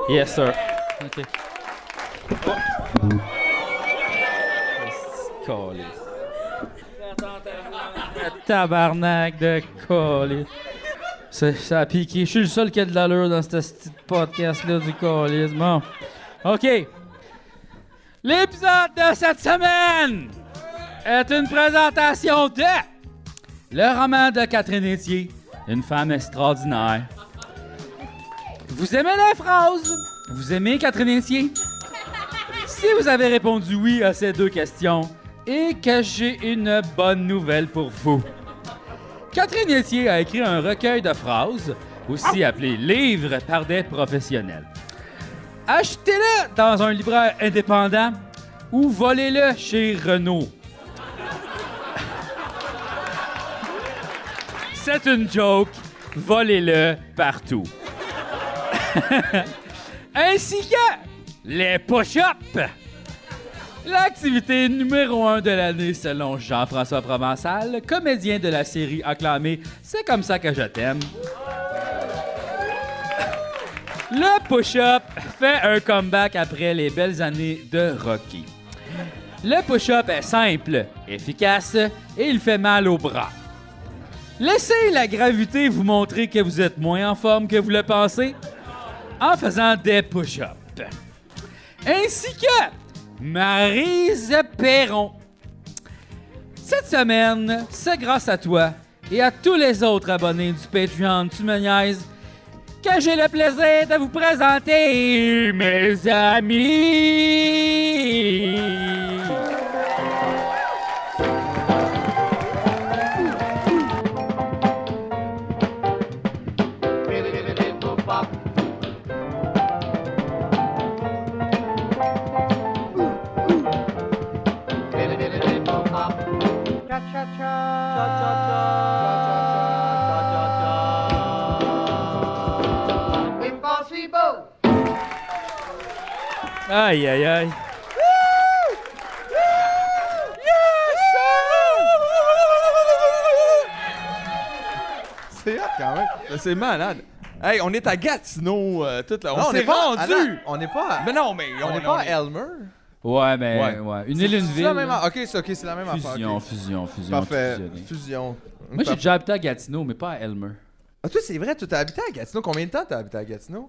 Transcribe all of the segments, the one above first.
Yes, sir. OK. Oh. Tabarnak de colis. Ça a piqué. Je suis le seul qui a de l'allure dans ce petit podcast-là du colis. Bon. OK. L'épisode de cette semaine est une présentation de le roman de Catherine Etier, une femme extraordinaire. Vous aimez les phrases? Vous aimez Catherine Etier? Si vous avez répondu oui à ces deux questions, et que j'ai une bonne nouvelle pour vous. Catherine Etier a écrit un recueil de phrases, aussi appelé livre par des professionnels. Achetez-le dans un libraire indépendant ou volez-le chez Renault. C'est une joke, volez-le partout. Ainsi que les push-ups. L'activité numéro 1 de l'année selon Jean-François Provençal, comédien de la série acclamée C'est comme ça que je t'aime. Le push-up fait un comeback après les belles années de Rocky. Le push-up est simple, efficace et il fait mal aux bras. Laissez la gravité vous montrer que vous êtes moins en forme que vous le pensez en faisant des push-ups. Ainsi que Maryse Perron. Cette semaine, c'est grâce à toi et à tous les autres abonnés du Patreon Tu me niaises que j'ai le plaisir de vous présenter mes amis. Aïe, aïe, aïe. C'est hot quand même. C'est malade. Hey, on est à Gatineau. On s'est pas rendu. On n'est pas. Mais non, mais On n'est pas à Elmer. Ouais, mais ouais. Une île, une ville. Ok, c'est la même affaire. Fusion. Parfait. Fusionné. Fusion. Moi, j'ai déjà habité à Gatineau, mais pas à Elmer. Ah, toi, c'est vrai, tu t'as habité à Gatineau. Combien de temps t'as habité à Gatineau?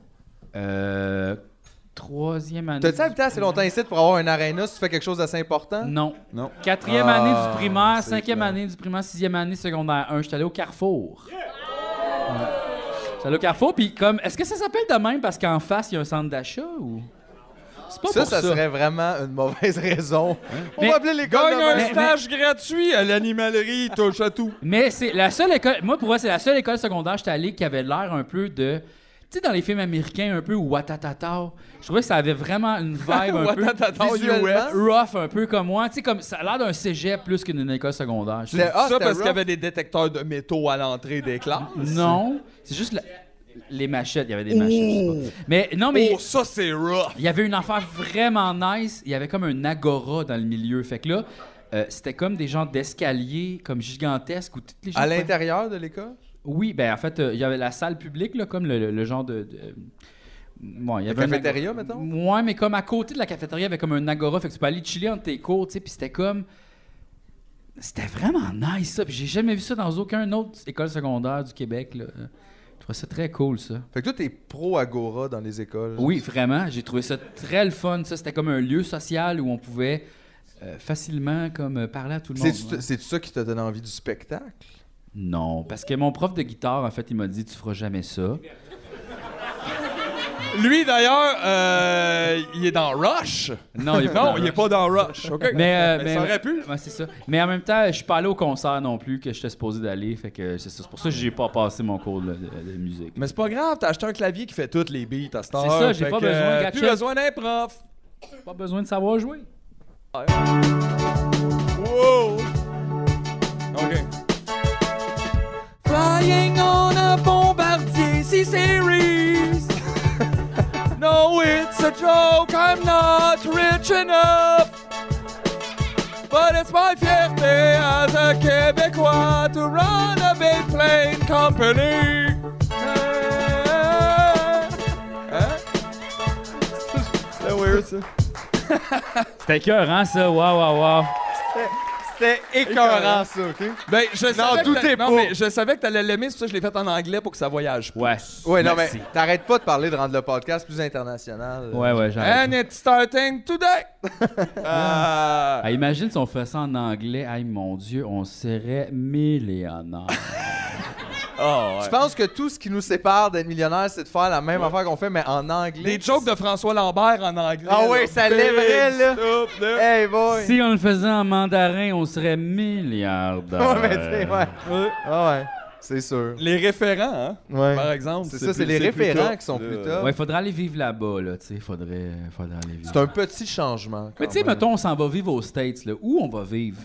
Troisième année. T'as-tu habité assez longtemps ici pour avoir un aréna si tu fais quelque chose d'assez important? Non. Non. Quatrième année du primaire, c'est cinquième clair. année du primaire, sixième année secondaire 1. J'étais allé au Carrefour. Ouais. J'étais allé au Carrefour, puis comme, est-ce que ça s'appelle de même parce qu'en face, il y a un centre d'achat ou... C'est pas pour ça. Ça serait vraiment une mauvaise raison. On Mais- va appeler l'école Gagne de un même. stage gratuit à l'animalerie, touche à tout. Mais c'est la seule école... Moi, pour moi, c'est la seule école secondaire que j'étais allé qui avait l'air un peu de... Tu sais, dans les films américains, un peu Watatata, je trouvais que ça avait vraiment une vibe un peu Watatata visuellement. US. rough, un peu comme moi. Tu sais, comme ça a l'air d'un cégep plus qu'une école secondaire. Je- C'était- Ça c'était parce qu'il y rough. avait des détecteurs de métaux à l'entrée des classes. Non, c'est juste les machettes. Il y avait des machettes. Je sais pas. Mais non, mais Oh, ça c'est rough. il y avait une affaire vraiment nice. Il y avait comme un agora dans le milieu. Fait que là, c'était comme des genres d'escaliers comme gigantesques où toutes les gens... À l'intérieur de l'école? Oui, ben en fait, il y avait la salle publique, là, comme le genre de... Bon, il y avait un cafétéria, agora. mettons? Ouais, mais comme à côté de la cafétéria, il y avait comme un agora. Fait que tu peux aller chiller entre tes cours, tu sais, puis c'était comme... C'était vraiment nice, ça. Puis j'ai jamais vu ça dans aucune autre école secondaire du Québec, là. Je trouvais ça très cool, ça. Fait que toi, t'es pro-agora dans les écoles. Oui, vraiment. J'ai trouvé ça très le fun, ça. C'était comme un lieu social où on pouvait facilement comme parler à tout le monde. C'est-tu ça qui t'a donné envie du spectacle? Non, parce que mon prof de guitare, en fait, il m'a dit « Tu feras jamais ça. » Lui d'ailleurs, il est dans Rush. Non, il est pas Non, dans il est pas dans Rush. OK. Mais ça aurait pu. Ouais, c'est ça. Mais en même temps, je suis pas allé au concert non plus que j'étais supposé d'aller. Fait que c'est ça. C'est pour ça que j'ai pas passé mon cours de musique. Mais c'est pas grave, t'as acheté un clavier qui fait toutes les beats à cette heure. C'est ça, j'ai fait pas que, besoin, plus Gatchek. besoin d'un prof. Pas besoin de savoir jouer. Wow. OK. Flying on a Bombardier C-Series. No, it's a joke, I'm not rich enough. But it's my fierté as a Québécois to run a big plane company. ça. C'était écœurant, ça. Wow. C'était écœurant, ça, OK? Ben, je savais doutez pas. mais je savais que t'allais l'aimer, c'est pour ça que je l'ai fait en anglais pour que ça voyage plus. Ouais. Ouais, non, Merci. mais t'arrêtes pas de parler de rendre le podcast plus international. Ouais, j'arrête. And it's starting today! Ah, imagine si on fait ça en anglais. Hey, mon Dieu, on serait millionnaire. Tu penses que tout ce qui nous sépare d'être millionnaire, c'est de faire la même affaire qu'on fait, mais en anglais? Des jokes de François Lambert en anglais. Ah ouais, ça lèverait, là. Stop, là. Hey, boy! Si on le faisait en mandarin, on serait milliardaire. Ouais, mais tu sais, ouais. Ah ouais, c'est sûr. Les référents, hein, Ouais. par exemple. C'est ça, c'est les plus référents top, qui sont là. plus top. Ouais, faudrait aller vivre là-bas, là, tu sais. Faudrait aller vivre. C'est un petit changement. Mais tu sais, mettons, on s'en va vivre aux States, là. Où on va vivre?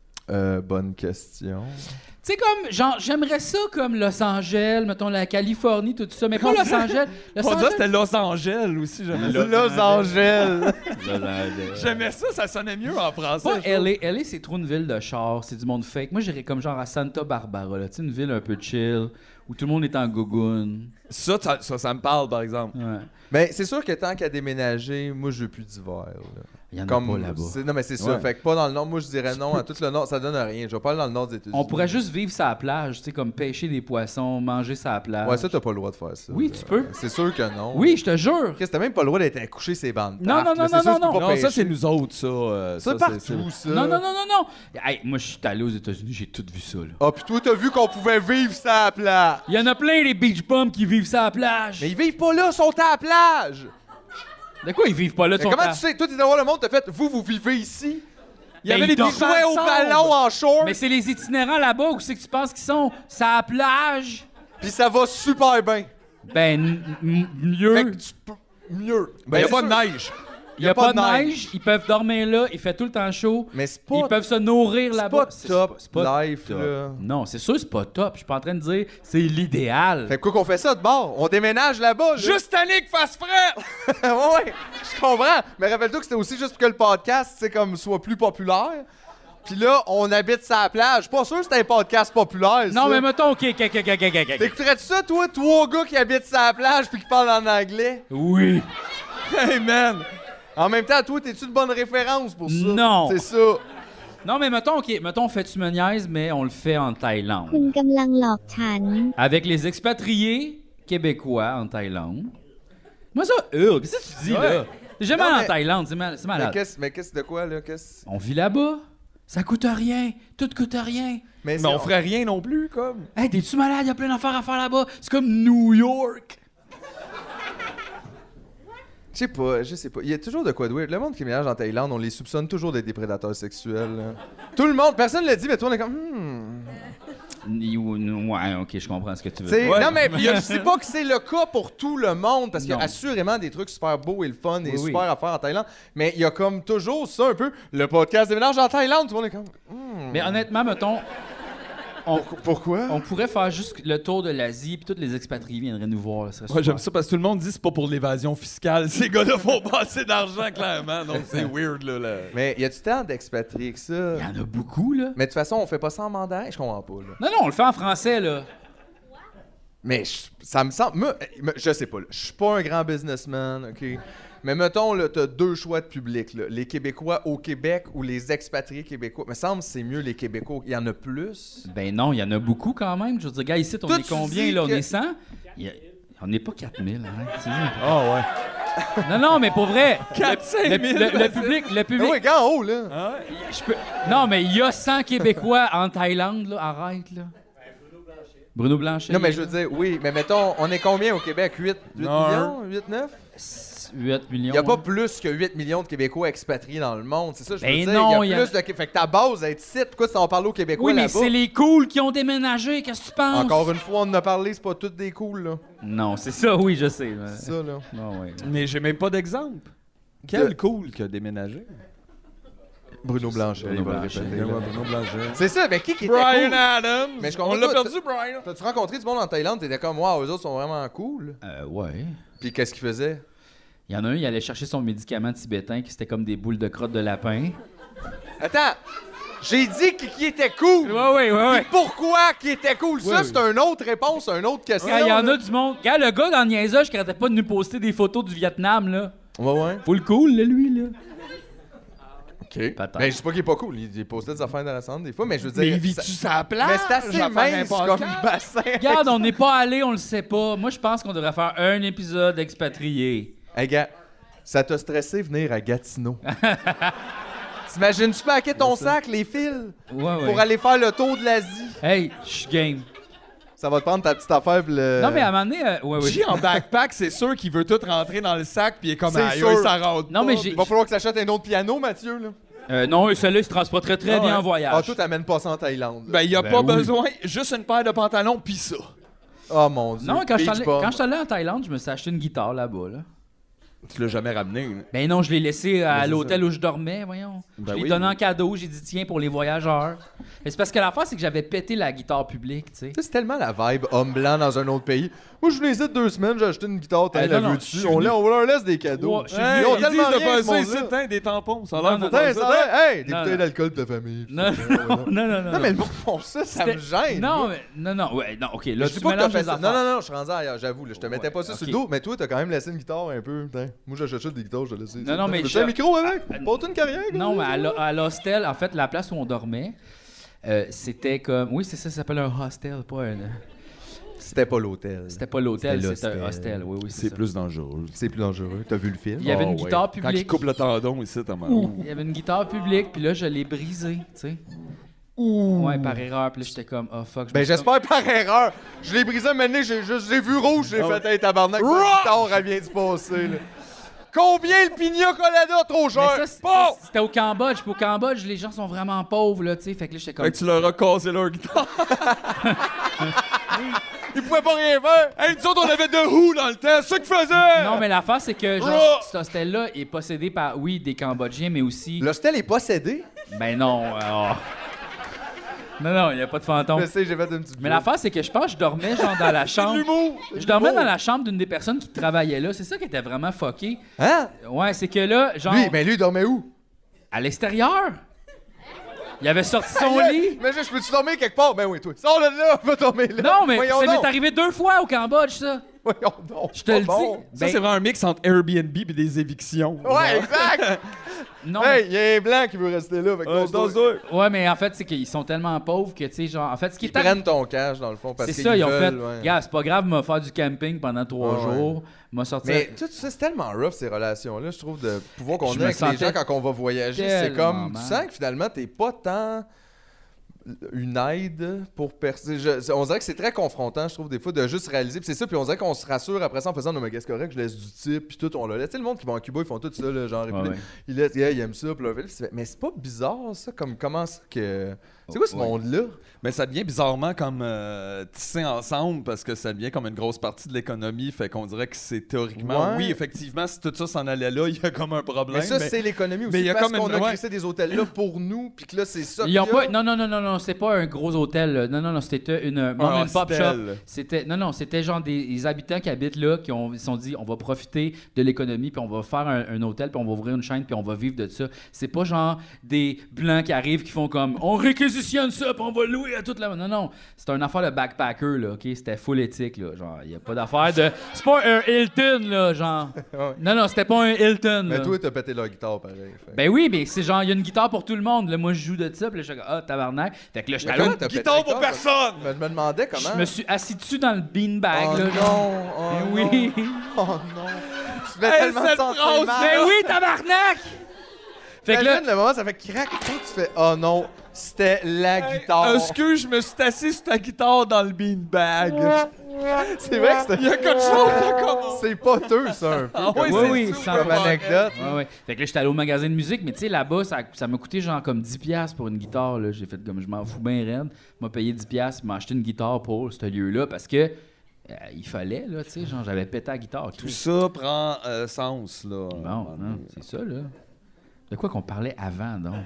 Bonne question. Tu sais, comme, genre, j'aimerais ça comme Los Angeles, mettons, la Californie, tout ça, mais pas Los Angeles. Los On dirait que Angeles. c'était Los Angeles aussi, j'aimais ça. Los Angeles. J'aimais ça, ça sonnait mieux en français. Pas je trouve. LA. LA, c'est trop une ville de char, c'est du monde fake. Moi, j'irais comme genre à Santa Barbara, là. Tu sais, une ville un peu chill, où tout le monde est en gougoune. Ça me parle, par exemple. Ouais. Ben, c'est sûr que tant qu'à déménager, moi, je veux plus d'hiver. là. Il y en a Comme pas là-bas. Non, mais c'est ça. Ouais. Fait que pas dans le nord. Moi, je dirais non à tout le nord. Ça donne rien. Je vais pas aller dans le nord des États-Unis. On pourrait juste vivre sur la plage, tu sais, comme pêcher des poissons, manger sur la plage. Ouais, ça, t'as pas le droit de faire ça. Oui, là. tu peux. C'est sûr que non. Oui, je te jure. Chris, t'as même pas le droit d'être accouché ces bandes. Non, non, non, C'est sûr, non, tu peux non. pas Non, ça, pêcher. c'est nous autres, ça. Ça, partout, ça. Non, non, non, non, non. Hey, moi, je suis allé aux États-Unis, j'ai tout vu ça, là. Ah, puis toi, t'as vu qu'on pouvait vivre ça à la plage. Il y en a plein, les beach bums, qui vivent sur la plage. Mais ils vivent pas là, ils sont à la plage. De quoi ils vivent pas là, Mais ton comment temps? tu sais? Toi, t'es dans le monde, t'as fait, vous vivez ici. Il y avait Ben, les ils dorment. Ils jouaient au ballon en short, Mais c'est les itinérants là-bas, où c'est que tu penses qu'ils sont? Sur la plage? puis ça va super bien. Ben, Fait mieux. que tu peux mieux. Ben, il n'y a c'est pas de sûr. neige. Il y a pas de neige, ils peuvent dormir là, il fait tout le temps chaud. Mais c'est pas, Ils peuvent se nourrir c'est là-bas. pas top c'est pas life, top. là. Non, c'est sûr, c'est pas top. Je suis pas en train de dire c'est l'idéal. Fait que quoi qu'on fait ça de bord? On déménage là-bas, là. Juste Annick fasse frais! ouais, je comprends. Mais rappelle-toi que c'était aussi juste pour que le podcast, tu sais, comme, soit plus populaire. Puis là, on habite sur la plage. Je suis pas sûr que c'était un podcast populaire, Non, ça. mais mettons, OK. T'écouterais-tu ça, toi, 3 gars qui habitent sur la plage puis qui parlent en anglais? Oui. Hey, man! En même temps, toi, t'es-tu de bonne référence pour ça? Non. C'est ça. Non, mais mettons, OK, mettons, on fait tu me niaises, mais on le fait en Thaïlande. คุณกำลังหลอกฉัน Avec les expatriés québécois en Thaïlande. Moi, ça, qu'est-ce que tu dis, Ouais. là? T'es jamais Non, allé mais- en Thaïlande, c'est Mais malade. qu'est-ce de quoi, là? Qu'est-ce... On vit là-bas. Ça coûte rien. Tout coûte rien. Mais Mais on ferait rien non plus, comme. Hey, t'es-tu malade? Il y a plein d'affaires à faire là-bas. C'est comme New York. Je sais pas. Il y a toujours de quoi de weird. Le monde qui ménage en Thaïlande, on les soupçonne toujours d'être des prédateurs sexuels. Là. Tout le monde, personne ne l'a dit, mais toi, on est comme... Ouais, OK, je comprends ce que tu veux. T'sais, Ouais. Non, mais je sais pas que c'est le cas pour tout le monde, parce qu'il y a Non. assurément des trucs super beaux et le fun et Oui, oui. super à faire en Thaïlande, mais il y a comme toujours ça un peu, le podcast des ménages en Thaïlande, tout le monde est comme... Mais honnêtement, mettons, Pourquoi? on pourrait faire juste le tour de l'Asie, puis tous les expatriés viendraient nous voir. Là, ce serait Ouais, super. j'aime ça parce que tout le monde dit que c'est pas pour l'évasion fiscale. Ces gars-là font pas assez d'argent, clairement. Donc c'est weird, là. Mais y a-tu tant d'expatriés que ça? Il y en a beaucoup, là. Mais de toute façon, on fait pas ça en mandarin, je comprends pas, là. Non, non, on le fait en français, là. Mais ça me semble... Moi, je sais pas, là. Je suis pas un grand businessman, OK? Mais mettons, là, t'as 2 choix de public, là. Les Québécois au Québec ou les expatriés québécois. Me semble que c'est mieux les Québécois. Il y en a plus. Ben non, il y en a beaucoup quand même. Je veux dire, gars, ici, on Toi, est tu combien, dis là? On que- est 100? On n'est pas 4000, hein? tu sais. Ah ouais. Non, non, mais pour vrai, 4-5 000. le public... Le Ah public oui, gars, en haut, là. Ah ouais. je peux- Non, mais il y a 100 Québécois en Thaïlande, là. Arrête, là. Bruno Blanchet. Non, mais je veux dire, oui, mais mettons, on est combien au Québec? 8 Non, millions? 8, 9? 8 millions. Il n'y a pas plus que 8 millions de Québécois expatriés dans le monde. C'est ça, je veux Ben dire. non, il y a plus de... Fait que ta base est ici. Pourquoi tu en parles aux Québécois Oui, mais là-bas? c'est les cools qui ont déménagé. Qu'est-ce que tu penses? Encore une fois, on en a parlé, c'est pas toutes des cools, là. Non, c'est ça, oui, je sais. mais- C'est ça, là. Non, ouais. Mais j'ai même pas d'exemple. Quel cool qui a déménagé. Bruno Blanchet, Bruno il va le Blanchet. répéter, là. Bruno Blanchet. C'est ça, mais qui était Brian cool? Adams. Mais je On comprends l'a pas, perdu, Brian. T'as-tu rencontré du monde en Thaïlande? T'étais comme, waouh, eux autres sont vraiment cool. Ouais. Puis qu'est-ce qu'ils faisaient? Il y en a un, il allait chercher son médicament tibétain qui c'était comme des boules de crotte de lapin. Attends! J'ai dit qui était cool! Ouais. Puis pourquoi qui était cool? Ça, Ouais, c'est une autre réponse, une autre question. Il y en là. a du monde. Regarde, le gars dans le niaisage qui arrêtait pas de nous poster des photos du Vietnam, là. Ouais. Full cool, là, lui, là. OK. Peut-être. Ben, je dis pas qu'il est pas cool. Il postait des affaires intéressantes des fois, mais je veux dire... Mais il vit-tu sa place? Mais c'est assez mince comme bassin. Regarde, on n'est pas allé, on le sait pas. Moi, je pense qu'on devrait faire un épisode expatrié. Hey, gars, ça t'a stressé venir à Gatineau. T'imagines-tu paquer ton sac, les fils, Ouais. pour aller faire le tour de l'Asie? Hey, je suis game. Ça va te prendre ta petite affaire pis le... Non, mais à un moment donné, ouais. J en backpack, c'est sûr qu'il veut tout rentrer dans le sac, puis il est comme, C'est aïe, sûr. ça rentre Non, pas. mais j'ai. Il va falloir que tu achètes un autre piano, Mathieu, là. Non, celui-là, il se transporterait très Ah bien ouais. en voyage. Ah, toi, t'amènes pas ça en Thaïlande. Ben, il y a Ben pas oui. besoin, juste une paire de pantalons, puis ça. Oh mon Dieu. Non, quand je Beach suis bum. allé en Thaïlande, je me suis acheté une guitare là-bas, là. Tu l'as jamais ramené. Ben non, je l'ai laissé à c'est l'hôtel où je dormais, voyons. Ben je l'ai oui. donné en cadeau, j'ai dit tiens pour les voyageurs. Mais c'est parce que l'affaire, c'est que j'avais pété la guitare publique, tu sais. Tu sais, c'est tellement la vibe homme blanc dans un autre pays. Moi, je venais ici 2 semaines, j'ai acheté une guitare, t'as la non, veux je dessus. suis On venu- leur laisse des cadeaux. Ouais, je suis Hey, Ils ont ils tellement disent de rien, faire ce ça ici, monde-là. t'as des tampons. Ça a Non, l'air non, faut faire Putain, ça. ça a hey, des Non, bouteilles non. d'alcool de ta famille. Non, non. Non, mais le monde font ça, ça me C'était- gêne. Non, mais non, ouais, non, ok, là Je dis tu pas que t'as mélanges fait les ça. affaires. Non, je suis rendu ailleurs, j'avoue. Je te mettais pas ça ok. sur le dos, mais toi, t'as quand même laissé une guitare un peu. Putain. Moi, j'achète des guitares, je te laisse. Non, mais J'ai un micro avec. Pas une carrière. Non, mais à l'hostel, en fait, la place où on dormait, c'était comme. Oui, c'est ça, ça s'appelle un hostel, pas un. C'était pas l'hôtel. C'était pas l'hôtel, C'était c'était un l'hostel. hostel. Oui, c'est C'est ça. plus dangereux. C'est plus dangereux. T'as vu le film? Il y avait Oh, une ouais. guitare Quand il publique. coupe le tendon ici, t'as mal. Il y avait une guitare publique, puis là, je l'ai brisée, tu sais. Ouais, par erreur, puis là, j'étais comme, oh fuck. je me Ben, suis j'espère par erreur. Je l'ai brisé un moment donné, j'ai vu rouge, j'ai fait un tabarnak. La guitare, elle vient de se passer, là. Combien le pina colada trop Mais cher? ça, c'était au Cambodge. Puis au Cambodge, les gens sont vraiment pauvres, là, tu sais. Fait que là, j'étais comme. Fait que tu leur as cassé leur guitare. Ils pouvaient pas rien faire. Hey, nous autres, on avait de Who dans le temps, c'est ça qu'ils faisaient! Non, mais l'affaire, c'est que, Ra! genre, cet hostel-là est possédé par, oui, des Cambodgiens, mais aussi. L'hostel est possédé. Ben non. Non, il n'y a pas de fantôme. Je sais, j'ai fait une petite. Mais l'affaire, c'est que je pense que je dormais, genre, dans la chambre. Je dormais dans la chambre d'une des personnes qui travaillait là. C'est ça qui était vraiment fucké. Hein? Ouais, c'est que là, genre, Lui, il dormait où? à l'extérieur. Il avait sorti son Aïe, lit. Mais je peux-tu dormir quelque part? Ben oui, toi. Sors de là, va dormir là. Non, mais Voyons ça donc. m'est arrivé 2 fois au Cambodge, ça. Voyons donc. Je te le dis. Pas bon. Ça, Ben, c'est vraiment un mix entre Airbnb et des évictions. Ouais, exact. non, Hey, il y a un blanc qui veut rester là. Fait que ouais, mais en fait, c'est qu'ils sont tellement pauvres que, tu sais, genre, en fait, ce qui Ils est arrivé- prennent ton cash, dans le fond, parce c'est qu'ils ça, ils ont fait. veulent, ouais. Regarde, c'est pas grave, m'a faire du camping pendant 3 Ouais, jours, m'a sorti. Mais tout ça, c'est tellement rough, ces relations-là, je trouve, de pouvoir qu'on Je a me avec les sentais gens quand on va voyager. C'est tellement comme, tu mal. sens que finalement, t'es pas tant une aide pour percer. On dirait que c'est très confrontant, je trouve, des fois, de juste réaliser. Puis c'est ça, puis on dirait qu'on se rassure après ça en faisant, non, mais qu'est-ce correct, je laisse du type, puis tout, on le laisse. Tu sais, le monde qui va en Cuba, ils font tout ça, là, genre, Ouais, ouais. ils laissent, yeah, ils aiment ça, puis là, mais c'est pas bizarre, ça, comme, comment c'est que. C'est quoi ce Ouais. monde-là? Mais ça devient bizarrement comme tissé ensemble parce que ça devient comme une grosse partie de l'économie. Fait qu'on dirait que c'est théoriquement. Ouais. Oui, effectivement, si tout ça s'en allait là, il y a comme un problème. Mais ça, c'est l'économie aussi. mais il y a parce comme qu'on une- a ouais. crissé des hôtels-là pour nous, puis que là, c'est ça. Ils ont qu'il y a. pas. Non, c'est pas un gros hôtel. Là. Non, c'était une mom and pop shop. hostel. C'était genre des habitants qui habitent là qui se sont dit on va profiter de l'économie puis on va faire un hôtel puis on va ouvrir une chaîne puis on va vivre de ça. C'est pas genre des blancs qui arrivent qui font comme on réquisitionne ça puis on va louer à toute la. Non, c'est une affaire de backpacker là, ok. C'était full éthique là, genre y a pas d'affaire de. C'est pas un Hilton là, genre. Ouais. Non, c'était pas un Hilton. Mais là. toi, t'as pété leur guitare, pareil. fait. Ben oui, mais c'est genre, il y a une guitare pour tout le monde. Là, moi, je joue de ça, puis là, je suis comme, ah, tabarnak. Fait que là, je suis Mais allé- comment t'as pété Guitare la pour personne! Je me demandais comment. Je me suis assis dessus dans le beanbag, Oh là. non, genre. oh Ben oui. non, oh non. Tu fais Hey, tellement cette te sentir phrase, mal. Ben oui, tabarnak! Fait que là, Imagine le moment, ça fait crack. Quand tu fais, oh non, c'était la guitare. Est-ce que je me suis assis sur ta guitare dans le beanbag? C'est vrai que c'était. Il y a quelque chose de comment? C'est poteux, ça, un peu. Ah oui, Oui, c'est oui, tout, sans Comme problème. anecdote. Ouais. Fait que là, j'étais allé au magasin de musique, mais tu sais, là-bas, ça m'a coûté genre comme 10$ pour une guitare, là. J'ai fait comme, je m'en fous bien raide. M'a payé 10$, m'a acheté une guitare pour ce lieu-là, parce que il fallait, là, tu sais, genre, j'avais pété la guitare. Tout ça prend sens, là. Bon, non, c'est ça, là. De quoi qu'on parlait avant, donc?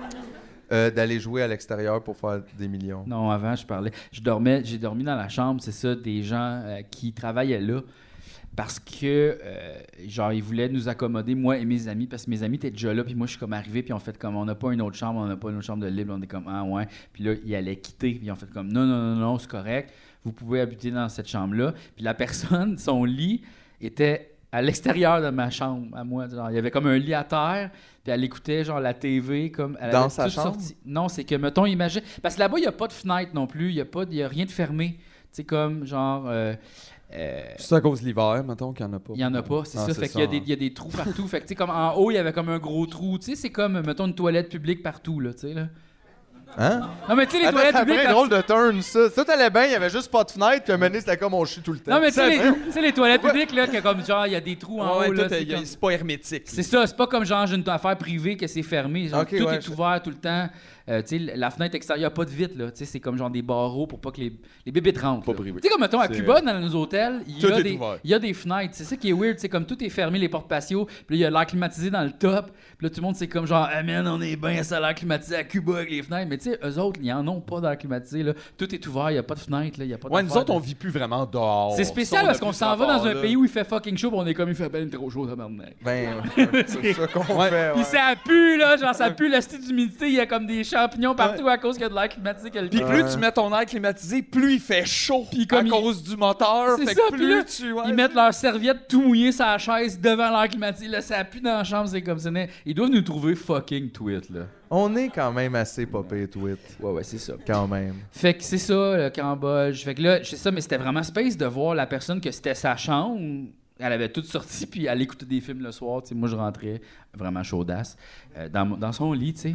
D'aller jouer à l'extérieur pour faire des millions. Non, avant, j'ai dormi dans la chambre, c'est ça, des gens qui travaillaient là. Parce que, genre, ils voulaient nous accommoder, moi et mes amis, parce que mes amis étaient déjà là, puis moi, je suis comme arrivé, puis on fait comme, on n'a pas une autre chambre, on n'a pas une autre chambre de libre, on est comme, ah ouais. Puis là, ils allaient quitter, puis ils ont fait comme, non, c'est correct, vous pouvez habiter dans cette chambre-là. Puis la personne, son lit était à l'extérieur de ma chambre, à moi. Genre, il y avait comme un lit à terre, puis elle écoutait genre la TV comme elle Dans avait sa tout chambre? sorti. Non, c'est que mettons imagine parce que là-bas il y a pas de fenêtre non plus, il y a rien de fermé. Tu sais comme genre C'est à cause de l'hiver, mettons qu'il n'y en a pas. il y en a pas, c'est Ah, ça. c'est Fait ça, qu'il y a des trous partout. Fait que tu sais comme en haut il y avait comme un gros trou. Tu sais c'est comme mettons une toilette publique partout là, tu sais là. Hein? Non mais tu sais les Attends, toilettes ça publiques. fait un drôle de turn, ça. Ça t'allait bien, il y avait juste pas de fenêtre, puis un moment donné, c'était comme on chie tout le temps. Non mais tu sais les toilettes publiques là que comme genre il y a des trous en haut là. C'est comme- c'est pas hermétique. C'est ça, c'est pas comme genre j'ai une affaire privée que c'est fermé. Genre, Ok, tout ouais, est ouvert tout le temps. Tu sais, la fenêtre extérieure, il n'y a pas de vitre, là. Tu sais, c'est comme genre des barreaux pour pas que les bébés rentrent. Pas là. privé. Tu sais, comme mettons à C'est- Cuba, dans nos hôtels, Tout est ouvert. il y a des fenêtres. C'est ça qui est weird. C'est comme tout est fermé, les portes patios. Puis là, il y a l'air climatisé dans le top. Puis là, tout le monde, c'est comme genre, ah man, on est bien, ça a l'air climatisé à Cuba avec les fenêtres. Mais tu sais, eux autres, ils en ont pas d'air climatisé, là. Tout est ouvert, il n'y a pas de fenêtre, là. Il y a pas Ouais, nous d'affaire autres, de- on vit plus vraiment dehors. C'est spécial Ça, on parce a qu'on plus s'en va rapport, dans un là. pays où il fait fucking chaud, puis on est comme il fait ben trop chaud, tabarnak. Ben, c'est ça qu'on Ouais. fait. Puis Ouais. ça pue, là, genre ça pue le style d'humidité, il y a comme des champignons partout à cause qu'il y a de l'air climatisé. Puis plus tu mets ton air climatisé, plus il fait chaud. Puis comme à il- cause du moteur. C'est Fait ça, que puis là, plus tu. Ouais, Ils mettent leur serviette tout mouillée sur la chaise devant l'air climatisé. Là, ça pue dans la chambre, c'est comme ça. Ils doivent nous trouver fucking tweet, là. On est quand même assez popé tweet. Ouais, c'est ça. Quand même. Fait que c'est ça, le Cambodge. Fait que là, c'est ça, mais c'était vraiment space de voir la personne que c'était sa chambre. Elle avait tout sorti, puis elle écoutait des films le soir. Tu sais, moi, je rentrais vraiment chaudasse dans son lit, tu sais.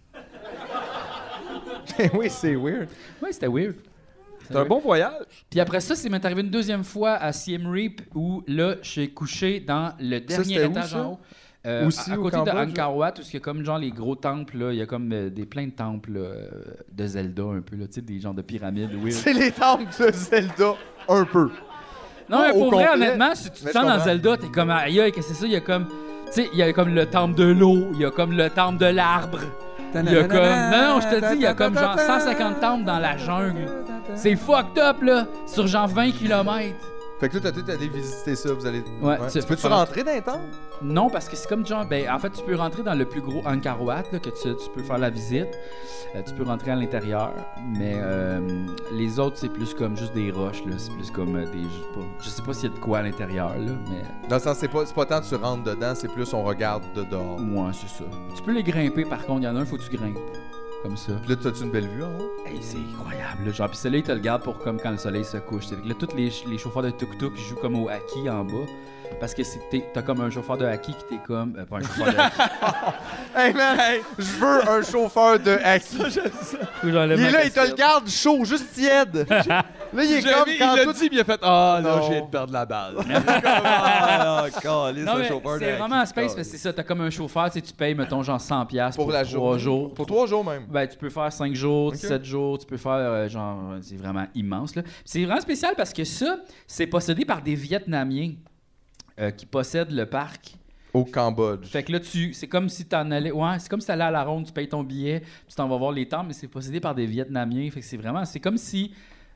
Oui, c'est weird. Ouais, c'était weird. C'est un bon voyage. Puis après ça, c'est m'est arrivé une deuxième fois à Siem Reap où là, j'ai couché dans le dernier c'était où, étage ça? en haut. Aussi à au côté de Cambodge, Angkor Wat, où il y a comme genre les gros temples, là, il y a comme plein de temples de Zelda un peu, là, tu sais, des genres de pyramides. Weird. C'est les temples de Zelda, un peu. Non, mais au pour vrai, complet. honnêtement, si tu te Mais sens je dans comprends. Zelda, t'es comme aïe, aïe, qu'est-ce que c'est ça? Il y a comme, tu sais, il y a comme le temple de l'eau, il y a comme le temple de l'arbre. Il y a comme. Non, je te dis, il y a comme genre 150 temples dans la jungle. C'est fucked up, là, sur genre 20 km. Fait que toi, t'as allé visiter ça, vous allez. Ouais, Tu peux-tu rentrer dans les temples? Non, parce que c'est comme genre, ben, en fait, tu peux rentrer dans le plus gros Angkor Wat, là, que tu peux faire la visite. Tu peux rentrer à l'intérieur, mais les autres, c'est plus comme juste des roches, là. C'est plus comme je sais pas s'il y a de quoi à l'intérieur, là, mais. Dans le sens, c'est pas tant que tu rentres dedans, c'est plus on regarde de dehors. Moi, c'est ça. Tu peux les grimper, par contre. Il y en a un, faut que tu grimpes. Comme ça. Puis là, t'as-tu une belle vue en haut? Hey, c'est incroyable, là. Genre, pis celui-là, il te le garde pour comme quand le soleil se couche. C'est que là, tous les chauffeurs de tuk-tuk jouent comme au haki en bas. Parce que t'as comme un chauffeur de haki qui t'est comme. Pas un chauffeur de haki. Hey man, je veux un chauffeur de haki. Faut que j'enlève Il est ma là, il te le casquette. garde chaud, juste tiède. Là, il est comme quand il l'a tout. dit, puis il a fait Ah, là, Non. je viens de perdre la balle. Ah, calisse, Non, un mais chauffeur de c'est haki. vraiment un space, parce que c'est ça. T'as comme un chauffeur, tu sais, tu payes, mettons, genre 100$ Pour la 3 journée. jours. Pour 3 jours même. Ben, tu peux faire 5 jours, Ok. 7 jours, tu peux faire c'est vraiment immense. Là. C'est vraiment spécial parce que ça, c'est possédé par des Vietnamiens qui possèdent le parc. Au Cambodge. Fait que là, c'est comme si t'en allais. Ouais, c'est comme si t'allais à la ronde, tu payes ton billet, tu t'en vas voir les temples, mais c'est possédé par des Vietnamiens. Fait que c'est vraiment. C'est comme si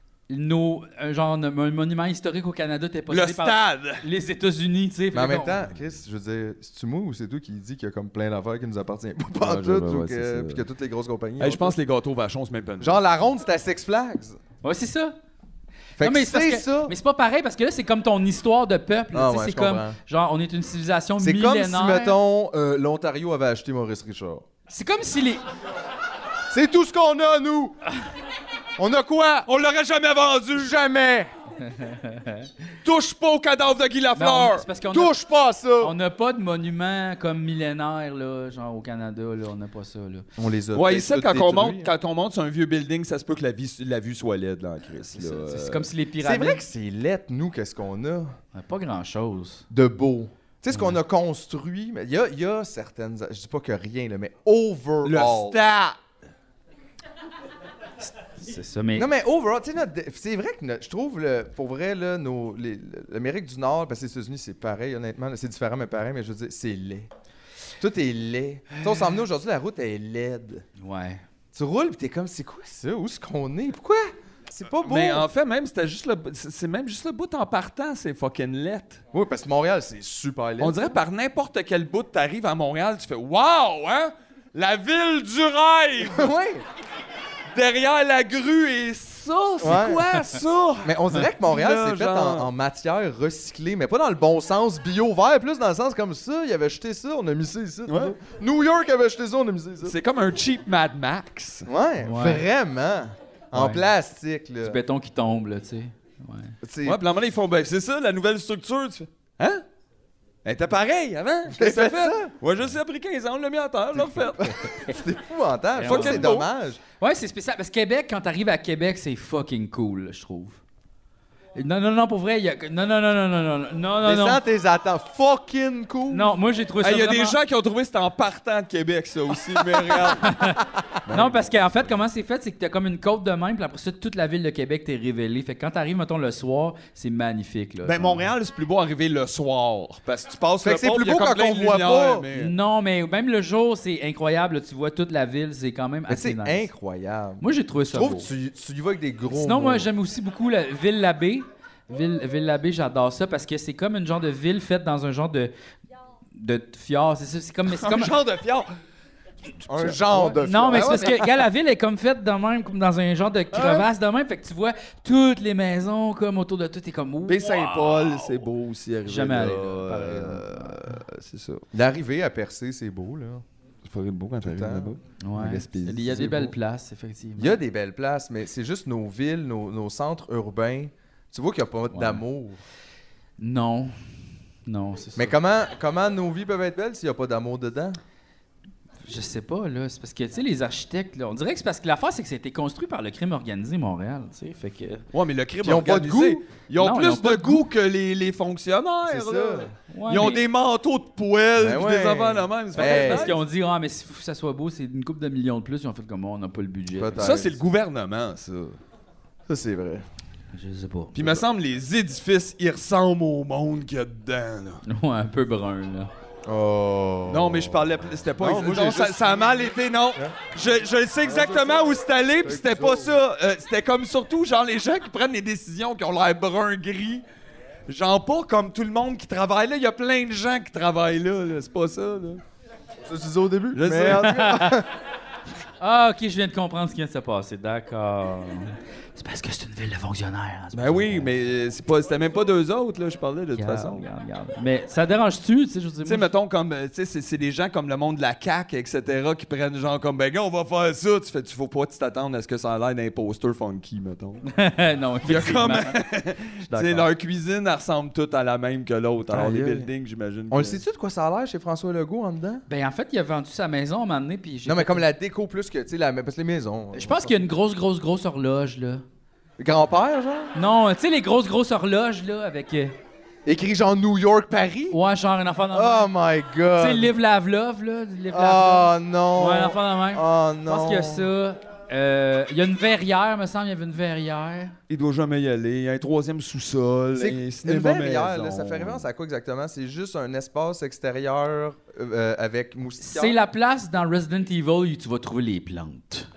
un monument historique au Canada était Le possédé par stade. les États-Unis, tu sais. Mais en Fait même qu'on- temps, Chris, je veux dire, c'est-tu moi ou c'est toi qui dit qu'il y a comme plein d'affaires qui nous appartiennent pas en Ouais, tout, ouais, ou ouais, c'est ça. puis que toutes les grosses compagnies. Hey, ont je pense tout. que les gâteaux vachons, c'est même pas une Genre, la ronde, c'est à Six Flags. Ouais, c'est ça. Fait Non, que mais c'est parce c'est que- ça. Mais c'est pas pareil parce que là, c'est comme ton histoire de peuple. là, Ah tu sais, ouais, c'est je comme. comprends. Genre, on est une civilisation C'est millénaire. comme si, mettons, l'Ontario avait acheté Maurice Richard. C'est comme si les. C'est tout ce qu'on a, nous! On a quoi? On l'aurait jamais vendu. Jamais! Touche pas au cadavre de Guy Ben, Lafleur. c'est parce qu'on a- Touche pas à ça! on n'a pas de monument comme millénaire, là, genre au Canada, là, on n'a pas ça. Là. On les a Ouais, peut-être ici, tous quand on, monte, détruits. quand on monte sur un vieux building, ça se peut que la vue soit laide, là, en Chris. C'est ça. là. C'est comme si les C'est pyramides. vrai que c'est laid, nous, qu'est-ce qu'on a On a pas grand-chose. de beau. Tu sais, ce qu'on a construit, mais il y a certaines... Je dis pas que rien, là, mais overall... Le stade. C'est ça, mais. Non, mais overall, tu sais, c'est vrai que je trouve, pour vrai, là, l'Amérique du Nord, parce que les États-Unis, c'est pareil, honnêtement. là, c'est différent, mais pareil, mais je veux dire, c'est laid. Tout est laid. Tu sais, on s'en venait aujourd'hui, la route est laide. Ouais. Tu roules, pis t'es comme, c'est quoi ça? Où est-ce qu'on est? Pourquoi? C'est pas beau. Mais en fait, même, c'est même juste le bout en partant, c'est fucking lettre. Oui, parce que Montréal, c'est super laid. On dirait par n'importe quel bout, t'arrives à Montréal, tu fais Wow, hein? La ville du rêve! Oui! Derrière la grue est ça? C'est Ouais. quoi ça? Mais on dirait que Montréal, Là, c'est fait genre- en matière recyclée, mais pas dans le bon sens bio-vert, plus dans le sens comme ça. Il avait jeté ça, on a mis ça ici. Ouais. New York avait jeté ça, on a mis ça ici. C'est comme un cheap Mad Max. Ouais, vraiment. En Ouais. plastique, là. Du béton qui tombe, là, tu sais. Ouais. C'est- Ouais, puis là, ils font, ben, c'est ça, la nouvelle structure. Tu fais, hein? Elle était pareil avant. Qu'est-ce que J'ai ça fait fait? ça. Ouais, je sais, après 15 ans, on l'a mis à terre, on l'a refait. C'est épouvantable. Je Ouais, trouve que c'est ouais. beau. dommage. Ouais, c'est spécial. Parce que Québec, quand t'arrives à Québec, c'est fucking cool, je trouve. Non, pour vrai, il y a... Non. Descends tes attentes. Fucking cool. Non, moi, j'ai trouvé ça Il y a des vraiment- gens qui ont trouvé que c'était en partant de Québec, ça aussi, mais regarde. Non, parce qu'en fait, comment c'est fait, c'est que t'as comme une côte de même, puis après ça, toute la ville de Québec t'est révélée. Fait que quand t'arrives, mettons, le soir, c'est magnifique, là. Ben, Montréal, c'est plus beau arriver le soir. Parce que tu passes Fait le que c'est pont, plus puis il y a beau comme quand plein on de voit lumière, pas. mais- Non, mais même le jour, c'est incroyable. là. Tu vois toute la ville, c'est quand même Mais assez c'est nice. incroyable. Moi, j'ai trouvé Je ça trouve beau. que tu y vas avec des gros Sinon, moi, mots. j'aime aussi beaucoup la Ville-l'Abbé. Ville-l'Abbé, j'adore ça parce que c'est comme une genre de ville faite dans un genre de fjord. C'est ça, c'est comme... C'est comme... Un genre de fier. Un genre de... Non, mais Ah c'est ouais, parce que regarde, la ville est comme faite de même, comme dans un genre de crevasse de même. Fait que tu vois toutes les maisons comme autour de tout. T'es comme... Baie Saint-Paul, c'est beau aussi arriver Jamais là. allé là, pareil, C'est ça. L'arrivée à percer, c'est beau, là. C'est pas beau quand t'arrives le temps. là-bas. Ouais. Gaspésie, Il y a c'est des belles beau. places, effectivement. Il y a des belles places, mais c'est juste nos villes, nos centres urbains. Tu vois qu'il n'y a pas Ouais. d'amour. Non, c'est ça. Mais comment nos vies peuvent être belles s'il n'y a pas d'amour dedans? Je sais pas, là. C'est parce que, tu sais, les architectes, là, on dirait que c'est parce que l'affaire, c'est que ça a été construit par le crime organisé Montréal, tu sais. Fait que... Ouais, mais le crime Ils ont pas de organisé, goût. Ils ont Non, plus ils ont pas de de goût que les fonctionnaires, C'est ça. là. Ouais, Ils ont mais- des manteaux de poêle, Ben pis ouais. des affaires de même. C'est pas Ben, Parce nice. qu'ils ont dit, ah, mais s'il faut que ça soit beau, c'est une couple de millions de plus. Ils ont fait comme, on n'a pas le budget. Peut-être. Ça, c'est le gouvernement, ça. Ça, c'est vrai. Je sais pas. Puis il me semble les édifices, ils ressemblent au monde qu'il y a dedans, là. Ouais, un peu brun, là. Oh. Non, mais je parlais... C'était pas... Non, moi, non, j'ai ça, juste- ça a mal été, non. Je sais exactement où c'est allé, puis c'était pas ça. C'était comme surtout, genre, les gens qui prennent les décisions qui ont l'air brun-gris. Genre, pas comme tout le monde qui travaille là. Il y a plein de gens qui travaillent là. C'est pas ça, là. Ça, tu disais au début? Je Mais sais. en tout cas- Ah, ok, je viens de comprendre ce qui vient de se passer. D'accord. C'est parce que c'est une ville de fonctionnaires. hein, c'est Ben pour oui, mais c'était même pas deux autres, là, je parlais de toute ça. façon. Regarde. Mais ça dérange-tu, tu sais, je veux dire, Tu sais, moi, mettons, comme, tu sais, c'est des gens comme le monde de la CAQ, etc., qui prennent genre comme, ben gars, on va faire ça. Tu faut pas t'attendre à ce que ça a l'air d'un poster funky, mettons. non, Il y a effectivement. comme, Je suis tu sais, d'accord. leur cuisine, elle ressemble toutes à la même que l'autre. Alors, les Aïe, aïe. buildings, j'imagine. On le que- sait-tu de quoi ça a l'air chez François Legault en dedans? Ben, en fait, il a vendu sa maison à un moment donné, puis j'ai Non, mais fait- comme la déco plus que, tu sais, parce que les maisons. Je pense qu'il y a une grosse horloge, là. Grand-père, genre? Non, tu sais, les grosses horloges, là, avec... Écrit genre New York, Paris? Ouais, genre un enfant dans Oh my Tu sais, god! le livre Lave-Love, là. Le livre Oh Lave-Love. non! Ouais, un enfant dans même. Oh Je non! pense qu'il y a ça. Il y a une verrière, me semble, il y avait une verrière. Il doit jamais y aller. Il y a un troisième sous-sol. C'est un une cinéma verrière, maison. là, ça fait référence à quoi exactement? C'est juste un espace extérieur avec moustiquaires. C'est la place dans Resident Evil où tu vas trouver les plantes.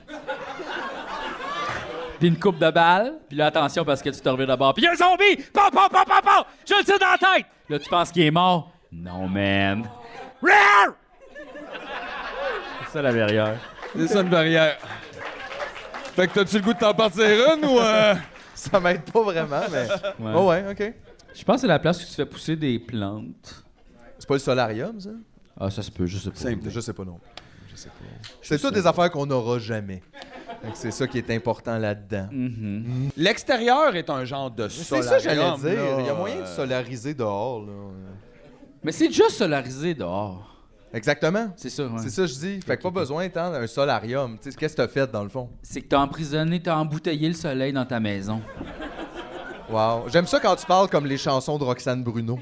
Puis une coupe de balles. Puis là, attention parce que tu te reviens d'abord. Puis il y a un zombie! Pam! Je le tire dans la tête! Là, tu penses qu'il est mort? Non, man. Rawr! C'est ça, la verrière. C'est ça une barrière. Fait que t'as-tu le goût de t'en partir une ou... Ça m'aide pas vraiment, mais. Ouais. Oh ouais, ok. Je pense que c'est la place où tu fais pousser des plantes. C'est pas le solarium, ça? Ah, ça se peut, je sais pas. Je sais pas non. Je sais pas. C'est toutes des affaires qu'on n'aura jamais. Fait que c'est ça qui est important là-dedans. Mhm. L'extérieur est un genre de C'est solarium. ça que j'allais dire. là. Il y a moyen de solariser dehors, là. Mais c'est déjà solarisé dehors. Exactement. C'est ça, ouais. C'est ça que je dis. Fait que pas besoin tant d'un solarium. Tu sais, qu'est-ce que t'as fait dans le fond? C'est que t'as emprisonné, t'as embouteillé le soleil dans ta maison. Wow. J'aime ça quand tu parles comme les chansons de Roxane Bruno.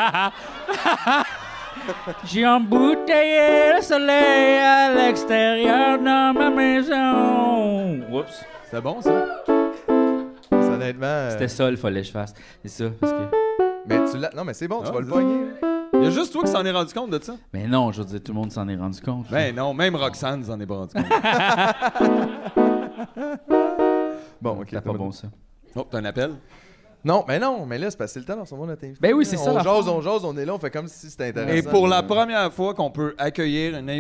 J'ai embouteillé le soleil à l'extérieur dans ma maison. Oups. C'est bon, ça? Honnêtement. C'était ça, il fallait que je fasse. C'est ça, parce que... Mais tu l'as. Non, mais c'est bon, tu Ah, vas le c'est pogner. Il y a juste toi qui s'en est rendu compte de ça? Mais non, je veux dire, tout le monde s'en est rendu compte. Ben non, même Roxane s'en est pas rendu compte. Bon, ok. C'est pas bon, ça. Oh, t'as un appel? Non, mais là, c'est passé le temps dans ce monde notre invité. Ben oui, c'est ça, On la jase, forme. on jase, on est là, on fait comme si c'était intéressant. Et pour la première fois qu'on peut accueillir une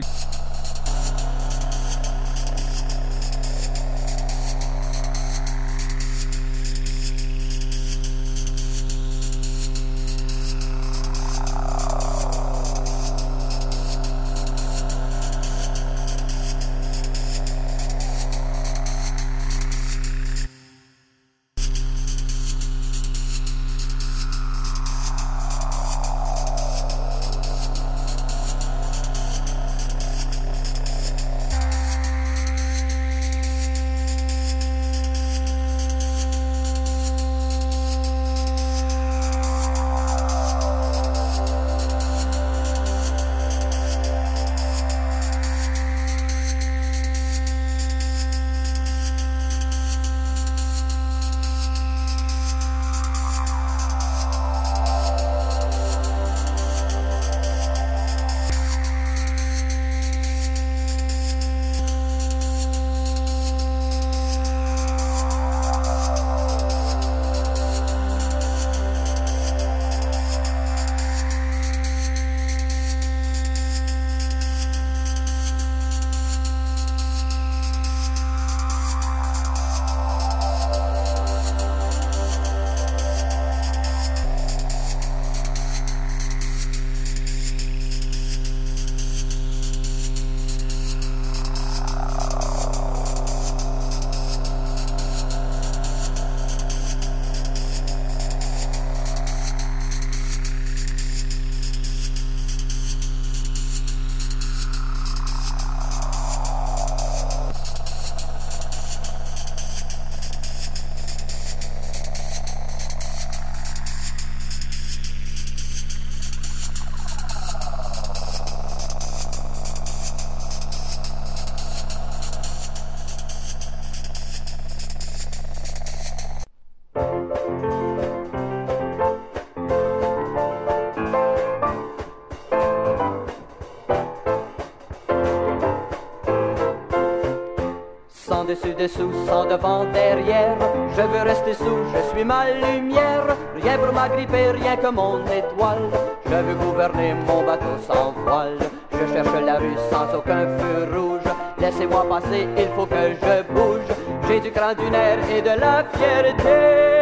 dessus, dessous, sans devant, derrière. Je veux rester sous, je suis ma lumière. Rien pour m'agripper, rien que mon étoile. Je veux gouverner mon bateau sans voile. Je cherche la rue sans aucun feu rouge. Laissez-moi passer, il faut que je bouge. J'ai du cran, du nerf et de la fierté.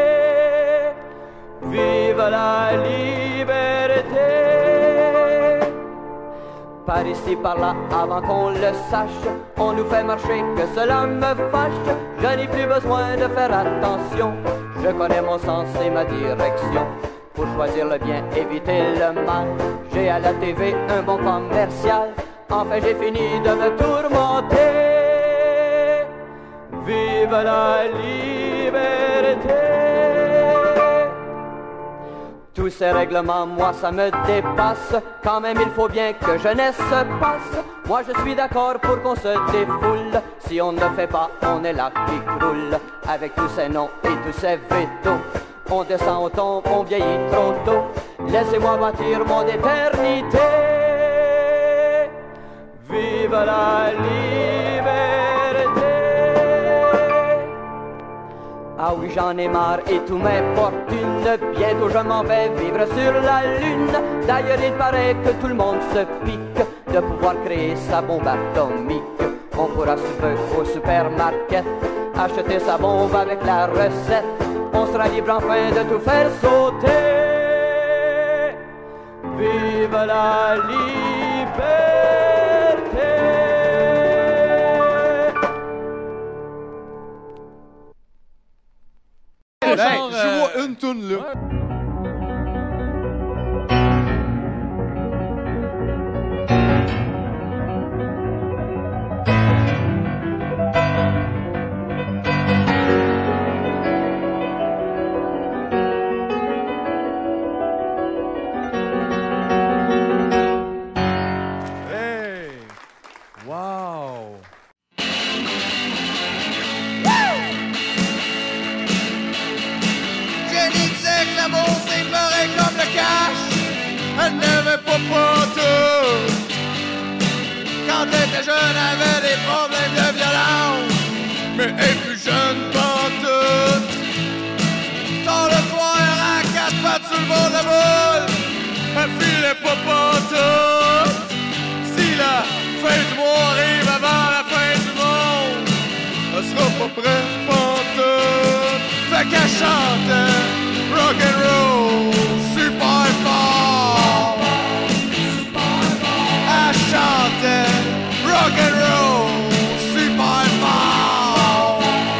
Vive la liberté! Par ici, par là, avant qu'on le sache, on nous fait marcher, que cela me fâche. Je n'ai plus besoin de faire attention. Je connais mon sens et ma direction. Pour choisir le bien, éviter le mal. J'ai à la TV un bon commercial. Enfin, j'ai fini de me tourmenter. Vive la liberté! Tous ces règlements, moi ça me dépasse. Quand même il faut bien que jeunesse se passe. Moi je suis d'accord pour qu'on se défoule. Si on ne le fait pas, on est là qui croule. Avec tous ces noms et tous ces vétos, on descend, on tombe, on vieillit trop tôt. Laissez-moi bâtir mon éternité. Vive la liberté! Ah oui, j'en ai marre et tout m'importune. Bientôt je m'en vais vivre sur la lune. D'ailleurs il paraît que tout le monde se pique de pouvoir créer sa bombe atomique. On pourra au supermarket acheter sa bombe avec la recette. On sera libre enfin de tout faire sauter. Vive la liberté! Hey, genre, joue-moi une toune, là. Hey! Wow! Jenny disait que l'amour c'est pareil comme le cash. Elle n'aimait pas tout. Quand elle était jeune, elle avait des problèmes de violence. Mais elle est plus jeune pas tout. Tard le soir, à quatre pattes sur le bord de la boule. Elle filait pas tout. Si la fin du mois arrive avant la fin du monde, elle sera pas prête pour tout. Fait qu'elle chante rock'n'roll super fort. Elle chante rock'n'roll super fort.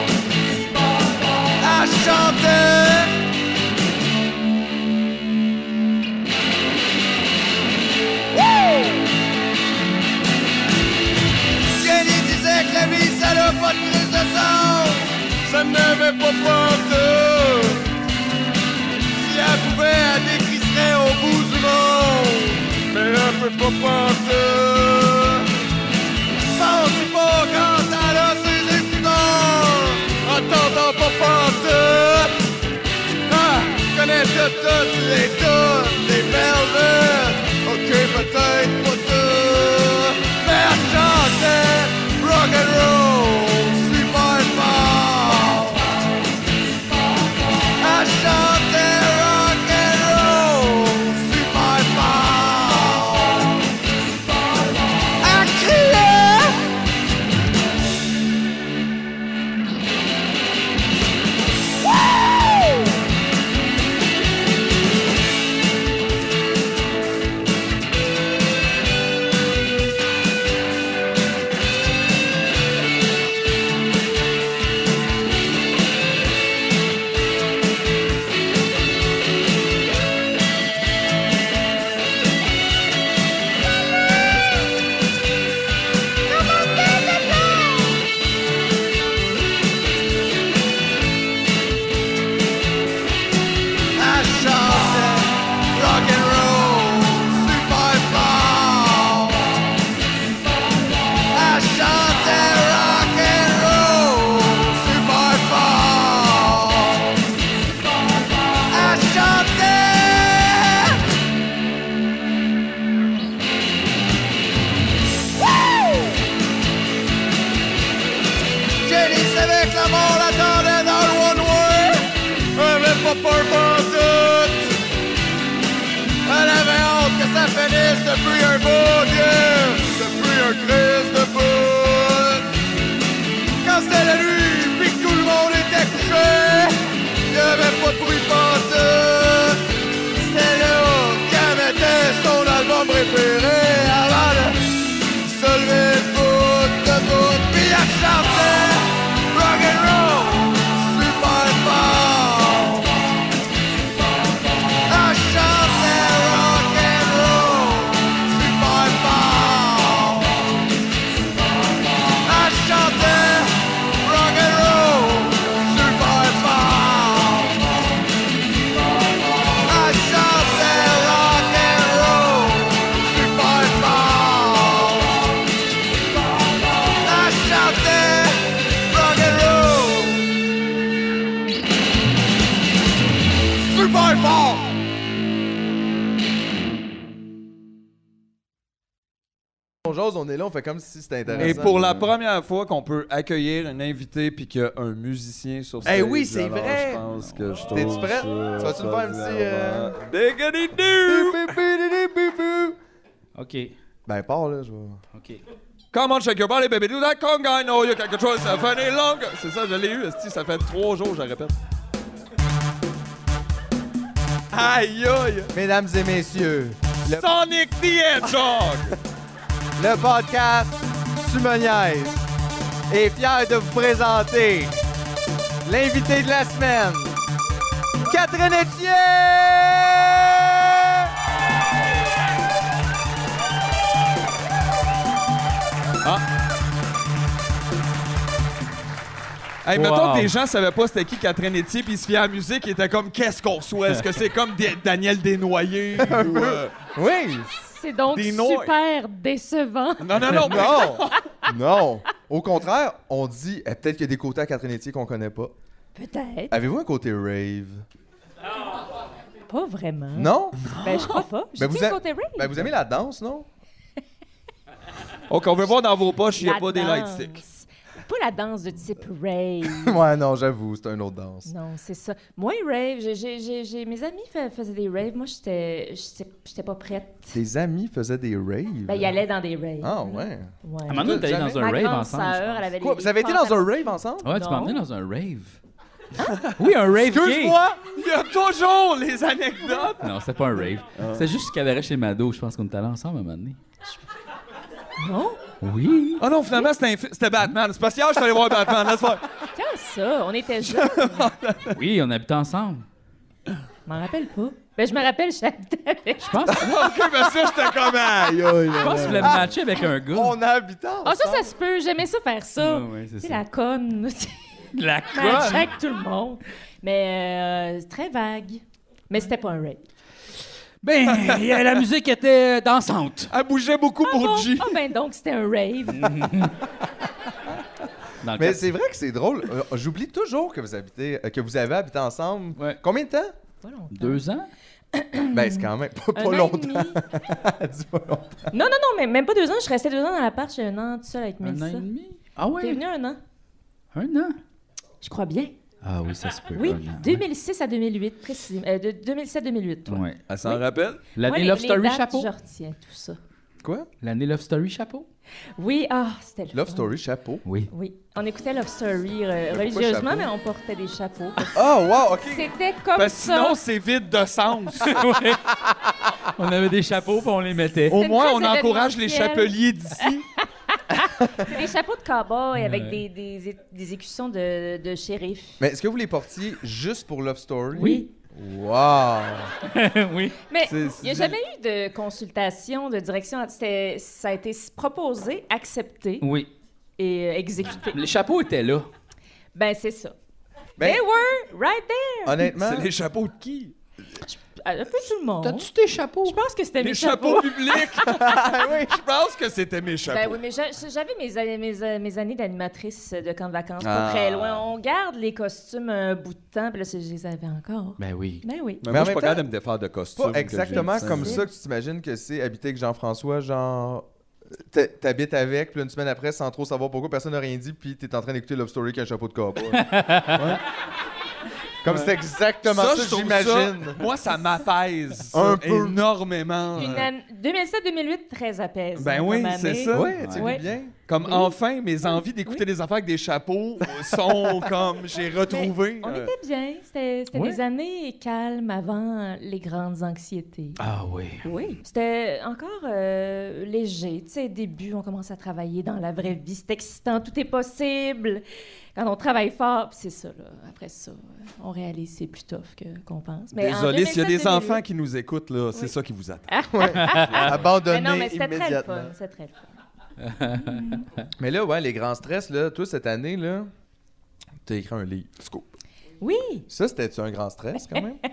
Elle chante. Jenny disait que la vie ça n'a pas de crise de sens. Ça n'avait pas porté. Si elle pouvait, elle décrisserait au bout du monde. Mais elle peut pas porter. Pense pas quand elle a ses écouteurs. On t'entend pas porter. Ah, je connais toutes les tunes, les velvets. Ok, peut-être pas tout. Mais elle chantait rock'n'roll super fort. Elle chantait rock'n'roll super fort. Elle criait. Wouh! Depuis un bout, yeah! Depuis un crise de bout! Quand c'était la nuit, puis que tout le monde était couché, il y avait pas de bruit de pantoute. C'était là qu'elle mettait son album préféré avant de se lever de bout, puis elle chantait rock and roll super fort. Elle chantait rock and roll super fort. Elle chantait rock and roll super fort. Elle chantait rock and roll super fort. Elle chantait rock and roll super fort. Jose, on est là, on fait comme si c'était intéressant. Et pour la première fois qu'on peut accueillir un invité puis qu'il y a un musicien sur stage. Eh oui, c'est alors vrai. Je pense que je trouve T'es-tu prêt? ça Tu vas-tu nous faire un petit... Diggity-doo! OK. Ben, pars là, je vais... OK. Come on, shake your body, baby, do that conga. I know you can control yourself any longer. C'est ça, je l'ai eu, esti, ça fait 3 jours, je la répète. Aïe, aïe! Mesdames et messieurs, Sonic the Hedgehog! le podcast Sumoniaise est fier de vous présenter l'invité de la semaine, Catherine Etier! Hey, Wow. mettons que des gens savaient pas c'était qui Catherine Etier, puis ils se fiaient à la musique, ils étaient comme qu'est-ce qu'on reçoit? Est-ce que c'est comme Daniel Desnoyers? ou, Oui! C'est donc Des noix. super décevant. Non. Non! Non! Au contraire, on dit, peut-être qu'il y a des côtés à Catherine Etier qu'on connaît pas. Peut-être. Avez-vous un côté rave? Pas vraiment. Non? Ben, je crois pas. J'ai Ben, dit côté rave. Ben, vous aimez la danse, non? OK, on veut voir dans vos poches s'il n'y a La pas des light danse. sticks. Pas la danse de type rave. Ouais, non, j'avoue, c'est une autre danse. Non, c'est ça. Moi, rave, mes amis faisaient des raves. Moi, j'étais pas prête. Tes amis faisaient des raves? Ben, ils allaient dans des raves. Ah, ouais. Ouais. À un moment donné, t'es allé dans un Ma rave grande ensemble. sœur, elle avait Quoi, les vous avez été dans un rave ensemble? Ouais, tu m'as Non. emmené dans un rave. Oui, un rave gay. Excuse-moi! Il y a toujours les anecdotes! Non, c'était pas un rave. C'était juste ce cabaret chez Mado. Je pense qu'on était allés ensemble à un moment donné. Non? Oui. Ah non, finalement, c'était Batman. C'est parce qu'hier, je suis allé voir Batman. Laisse faire. Quand ça? On était jeunes. Oui, on habitait ensemble. Je m'en rappelle pas. Ben, je me rappelle, j'habitais avec... Je pense, OK, ben ça, j'étais comme aïe, aïe. je pense que tu voulais me matcher avec un gars. On a habité ensemble. Ah, ça se peut. J'aimais ça faire ça. Ah ouais, c'est Tu sais, ça. la conne. La Match conne. avec tout le monde. Mais c'est très vague. Mais c'était pas un rave. Ben, la musique était dansante. Elle bougeait beaucoup pour Bon, G. ah ben donc, c'était un rave. Dans le Mais cas- c'est vrai que c'est drôle. J'oublie toujours que vous avez habité ensemble. Ouais. Combien de temps? Pas longtemps. 2 ans? Ben, c'est quand même pas Un an et longtemps. demi. Dis pas longtemps. Non, mais même pas 2 ans. Je restais 2 ans dans l'appart. J'ai 1 an tout seul avec Un an Mélissa. et demi? Ah T'es ouais? venu 1 an? 1 an? Je crois bien. Ah oui, ça se peut. Oui, 1 an. 2006 à 2008, précisément. De 2007-2008, toi. Ouais. Elle s'en rappelle? L'année Moi, Love les Story dates, Chapeau? je retiens tout ça. Quoi? L'année Love Story Chapeau? Oui, c'était le Love fun. Story, chapeau. Oui. Oui, on écoutait Love Story pourquoi religieusement, chapeau? mais on portait des chapeaux. Oh, wow, OK. C'était comme Parce que ça. sinon, c'est vide de sens. Ouais. On avait des chapeaux puis on les mettait. Au moins, très on encourage les événementiel. chapeliers d'ici. C'est des chapeaux de cow-boy avec Ouais. des écussons de shérif. Mais est-ce que vous les portiez juste pour Love Story? Oui. Wow! Oui. Mais C'est- il n'y a jamais eu de consultation, de direction. Ça a été proposé, accepté Oui. et exécuté. Les chapeaux étaient là. Ben, c'est ça. Ben, They were right there. honnêtement, C'est les chapeaux de qui? Un peu tout le monde. T'as-tu tes chapeaux? Je pense que c'était Les mes chapeaux chapeaux. publics. Oui, je pense que c'était mes chapeaux. Ben oui, mais j'avais mes années d'animatrice de camp de vacances Ah. pas très loin. On garde les costumes un bout de temps, puis là, je les avais encore. Ben oui. Ben oui. Mais Mais moi, en je suis même pas temps, capable de me défaire de costume. pas exactement je comme sais. ça que tu t'imagines que c'est habiter avec Jean-François, genre... T'habites avec, puis là, une semaine après, sans trop savoir pourquoi, personne n'a rien dit, puis t'es en train d'écouter Love Story avec un chapeau de cowboy. Comme c'est exactement ça, je trouve j'imagine. ça, moi, ça m'apaise Un peu. énormément. 2007-2008, très apaisant. Ben oui, comme c'est année. ça. Ouais, tu Ouais. vis bien. Comme Oui. enfin, mes envies d'écouter des affaires avec des chapeaux sont comme j'ai retrouvé. On était bien. C'était Ouais. des années calmes avant les grandes anxiétés. Ah oui. Oui. C'était encore léger. Tu sais, début, on commence à travailler dans la vraie vie. C'est excitant, tout est possible. Quand on travaille fort, puis c'est ça, là. Après ça, on réalise que c'est plus tough qu'on pense. Mais en Désolé, s'il y a des 2007-2008, enfants qui nous écoutent, là, c'est Oui. ça qui vous attend. Abandonné Mais non, mais c'était très le immédiatement. fun. C'était très le fun. Mais là, ouais, les grands stress, là, toi, cette année, là, t'as écrit un livre. Scoop. Oui. Ça, c'était-tu un grand stress, quand même?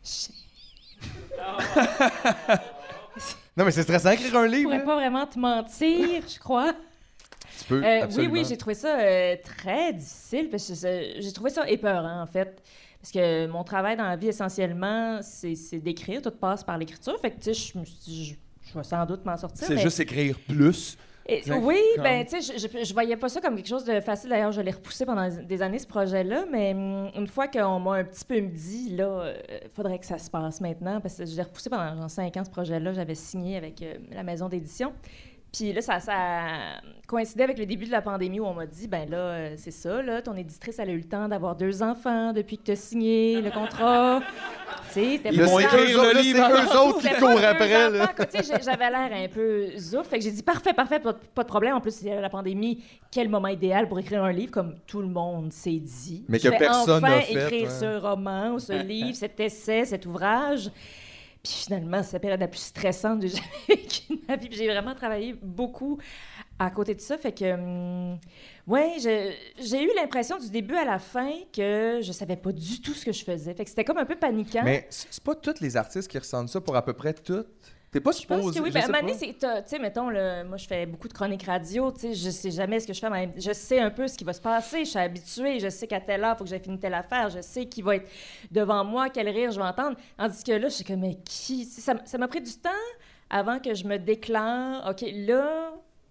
Non, mais c'est stressant d'écrire un Je livre. pourrais là. pas vraiment te mentir, je crois. Tu peux, Oui, absolument. oui, j'ai trouvé ça très difficile parce que j'ai trouvé ça épeurant, en fait. Parce que mon travail dans la vie, essentiellement, c'est d'écrire. Tout passe par l'écriture. Fait que, tu sais, je me suis dit, je vais sans doute m'en sortir. C'est mais- juste écrire plus. Oui, comme- ben, tu sais, je voyais pas ça comme quelque chose de facile. D'ailleurs, je l'ai repoussé pendant des années, ce projet-là. Mais une fois qu'on m'a un petit peu dit, là, faudrait que ça se passe maintenant. Parce que je l'ai repoussé pendant genre 5 ans, ce projet-là. J'avais signé avec la maison d'édition. Puis là, ça coïncidait avec le début de la pandémie où on m'a dit, ben là, c'est ça, là, ton éditrice, elle a eu le temps d'avoir 2 enfants depuis que tu as signé le contrat. Tu sais, t'es Ils pas vont ça. écrire le là, livre. c'est eux autres qui C'était courent pas après, deux là. enfants, quoi. Tu sais, j'avais l'air un peu zouf. Fait que j'ai dit, parfait, pas de problème. En plus, il y a la pandémie. Quel moment idéal pour écrire un livre, comme tout le monde s'est dit. Mais Je que vais personne enfin n'a fait, écrire ouais. ce roman ou ce livre, cet essai, cet ouvrage. Puis finalement, c'est la période la plus stressante que j'ai jamais vécue de ma vie. Puis j'ai vraiment travaillé beaucoup à côté de ça. Fait que, ouais, j'ai eu l'impression du début à la fin que je savais pas du tout ce que je faisais. Fait que c'était comme un peu paniquant. Mais c'est pas tous les artistes qui ressentent ça pour à peu près toutes. T'es pas Je pense supposé. que oui. je Ben, à sais un moment pas. donné, tu sais, mettons, moi, je fais beaucoup de chroniques radio, tu sais, je sais jamais ce que je fais, mais je sais un peu ce qui va se passer, je suis habituée, je sais qu'à telle heure, il faut que j'ai fini telle affaire, je sais qui va être devant moi, quel rire je vais entendre. Tandis que là, je suis comme, mais qui? Ça m'a pris du temps avant que je me déclare, OK, là,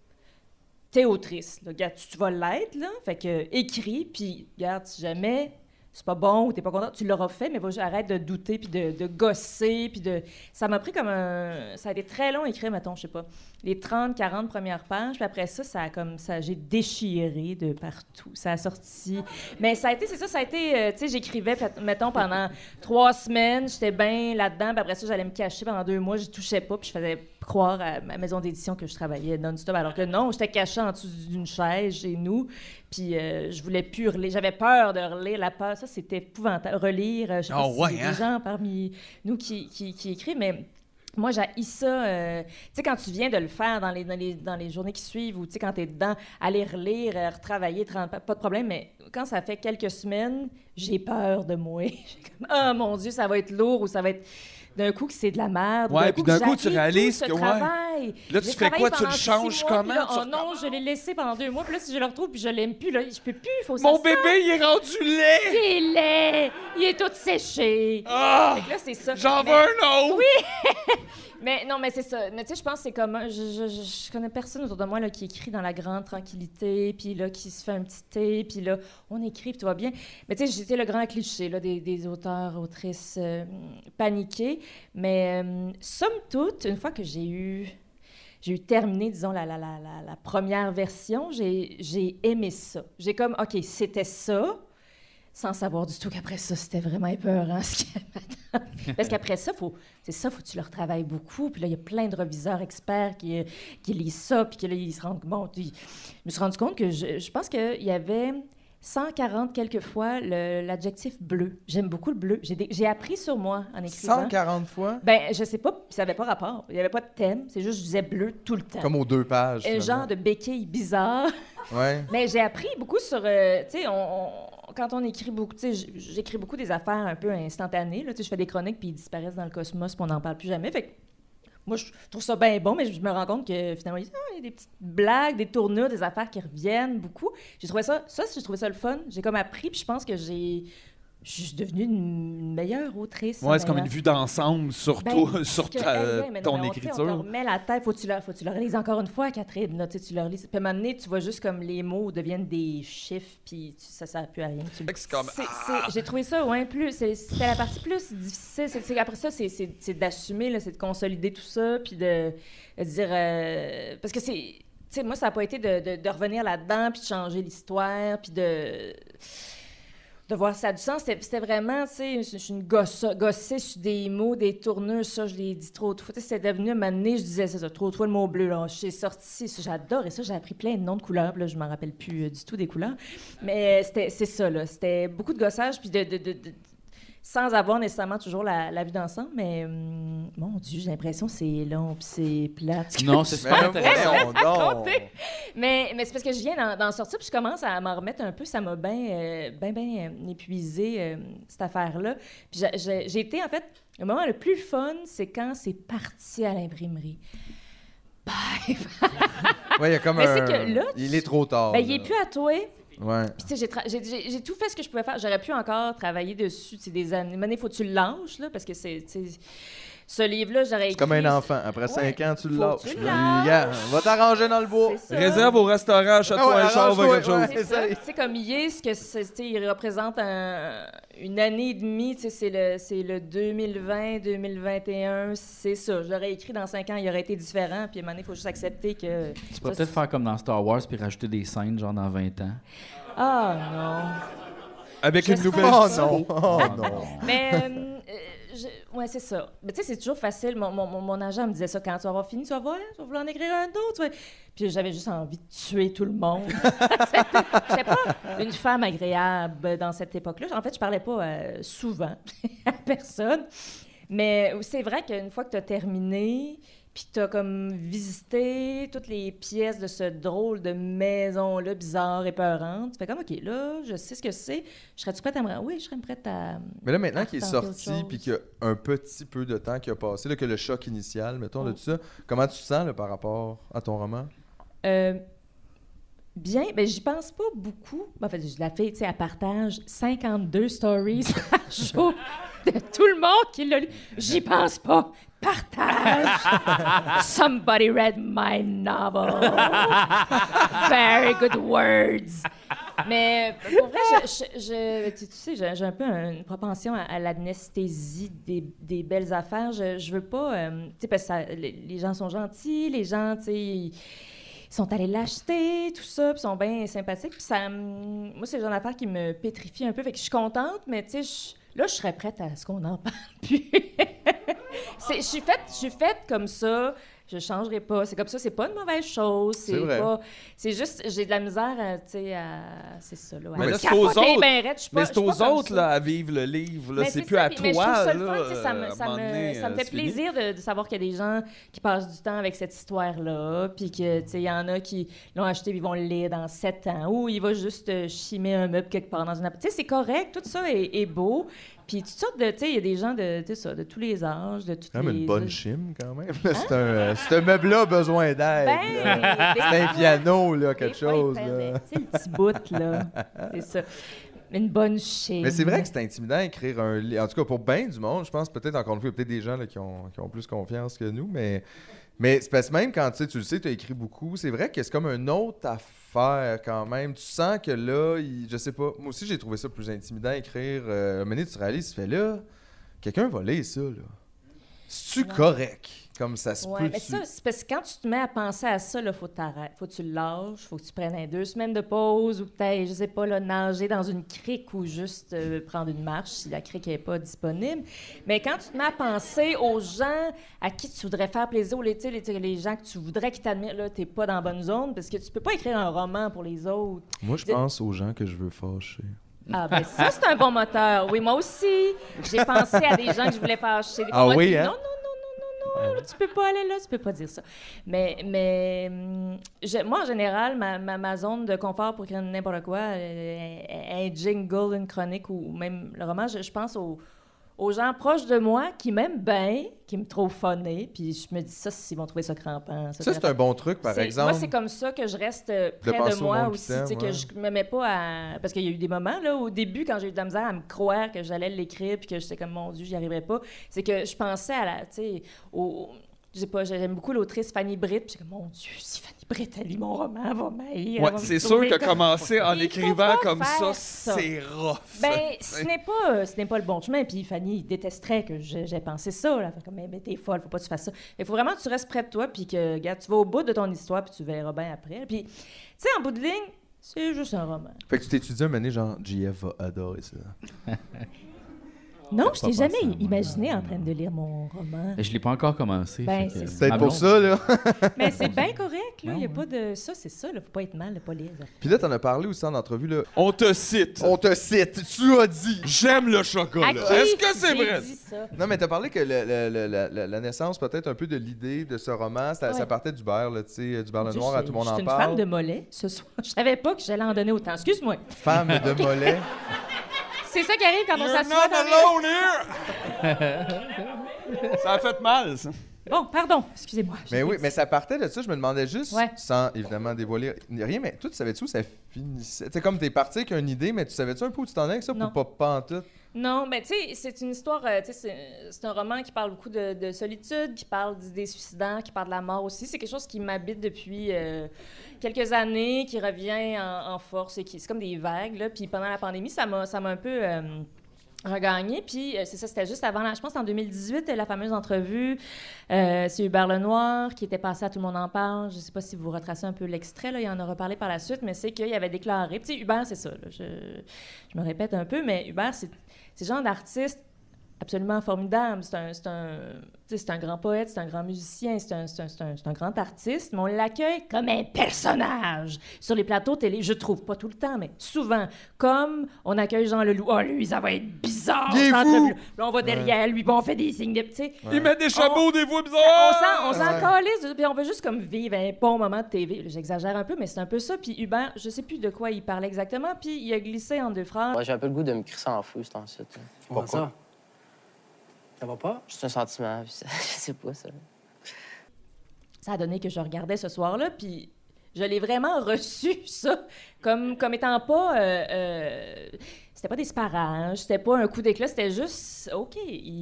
t'es autrice, là, regarde, tu vas l'être, là, fait que écris, puis regarde, si jamais c'est pas bon ou t'es pas content, tu l'auras fait, mais arrête de douter puis de gosser puis de... Ça m'a pris comme un... Ça a été très long à écrire, mettons, je sais pas, les 30, 40 premières pages, puis après ça, j'ai déchiré de partout. Ça a sorti... Mais ça a été, c'est ça, ça a été... tu sais, j'écrivais, mettons, pendant 3 semaines, j'étais bien là-dedans, puis après ça, j'allais me cacher pendant 2 mois, je touchais pas, puis je faisais croire à ma maison d'édition que je travaillais non-stop, alors que non, j'étais cachée en dessous d'une chaise chez nous, puis je voulais plus hurler. J'avais peur de relire, la peur, ça, c'était épouvantable. Relire, je sais pas Oh, si ouais, y a des gens parmi nous qui écrivent, mais moi, j'haïs ça. Tu sais, quand tu viens de le faire dans les journées qui suivent, ou tu sais, quand tu es dedans, aller relire, retravailler, pas de problème, mais quand ça fait quelques semaines, j'ai peur de moi. J'ai comme, oh mon Dieu, ça va être lourd, ou ça va être... D'un coup, que c'est de la merde. Ouais, puis d'un coup, tu j'haïs réalises tout ce que, ouais. travail. Là, tu J'ai fais travaillé quoi? Tu le pendant 6 changes mois, comment? puis là, Tu oh non, je l'ai laissé pendant 2 mois, puis là, si je le retrouve, puis je l'aime plus, là, je peux plus, il faut Mon ça bébé, il est rendu laid! Il est laid, il est tout séché. Ah! Fait que là, c'est ça. J'en Mais- veux un autre! Mais non, mais c'est ça. Mais tu sais, je pense que c'est comme... Je connais personne autour de moi là, qui écrit dans la grande tranquillité, puis là, qui se fait un petit thé, puis là, on écrit, puis tout va bien. Mais tu sais, j'étais le grand cliché là, des auteurs, autrices paniqués. Mais somme toute, une fois que j'ai eu terminé, disons, la première version, j'ai aimé ça. J'ai comme, OK, c'était ça, sans savoir du tout qu'après ça, c'était vraiment épeurant ce qui m'attend. Parce qu'après ça, faut que tu le retravailles beaucoup. Puis là, il y a plein de reviseurs experts qui lisent ça, puis que là, ils se rendent compte. Je me suis rendu compte que je pense qu'il y avait 140 quelques fois l'adjectif bleu. J'aime beaucoup le bleu. J'ai appris sur moi en écrivant. 140 fois? Ben, je sais pas, ça n'avait pas rapport. Il n'y avait pas de thème. C'est juste, je disais bleu tout le temps. Comme aux 2 pages. Un genre de béquille bizarre. Ouais. Mais j'ai appris beaucoup sur... tu sais, quand on écrit beaucoup... Tu sais, j'écris beaucoup des affaires un peu instantanées. Là, tu sais, je fais des chroniques, puis ils disparaissent dans le cosmos, puis on n'en parle plus jamais. Fait que moi, je trouve ça bien bon, mais je me rends compte que finalement, il y a des petites blagues, des tournures, des affaires qui reviennent beaucoup. J'ai trouvé ça le fun. J'ai comme appris, puis je pense que j'ai je suis devenue une meilleure autrice. Ouais, c'est comme une vue d'ensemble sur ton On écriture. te remet la tête, faut que tu le relises encore une fois, Catherine. Là, tu le relises. Puis à un moment donné, tu vois juste comme les mots deviennent des chiffres, puis ça sert plus à rien. C'est comme... J'ai trouvé ça, c'était la partie plus difficile. Après ça, c'est d'assumer, là, c'est de consolider tout ça, puis de dire... parce que c'est... Tu sais, moi, ça n'a pas été de revenir là-dedans, puis de changer l'histoire, puis de voir ça a du sens. C'était vraiment, tu sais, je suis une gossée sur des mots, des tournures, ça, je l'ai dit trop de fois. C'était devenu, à un moment donné, je disais, c'est ça, trop de fois le mot bleu, là. J'ai sorti, j'adore, et ça, j'ai appris plein de noms de couleurs, là, je m'en rappelle plus du tout des couleurs. Mais c'est ça, là. C'était beaucoup de gossage, puis sans avoir nécessairement toujours la vue d'ensemble, mais mon Dieu, j'ai l'impression que c'est long puis c'est plate. Non, c'est super intéressant. Mais c'est parce que je viens d'en sortir puis je commence à m'en remettre un peu. Ça m'a bien épuisé, cette affaire-là. Puis j'ai été, en fait, le moment le plus fun, c'est quand c'est parti à l'imprimerie. Oui, il y a comme il est trop tard. Il est plus à toi. Ouais. Puis, tu sais, j'ai tout fait ce que je pouvais faire. J'aurais pu encore travailler dessus, tu sais, des années. Maintenant, il faut que tu le lâches, là, parce que ce livre-là, j'aurais écrit... C'est comme un enfant. Après 5 ans, tu le lâches. Tu le lâches. Yeah, va t'arranger dans le bois. Réserve au restaurant, achète-toi un char, va quelque chose. C'est ça. Tu sais, comme il représente une année et demie, tu sais, c'est le 2020, 2021, c'est ça. J'aurais écrit dans 5 ans, il aurait été différent, puis à un moment donné, il faut juste accepter que... Tu pourrais peut-être faire comme dans Star Wars puis rajouter des scènes, genre dans 20 ans. Ah, non. Avec une nouvelle... Oh non! Oh non! Mais... ouais, c'est ça. Mais tu sais, c'est toujours facile. Mon agent me disait ça. Quand tu vas avoir fini, tu vas voir, tu vas vouloir en écrire un autre. Puis j'avais juste envie de tuer tout le monde. J'étais pas une femme agréable dans cette époque-là. En fait, je parlais pas souvent à personne. Mais c'est vrai qu'une fois que tu as terminé, puis tu as comme visité toutes les pièces de ce drôle de maison-là, bizarre et peurante, tu fais comme, OK, là, je sais ce que c'est. Serais-tu prête à me... Oui, je serais prête à... Mais là, maintenant qu'il est sorti, puis qu'il y a un petit peu de temps qui a passé, là, que le choc initial, mettons, de tout ça, comment tu te sens, là, par rapport à ton roman? Bien, mais j'y pense pas beaucoup. En fait, je la fais, tu sais, elle partage 52 stories par jour de tout le monde qui l'a lu. J'y pense pas. Partage. Somebody read my novel. Very good words. Mais pour vrai, tu sais, j'ai un peu une propension à l'anesthésie des belles affaires. Je veux pas... tu sais, parce que les gens sont gentils, les gens, tu sais... Ils sont allés l'acheter, tout ça, puis sont bien sympathiques. Puis moi, c'est le genre d'affaire qui me pétrifie un peu. Fait que je suis contente, mais tu sais, là, je serais prête à ce qu'on en parle plus. Je suis faite comme ça. Je changerai pas. C'est comme ça, c'est pas une mauvaise chose. C'est vrai. Pas... C'est juste, j'ai de la misère, tu sais, c'est ça, là. Mais là, c'est aux autres. Mais c'est aux autres, là, à vivre le livre. Là. C'est plus à toi, mais je trouve ça le là. fun, tu sais, ça me fait plaisir de savoir qu'il y a des gens qui passent du temps avec cette histoire-là, puis que, tu sais, il y en a qui l'ont acheté et ils vont le lire dans 7 ans, ou il va juste chimer un meuble quelque part dans une... Tu sais, c'est correct, tout ça est beau. Puis toutes sortes de... Tu sais, il y a des gens de tous les âges, de toutes les... C'est quand même une bonne chime, quand même. C'est un meuble-là a besoin d'aide. C'est un piano, là, quelque chose. Tu sais, le petit bout, là. C'est ça. Une bonne chime. Mais c'est vrai que c'est intimidant d'écrire un livre. En tout cas, pour bien du monde, je pense peut-être, encore une fois, il y a peut-être des gens là, qui ont plus confiance que nous, mais c'est parce que même quand tu le sais, tu as écrit beaucoup, c'est vrai que c'est comme une autre affaire quand même. Tu sens que là, je sais pas, moi aussi j'ai trouvé ça plus intimidant d'écrire. Un moment donné, tu réalises, tu fais là, quelqu'un va lire ça, là. C'est-tu correct? Comme ça se peut. Mais ça, c'est parce que quand tu te mets à penser à ça, il faut t'arrêter. Faut que tu le lâches, faut que tu prennes 2 semaines de pause ou peut-être, je sais pas, là, nager dans une crique ou juste prendre une marche si la crique n'est pas disponible. Mais quand tu te mets à penser aux gens à qui tu voudrais faire plaisir, ou les gens que tu voudrais qui t'admirent, là, t'es pas dans la bonne zone parce que tu peux pas écrire un roman pour les autres. Moi, je pense aux gens que je veux fâcher. Ah, ben ça, c'est un bon moteur. Oui, moi aussi. J'ai pensé à des gens que je voulais fâcher. Ah oui, hein? Non, tu peux pas aller là, tu peux pas dire ça. Mais moi, en général, ma zone de confort pour écrire n'importe quoi, un jingle, une chronique ou même le roman, je pense aux gens proches de moi qui m'aiment bien, qui me trouvent funny, puis je me dis ça, s'ils vont trouver ça crampant. Ça, c'est un bon truc, par exemple. Moi, c'est comme ça que je reste près penser de au moi monde aussi, qui t'aime, tu sais, que je me mets pas à... Parce qu'il y a eu des moments, là, au début, quand j'ai eu de la misère à me croire que j'allais l'écrire, puis que j'étais comme, mon Dieu, j'y arriverais pas, c'est que je pensais à la, tu sais, je sais pas, j'aime beaucoup l'autrice Fanny Britt, puis j'ai comme, mon Dieu, si Fanny Britt, elle lit mon roman, elle va m'haïr. Ouais, elle va me c'est sûr trouver que comme- commencer en Il faut écrivant pas comme ça, faire ça. c'est rough. Ben, ce n'est pas le bon chemin. Puis Fanny détesterait que j'ai pensé ça. Là. Fait comme, mais t'es folle, faut pas que tu fasses ça. Il faut vraiment que tu restes près de toi, puis que, regarde, tu vas au bout de ton histoire, puis tu verras bien après. Puis, tu sais, en bout de ligne, c'est juste un roman. Fait que tu t'étudies un moment donné, genre, JF va adorer ça. Non, je t'ai pas jamais pensé à moi. imaginé en train de lire mon roman. Je l'ai pas encore commencé. Ben, fait que- c'est Peut-être Ma pour blonde- ça, là. Mais c'est bien correct, là. Il Non, n'y a pas de... Ça, c'est ça, là. Faut pas être mal de pas lire. Puis là, t'en as parlé aussi en entrevue, là. On te cite. On te cite, tu as dit. J'aime le chocolat. À qui Est-ce que c'est j'ai vrai? dit ça? Non, mais t'as parlé que la naissance, peut-être un peu de l'idée de ce roman, ça Ouais. partait d'Hubert, là, tu sais, d'Hubert Dieu, Lenoir, à tout le monde je en suis une femme parle. de mollet ce soir. Je savais pas que j'allais en donner autant. Excuse-moi. Femme de mollet. C'est ça qui arrive quand on You're s'assoit not dans les... alone here! Ça a fait mal, ça. Bon, pardon. Excusez-moi. Mais oui, mais ça partait de ça, je me demandais juste, Ouais. sans évidemment dévoiler rien, mais toi, tu savais-tu où ça finissait? Tu sais, comme t'es parti avec une idée, mais tu savais-tu un peu où tu t'en allais avec ça, Non. pour pas en tout? Non, mais tu sais, c'est une histoire, tu sais, c'est un roman qui parle beaucoup de solitude, qui parle d'idées suicidaires, qui parle de la mort aussi. C'est quelque chose qui m'habite depuis quelques années, qui revient en force et qui c'est comme des vagues, là. Puis pendant la pandémie, ça m'a un peu regagné. Puis c'est ça, c'était juste avant, je pense en 2018, la fameuse entrevue. C'est Hubert Lenoir qui était passé à Tout le monde en parle. Je sais pas si vous retracez un peu l'extrait, là, il en a reparlé par la suite, mais c'est qu'il avait déclaré. Puis tu sais, Hubert, c'est ça, là, je me répète un peu, mais Hubert, c'est le genre d'artiste absolument formidable. C'est un grand poète, c'est un grand musicien, c'est un grand artiste, mais on l'accueille comme un personnage sur les plateaux télé. Je trouve, pas tout le temps, mais souvent. Comme on accueille Jean Leloup. Oh, lui, ça va être bizarre. Il est cette fou! entrevue-là. Là, on va derrière lui, puis on fait des signes de... Tu sais, Il met des chapeaux, des voix bizarres! on s'en calisse, puis on veut juste comme vivre un bon moment de TV. J'exagère un peu, mais c'est un peu ça. Puis Hubert, je sais plus de quoi il parlait exactement, puis il a glissé en deux phrases. Ouais, j'ai un peu le goût de me crisser en fou, c'est ensuite. Pourquoi ça? Ça va pas? C'est un sentiment, puis ça, je sais pas, ça. Ça a donné que je regardais ce soir-là, puis je l'ai vraiment reçu, ça, comme étant pas... c'était pas des sparages, c'était pas un coup d'éclat, c'était juste... OK,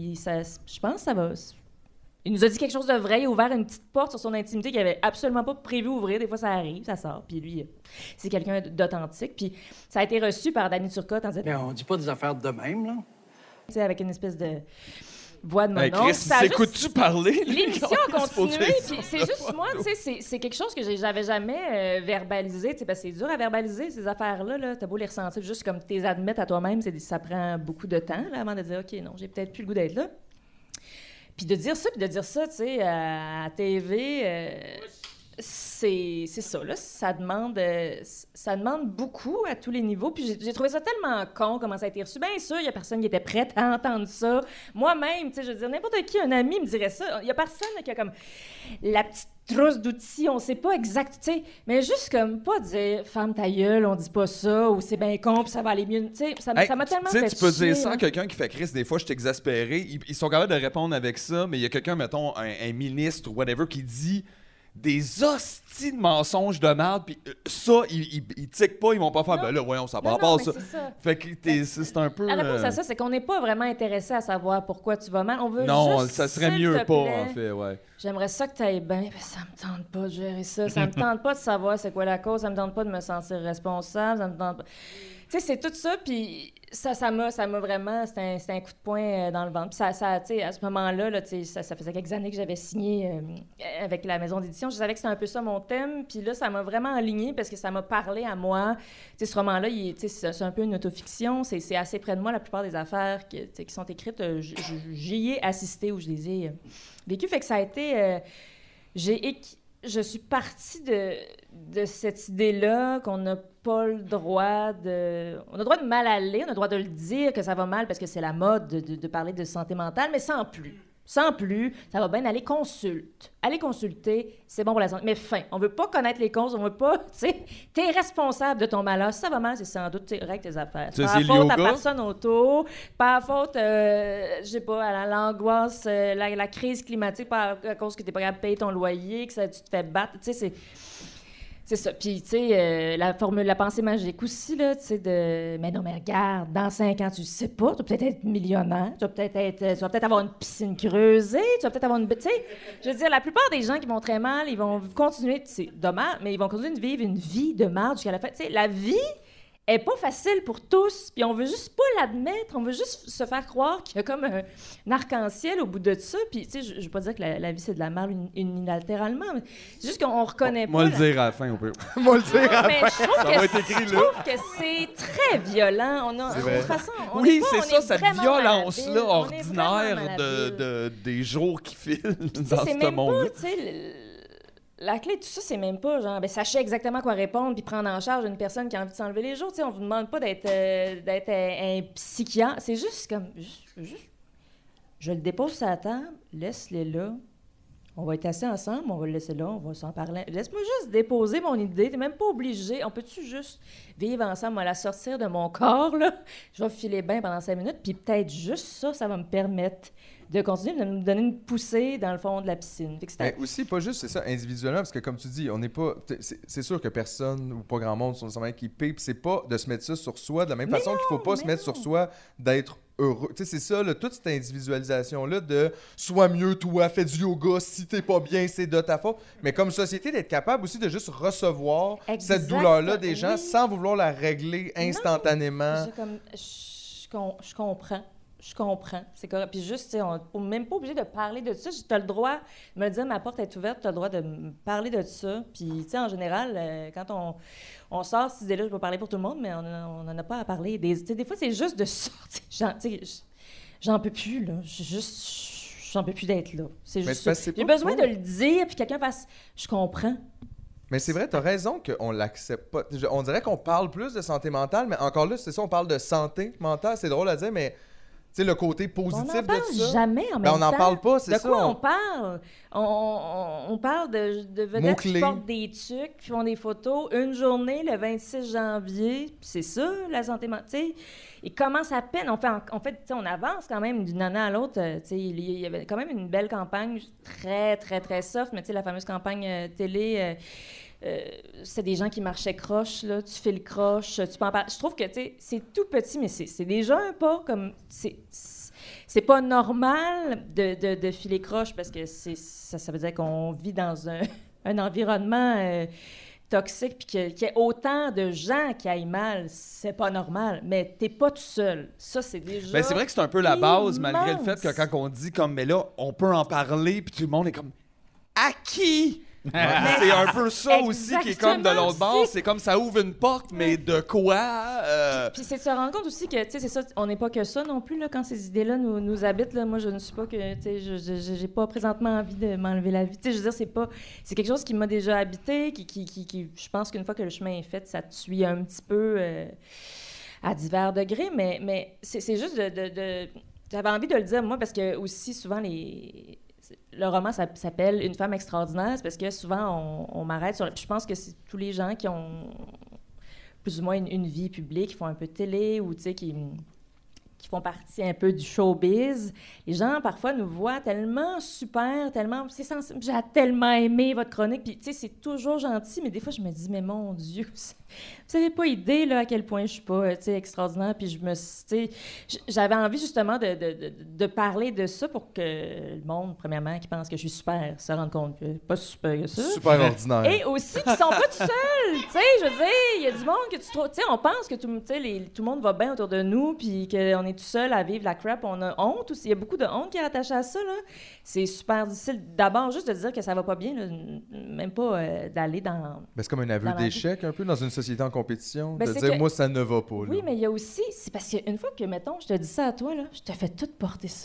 je pense que ça va... Il nous a dit quelque chose de vrai, il a ouvert une petite porte sur son intimité qu'il avait absolument pas prévu ouvrir. Des fois, ça arrive, ça sort, puis lui, c'est quelqu'un d'authentique. Puis ça a été reçu par Danny Turcotte en disant... Mais on dit pas des affaires de même, là. Tu sais, avec une espèce de voix de mon Hey, oncle. Chris, Ça a juste- s'écoutes-tu parler? L'émission a Faut continué, dire puis ça. c'est juste moi, tu sais, c'est quelque chose que j'avais jamais verbalisé, tu sais, parce que c'est dur à verbaliser, ces affaires-là, là, t'as beau les ressentir, juste comme t'es admettre à toi-même, ça prend beaucoup de temps, là, avant de dire, OK, non, j'ai peut-être plus le goût d'être là. Puis de dire ça, tu sais, à TV, c'est ça, là, ça demande beaucoup à tous les niveaux, puis j'ai trouvé ça tellement con, comment ça a été reçu. Bien sûr, il y a personne qui était prête à entendre ça. Moi-même, tu sais, je veux dire, n'importe qui, un ami me dirait ça. Il y a personne qui a comme la petite trousse d'outils, on sait pas exact, tu sais, mais juste comme pas dire « Femme ta gueule, on dit pas ça » ou « C'est bien con, puis ça va aller mieux », tu sais, ça m'a tellement Tu fait sais, tu peux chier, dire ça là. à quelqu'un qui fait Chris, des fois, je suis exaspéré. Ils sont capables de répondre avec ça, mais il y a quelqu'un, mettons, un ministre ou whatever, qui dit des hosties de mensonges de merde, puis ça, ils tiquent pas, ils vont pas faire, Non. ben là, voyons, ça Non, va non, pas mais ça. c'est ça. Fait que c'est un peu... La réponse à ça, c'est qu'on n'est pas vraiment intéressé à savoir pourquoi tu vas mal. On veut Non, juste, ça serait s'il mieux te pas, plaît, en fait, ouais. J'aimerais ça que tu ailles bien, mais ça me tente pas de gérer ça. Ça me tente pas de savoir c'est quoi la cause. Ça me tente pas de me sentir responsable. Ça me tente pas... Tu sais, c'est tout ça, puis ça m'a vraiment... C'était un coup de poing dans le ventre. Puis ça tu sais, à ce moment-là, là, tu sais, ça faisait quelques années que j'avais signé avec la maison d'édition. Je savais que c'était un peu ça mon thème. Puis là, ça m'a vraiment aligné parce que ça m'a parlé à moi. Tu sais, ce roman-là, tu sais, c'est un peu une autofiction. C'est assez près de moi, la plupart des affaires qui sont écrites. J'y ai assisté ou je les ai vécues. Fait que ça a été... Je suis partie de cette idée-là qu'on n'a pas le droit de... On a le droit de mal aller, on a le droit de le dire que ça va mal parce que c'est la mode de parler de santé mentale, mais sans plus. Sans plus, ça va bien, aller consulte. Aller consulter, c'est bon pour la santé. Mais on veut pas connaître les causes, on veut pas, tu sais, t'es responsable de ton malheur. Si ça va mal, c'est sans doute, règle tes affaires. C'est pas la faute à personne autour, pas la faute, je sais pas, à l'angoisse, la crise climatique, pas à cause que t'es pas capable de payer ton loyer, que tu te fais battre, tu sais, c'est ça. Puis, tu sais, la pensée magique aussi, là, tu sais, mais non, mais regarde, dans 5 ans, tu sais pas, tu vas peut-être être millionnaire, tu vas peut-être avoir une piscine creusée, tu vas peut-être avoir une... Tu sais, je veux dire, la plupart des gens qui vont très mal, ils vont continuer, c'est dommage, mais ils vont continuer de vivre une vie de merde jusqu'à la fin. Tu sais, la vie est pas facile pour tous, puis on veut juste pas l'admettre, on veut juste se faire croire qu'il y a comme un arc-en-ciel au bout de ça, puis tu sais, je veux pas dire que la vie c'est de la merde unilatéralement, mais c'est juste qu'on reconnaît pas... Moi le dire à la fin, on peut. Moi le dire à la fin. Ça va être écrit là. Je trouve que c'est très violent. De toute façon, oui, c'est ça, cette violence-là ordinaire des jours qui filent dans ce monde. La clé de tout ça, c'est même pas genre, sachez exactement quoi répondre puis prendre en charge une personne qui a envie de s'enlever les jours. T'sais, on vous demande pas d'être un psychiatre. C'est juste comme, je le dépose sur la table, laisse-les là. On va être assis ensemble, on va le laisser là, on va s'en parler. Laisse-moi juste déposer mon idée. T'es même pas obligé. On peut-tu juste vivre ensemble, moi, la sortir de mon corps, là? Je vais filer bien pendant 5 minutes, puis peut-être juste ça va me permettre de continuer, de me donner une poussée dans le fond de la piscine. Mais aussi, pas juste, c'est ça, individuellement, parce que comme tu dis, on n'est pas... C'est sûr que personne ou pas grand monde sont nécessairement équipés, puis c'est pas de se mettre ça sur soi, de la même façon qu'il faut pas se mettre sur soi d'être heureux. Tu sais, c'est ça, là, toute cette individualisation-là de « sois mieux toi, fais du yoga, si t'es pas bien, c'est de ta faute ». Mais comme société, d'être capable aussi de juste recevoir cette douleur-là des gens sans vouloir la régler instantanément. Je comprends. Je comprends, c'est correct. Puis juste, tu sais, on n'est même pas obligé de parler de ça. Tu as le droit de me dire, ma porte est ouverte, tu as le droit de me parler de ça. Puis, tu sais, en général, quand on sort cette idée-là, je vais parler pour tout le monde, mais on n'en a pas à parler. Des fois, c'est juste de sortir. J'en peux plus, là. J'en peux plus d'être là. C'est juste ça. J'ai besoin de le dire, puis quelqu'un fasse, je comprends. Mais c'est vrai, t'as raison qu'on l'accepte pas. On dirait qu'on parle plus de santé mentale, mais encore là, c'est ça, on parle de santé mentale. C'est drôle à dire, mais... Tu sais, le côté positif de ça. On n'en parle jamais en même temps. On n'en parle pas, c'est ça. De quoi on parle? On parle de vedettes qui portent des tucs, qui font des photos. Une journée, le 26 janvier, puis c'est ça, la santé mentale. Ils commencent à peine. On avance quand même d'une année à l'autre. Il y avait quand même une belle campagne, très, très, très soft, mais tu sais, la fameuse campagne télé... c'est des gens qui marchaient croche, là, tu files croche, tu peux en parler. Je trouve que, tu sais, c'est tout petit, mais c'est déjà un pas comme... C'est pas normal de filer croche parce que ça veut dire qu'on vit dans un environnement toxique puis qu'il y ait autant de gens qui aillent mal, c'est pas normal. Mais t'es pas tout seul. Ça, c'est déjà... Ben, c'est vrai que c'est un peu la base, malgré le fait que quand on dit comme, mais là, on peut en parler, puis tout le monde est comme, à qui? C'est un peu ça aussi qui est comme de l'autre bord. C'est comme ça ouvre une porte, mais de quoi? Puis c'est de se rendre compte aussi que, tu sais, c'est ça, on n'est pas que ça non plus, là, quand ces idées-là nous habitent. Là, moi, je ne suis pas que, tu sais, j'ai pas présentement envie de m'enlever la vie. Tu sais, je veux dire, c'est quelque chose qui m'a déjà habité, qui je pense qu'une fois que le chemin est fait, ça te suit un petit peu à divers degrés, mais c'est juste j'avais envie de le dire, moi, parce que aussi, souvent, le roman s'appelle « Une femme extraordinaire », c'est parce que souvent, on m'arrête sur... Je pense que c'est tous les gens qui ont plus ou moins une vie publique, qui font un peu de télé ou, tu sais, qui font partie un peu du showbiz. Les gens, parfois, nous voient tellement super, tellement... C'est sensible. J'ai tellement aimé votre chronique. Puis, tu sais, c'est toujours gentil, mais des fois, je me dis, mais mon Dieu, vous n'avez pas idée, là, à quel point je suis pas, tu sais, extraordinaire. Puis, j'avais envie, justement, de parler de ça pour que le monde, premièrement, qui pense que je suis super, se rende compte que je suis pas super que ça. Super ordinaire. Et aussi qu'ils sont pas tout seuls, tu sais, je veux dire, il y a du monde que tu trouves... Tu sais, on pense que tout le monde va bien autour de nous, puis qu'on est tout seul à vivre la crap. On a honte aussi. Il y a beaucoup de honte qui est attachée à ça, là. C'est super difficile. D'abord, juste de dire que ça va pas bien, là, même pas d'aller dans... Ben, c'est comme un aveu d'échec, un peu, dans une société en compétition. Ben, de dire, moi, ça ne va pas. Oui, mais il y a aussi... C'est parce qu'une fois que, mettons, je te dis ça à toi, là, je te fais tout porter ça.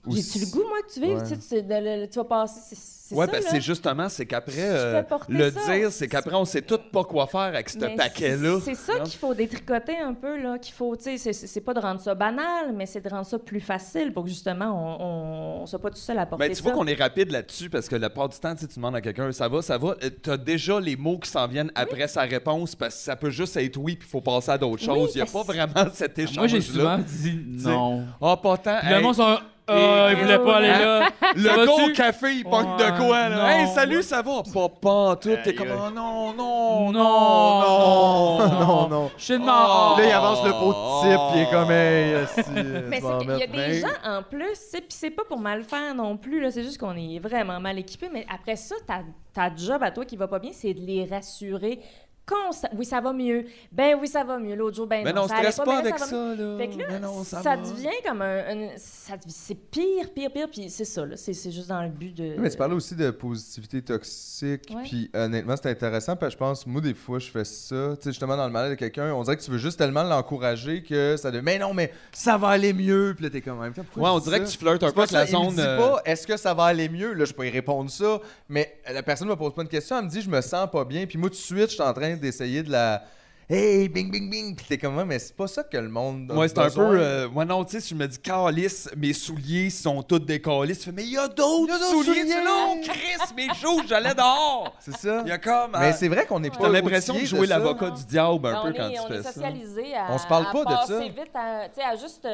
J'ai-tu le goût, moi, que tu vives? Ouais. Tu vas passer... C'est Ouais, ça, ben là. c'est justement, c'est qu'après, fais porter le ça. dire, c'est qu'après, on sait tout pas quoi faire avec ce Mais paquet-là. C'est ça qu'il faut détricoter un peu, là, qu'il faut, tu sais, c'est pas de rendre ça banal, mais c'est de rendre ça plus facile pour que, justement, on soit pas tout seul à porter Ben, tu ça. vois qu'on est rapide là-dessus parce que la part du temps, tu sais, tu demandes à quelqu'un, ça va, t'as déjà les mots qui s'en viennent après sa réponse parce que ça peut juste être oui, puis il faut passer à d'autres choses. Il n'y a pas vraiment cet échange-là. Moi, j'ai souvent dit non. Ah, pas tant. Puis le monde sont... Ah, il voulait pas aller là. Le Ça gars va-tu? au café, il pogne Ouais, de quoi, là? non. Hey, salut, ça va? Pas tout. T'es comme, oh non, non, non, Non, non. Je suis de mort. Là, il avance le pot de type, puis il est comme, hey, Mais c'est qu'il y a des gens en plus, puis c'est pas pour mal faire non plus, là, c'est juste qu'on est vraiment mal équipés. Mais après ça, ta job à toi qui va pas bien, c'est de les rassurer. Oui, ça va mieux. Ben oui, ça va mieux. L'autre jour, ben Mais non, non, ça allait stresse pas, pas ben avec ça va mieux. ça, là. Fait que là, Mais non, ça va. devient comme c'est pire, puis c'est ça, là. C'est juste dans le but de... Mais tu parlais aussi de positivité toxique, Ouais. puis honnêtement, c'est intéressant, parce que je pense, moi, des fois, je fais ça, tu sais, justement, dans le mal de quelqu'un, on dirait que tu veux juste tellement l'encourager que ça devient, mais non, mais ça va aller mieux, puis là, t'es comme, en même temps, pourquoi Ouais, on je dis dirait ça? que tu flirtes un C'est peu pas avec la ça, il me zone. dit pas, est-ce que ça va aller mieux? Là, je peux y répondre ça, mais la personne me pose pas une question, elle me dit, je me sens pas bien, puis moi, tout de suite, je suis en train d'essayer de la... Hey, bing, bing, bing! Puis t'es comme, mais c'est pas ça que le monde a Ouais, c'est un besoin. peu. Ouais, non, tu sais, je me dis, calice, mes souliers sont tous des calices. Tu fais, mais il y a d'autres souliers. Tu sais, non, Chris, mes jours, j'allais dehors. C'est ça. Il y a comme. Mais c'est vrai qu'on est pas T'as l'impression de outillés jouer de ça. l'avocat du diable un Ben, peu on quand est tu fais ça. socialisés à, On se parle pas de passer ça. vite à juste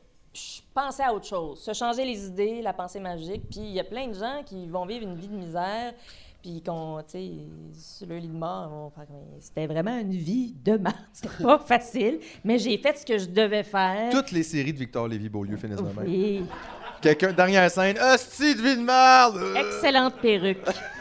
penser à autre chose, se changer les idées, la pensée magique. Puis il y a plein de gens qui vont vivre une vie de misère, puis qu'on, tu sais, sur le lit de mort, on va faire comme, c'était vraiment une vie de merde. C'était pas facile, mais j'ai fait ce que je devais faire. Toutes les séries de Victor Lévy-Beaulieu finissent de même. Oui. Quelqu'un, dernière scène, hostie de vie de merde! Excellente perruque.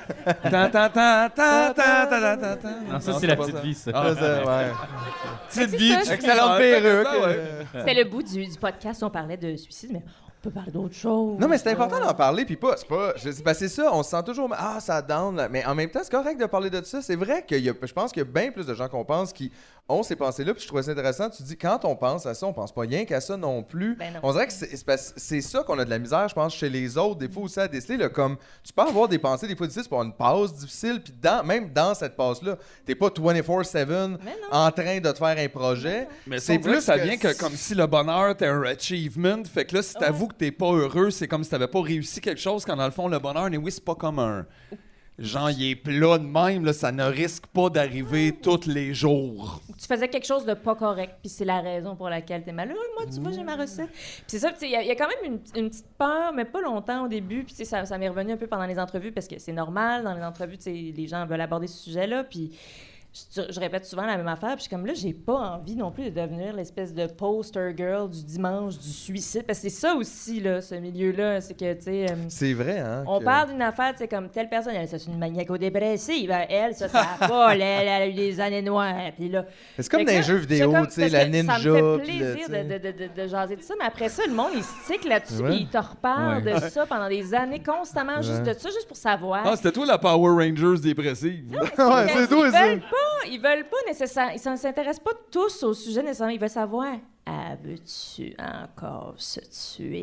Non, ça, c'est la petite vie, ça. Ah, ça, ouais. Petite C'est vie, ça, tu Excellente fais- perruque. Ah, ouais. C'était le bout du podcast où on parlait de suicide, mais on peut parler d'autre chose. Non, mais c'est important d'en parler, puis pas. C'est ça, on se sent toujours. Ah, ça down, là. Mais en même temps, c'est correct de parler de ça. C'est vrai que je pense qu'il y a bien plus de gens qu'on pense qui ont ces pensées-là, puis je trouvais ça intéressant. Tu dis, quand on pense à ça, on pense pas rien qu'à ça non plus. Ben non. On dirait que c'est ça qu'on a de la misère, je pense, chez les autres, des fois aussi à déceler. Là, comme, tu peux avoir des pensées, des fois difficiles, pour une passe difficile, puis même dans cette passe-là, t'es pas 24/7 Mais non. en train de te faire un projet. Mais c'est plus ça vient que comme si le bonheur était un achievement. Fait que là, si t'avoues que t'es pas heureux, c'est comme si t'avais pas réussi quelque chose. Quand dans le fond, le bonheur, oui, c'est pas comme un. Genre, il est plat de même, là, ça ne risque pas d'arriver tous les jours. Tu faisais quelque chose de pas correct, puis c'est la raison pour laquelle t'es malheureux. Moi, tu vois, j'ai ma recette. Puis c'est ça, tu sais, il y a quand même une petite peur, mais pas longtemps au début. Puis tu sais, ça m'est revenu un peu pendant les entrevues, parce que c'est normal, dans les entrevues, tu sais, les gens veulent aborder ce sujet-là, puis je répète souvent la même affaire, puis je suis comme là, j'ai pas envie non plus de devenir l'espèce de poster girl du dimanche du suicide, parce que c'est ça aussi, là, ce milieu-là, c'est que, tu sais... C'est vrai, hein? On que- parle d'une affaire, tu sais, comme telle personne, elle, ça, c'est une maniaco-dépressive. Elle, ça va pas. Elle a eu des années noires. Puis là. C'est comme Fait dans que les là, jeux vidéo, comme- tu sais, parce la que ninja. Ça me fait puis le- plaisir tu sais. de jaser de ça, mais après ça, le monde, il se tique là-dessus, Ouais. puis il te reparle Ouais. de ça pendant des années, constamment, juste de ça, juste pour savoir. Ah, c'était toi la Power Rangers dépressive. Ouais, c'est toi, Ils ça. veulent pas nécessairement, ils ne s'intéressent pas tous au sujet nécessairement, ils veulent savoir. Ah, veux-tu encore se tuer?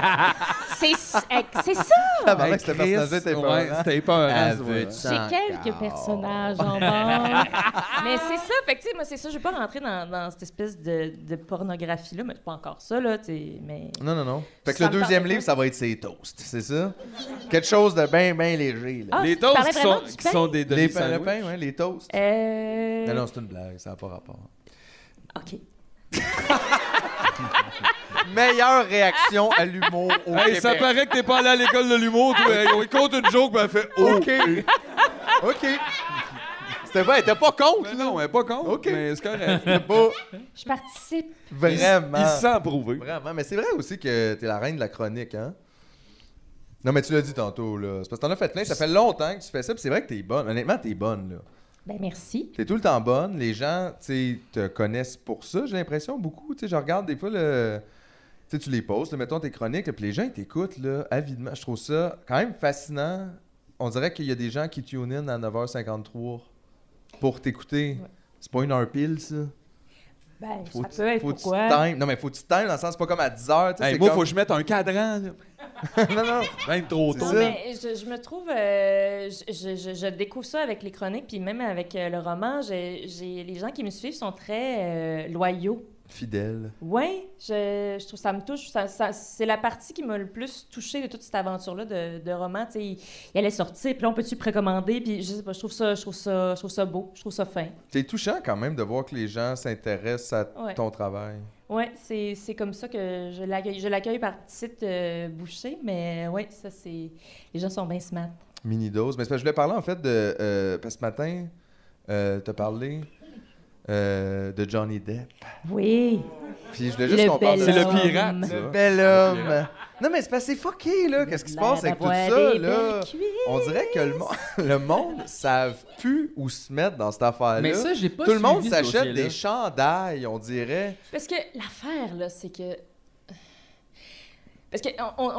c'est ça! Tabarnak, ce personnage-là était Ouais, épeurant. c'était épeurant. Ah, ce veux-tu voilà. J'ai quelques personnages en bord. Mais c'est ça, fait que tu sais, moi, c'est ça, je vais pas rentrer dans cette espèce de pornographie-là, mais c'est pas encore ça, là, tu sais, mais... Non, non, non. Fait que Ça le me deuxième parle livre, pas. ça va être ses toasts, c'est ça? Quelque chose de bien, bien léger, là. Ah, Les tu toasts parlais qui vraiment sont, du qui pain? sont des Les demi pains, le sandwich. pain, ouais, les toasts. Non, non, c'est une blague, ça n'a pas rapport. OK. Meilleure réaction à l'humour au Hey, Québec. ça paraît que t'es pas allé à l'école de l'humour. toi. Hey, on compte une joke, ben elle fait OK. OK. C'était pas, elle était pas contre, Mais là. non, elle est pas con. OK. Mais c'est correct. C'était pas Je participe. vraiment. Il se sent approuvé. Vraiment. Mais c'est vrai aussi que t'es la reine de la chronique, hein? Non, mais tu l'as dit tantôt, là. C'est parce que t'en as fait plein. Ça fait longtemps que tu fais ça, puis c'est vrai que t'es bonne. Honnêtement, t'es bonne, là. Ben merci. T'es tout le temps bonne. Les gens, tu sais, te connaissent pour ça, j'ai l'impression, beaucoup. Tu sais, je regarde des fois le... Tu sais, tu les postes, là, mettons tes chroniques, là, puis les gens, ils t'écoutent, là, avidement. Je trouve ça quand même fascinant. On dirait qu'il y a des gens qui tune in à 9h53 pour t'écouter. Ouais. C'est pas une heure pile, ça? Ben, Faut ça peut être faut que tu pourquoi. times. Non, mais faut que tu times dans le sens, c'est pas comme à 10h. tu sais, Hey, c'est moi, comme... faut que je mette un cadran. Là. non. Même trop tôt. Non, mais je me trouve... je découvre ça avec les chroniques, puis même avec le roman. Les gens qui me suivent sont très loyaux. Fidèle. Oui, je trouve ça me touche. C'est la partie qui m'a le plus touchée de toute cette aventure-là de roman. Tu sais, il allait sortir, puis là, on peut-tu précommander? Puis je sais pas, je trouve ça beau, je trouve ça fin. C'est touchant quand même de voir que les gens s'intéressent à ton travail. Oui, c'est comme ça que je l'accueille. Je l'accueille par petite bouchée, mais oui, ça, c'est... Les gens sont bien smart. Mini-dose. Mais c'est parce que je voulais parler, en fait, de... parce que ce matin, t'as parlé... de Johnny Depp. Oui. Puis je voulais juste qu'on parle. C'est le pirate. Le bel homme. Non, mais c'est parce que c'est fucké, là. Qu'est-ce qui se passe avec tout ça, là? On dirait que le monde ne savent plus où se mettre dans cette affaire-là. Mais ça, j'ai pas tout le monde suivi ce s'achète dossier-là. des chandails, on dirait. Parce que l'affaire, là, c'est que... Parce que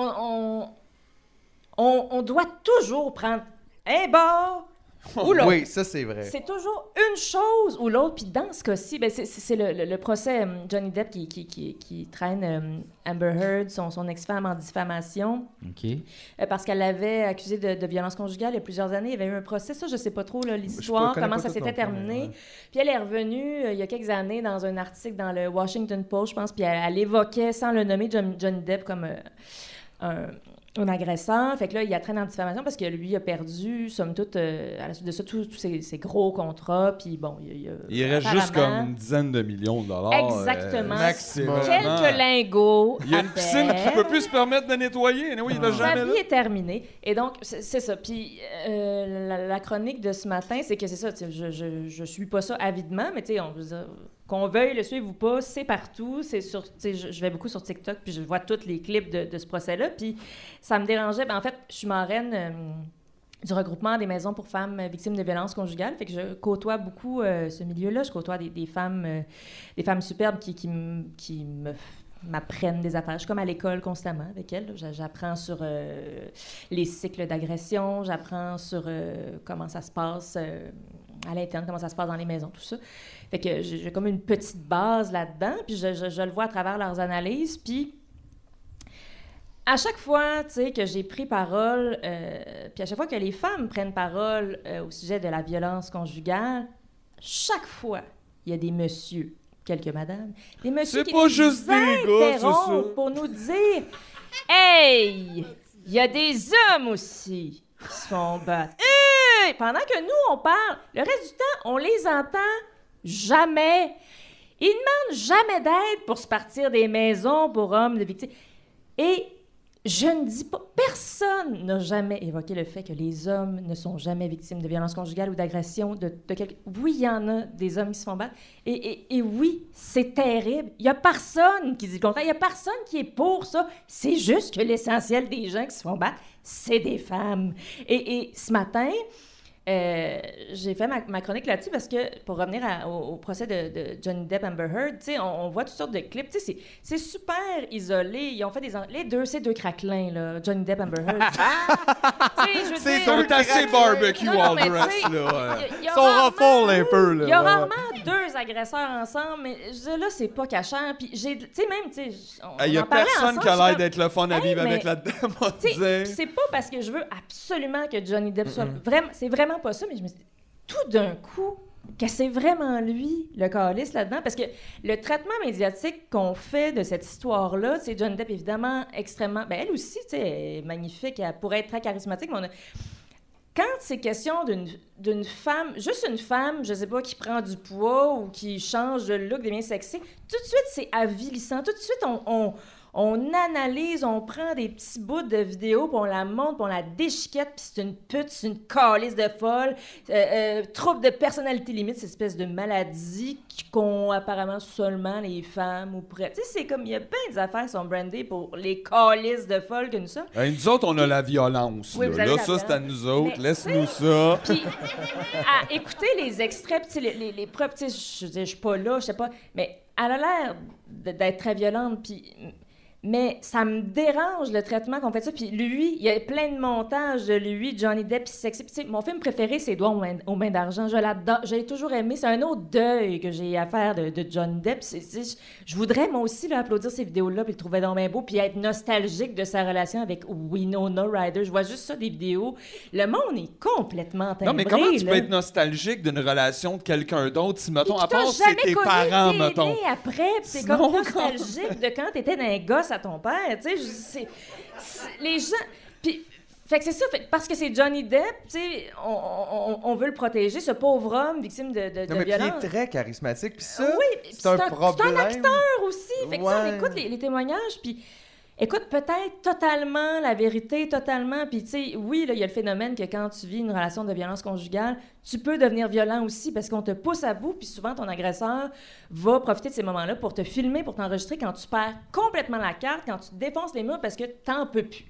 on doit toujours prendre un bord ou l'autre. Oui, ça, c'est vrai. C'est toujours une chose ou l'autre. Puis dans ce cas-ci, ben c'est le procès Johnny Depp qui traîne Amber Heard, son ex-femme, en diffamation. OK. Parce qu'elle l'avait accusé de violence conjugale il y a plusieurs années. Il y avait eu un procès, ça, je sais pas trop l'histoire, comment ça s'était terminé. Ouais. Puis elle est revenue il y a quelques années dans un article dans le Washington Post, je pense, puis elle évoquait, sans le nommer, Johnny Depp comme un agresseur. Fait que là, il a traîné en diffamation parce que lui a perdu, somme toute, à la suite de ça, tous ses gros contrats. Puis bon, il reste juste comme une dizaine de millions de dollars. Exactement. Maximum. Quelques lingots. Il y a une piscine qui peut plus se permettre de nettoyer. Oui, il va Sa jamais vie est terminée. Et donc, c'est ça. Puis la chronique de ce matin, c'est que c'est ça. Je suis pas ça avidement, mais tu sais, on veut dire... Qu'on veuille le suivre ou pas, c'est partout. C'est sur, je vais beaucoup sur TikTok, puis je vois tous les clips de ce procès-là. Puis ça me dérangeait. Ben, en fait, je suis marraine du regroupement des maisons pour femmes victimes de violences conjugales. Fait que je côtoie beaucoup ce milieu-là. Je côtoie des femmes superbes qui m'apprennent des affaires. Je suis comme à l'école constamment avec elles. J'apprends sur les cycles d'agression. J'apprends sur comment ça se passe à l'interne, comment ça se passe dans les maisons, tout ça. Fait que j'ai comme une petite base là-dedans, puis je le vois à travers leurs analyses, puis à chaque fois, tu sais, que j'ai pris parole, puis à chaque fois que les femmes prennent parole au sujet de la violence conjugale, chaque fois, il y a des messieurs, quelques madames, des messieurs qui nous interrompent pour nous dire « Hey, il y a des hommes aussi qui se font battre. » Pendant que nous, on parle, le reste du temps, on les entend jamais. Ils demandent jamais d'aide pour se partir des maisons pour hommes de victimes. Et je ne dis pas... Personne n'a jamais évoqué le fait que les hommes ne sont jamais victimes de violences conjugales ou d'agressions de quelque... Oui, il y en a des hommes qui se font battre. Et oui, c'est terrible. Il n'y a personne qui dit le contraire. Il n'y a personne qui est pour ça. C'est juste que l'essentiel des gens qui se font battre, c'est des femmes. Et ce matin... j'ai fait ma chronique là-dessus parce que, pour revenir au procès de Johnny Depp Amber Heard, on voit toutes sortes de clips. C'est super isolé. Ils ont fait ces deux craquelins, là, Johnny Depp Amber Heard. C'est assez barbecue all dress, là. Ils sont ruffles un peu, là. Il y a rarement deux agresseurs ensemble, mais là, c'est pas cachant. Puis il y a personne qui a l'air d'être le fun à vivre avec là-dedans, moi, c'est pas parce que je veux absolument que Johnny Depp soit... Vraiment, c'est vraiment pas ça, mais je me suis dit, tout d'un coup, que c'est vraiment lui, le calice là-dedans, parce que le traitement médiatique qu'on fait de cette histoire-là, c'est Johnny Depp, évidemment, extrêmement... Ben, elle aussi, tu sais, est magnifique, elle pourrait être très charismatique, mais quand c'est question d'une femme, juste une femme, je sais pas, qui prend du poids ou qui change de look, devient sexy, tout de suite, c'est avilissant. Tout de suite, on analyse, on prend des petits bouts de vidéo, puis on la monte, puis on la déchiquette, puis c'est une pute, c'est une calisse de folle, trouble de personnalité limite, cette espèce de maladie qu'ont apparemment seulement les femmes ou près. Tu sais, c'est comme, il y a plein des affaires qui sont brandées pour les calices de folles que nous sommes. Nous autres, on a la violence. Oui, là, ça, c'est à nous autres. Laisse-nous ça. Puis, à écouter les extraits, puis les preuves, tu sais, je suis pas là, je sais pas, mais elle a l'air d'être très violente, puis... Mais ça me dérange le traitement qu'on fait de ça. Puis lui, il y a plein de montages de lui, Johnny Depp, puis sexy. Puis, mon film préféré, c'est Doigts aux mains d'argent. Je l'adore. Je l'ai toujours aimé. C'est un autre deuil que j'ai à faire de Johnny Depp. Je voudrais, moi aussi, là, applaudir ces vidéos-là, puis le trouver dans bien beau, puis être nostalgique de sa relation avec Winona Ryder. Je vois juste ça, des vidéos. Le monde est complètement timbré. Non, mais comment tu là. peux être nostalgique d'une relation de quelqu'un d'autre si, mettons, à T'as part c'est jamais tes connu parents, tes mettons. aînés après, pis t'es Sinon, comme nostalgique de quand t'étais d'un gosse à ton père, tu sais, les gens... Puis, fait que c'est ça, parce que c'est Johnny Depp, tu sais, on veut le protéger, ce pauvre homme victime de Non, mais puis violence. il est très charismatique, puis ça, Oui, puis c'est un problème. C'est un acteur aussi, fait que ça, on Ouais. écoute les témoignages, puis... Écoute, peut-être totalement la vérité, totalement. Puis, tu sais, oui, il y a le phénomène que quand tu vis une relation de violence conjugale, tu peux devenir violent aussi parce qu'on te pousse à bout. Puis souvent, ton agresseur va profiter de ces moments-là pour te filmer, pour t'enregistrer quand tu perds complètement la carte, quand tu défonces les murs parce que t'en peux plus.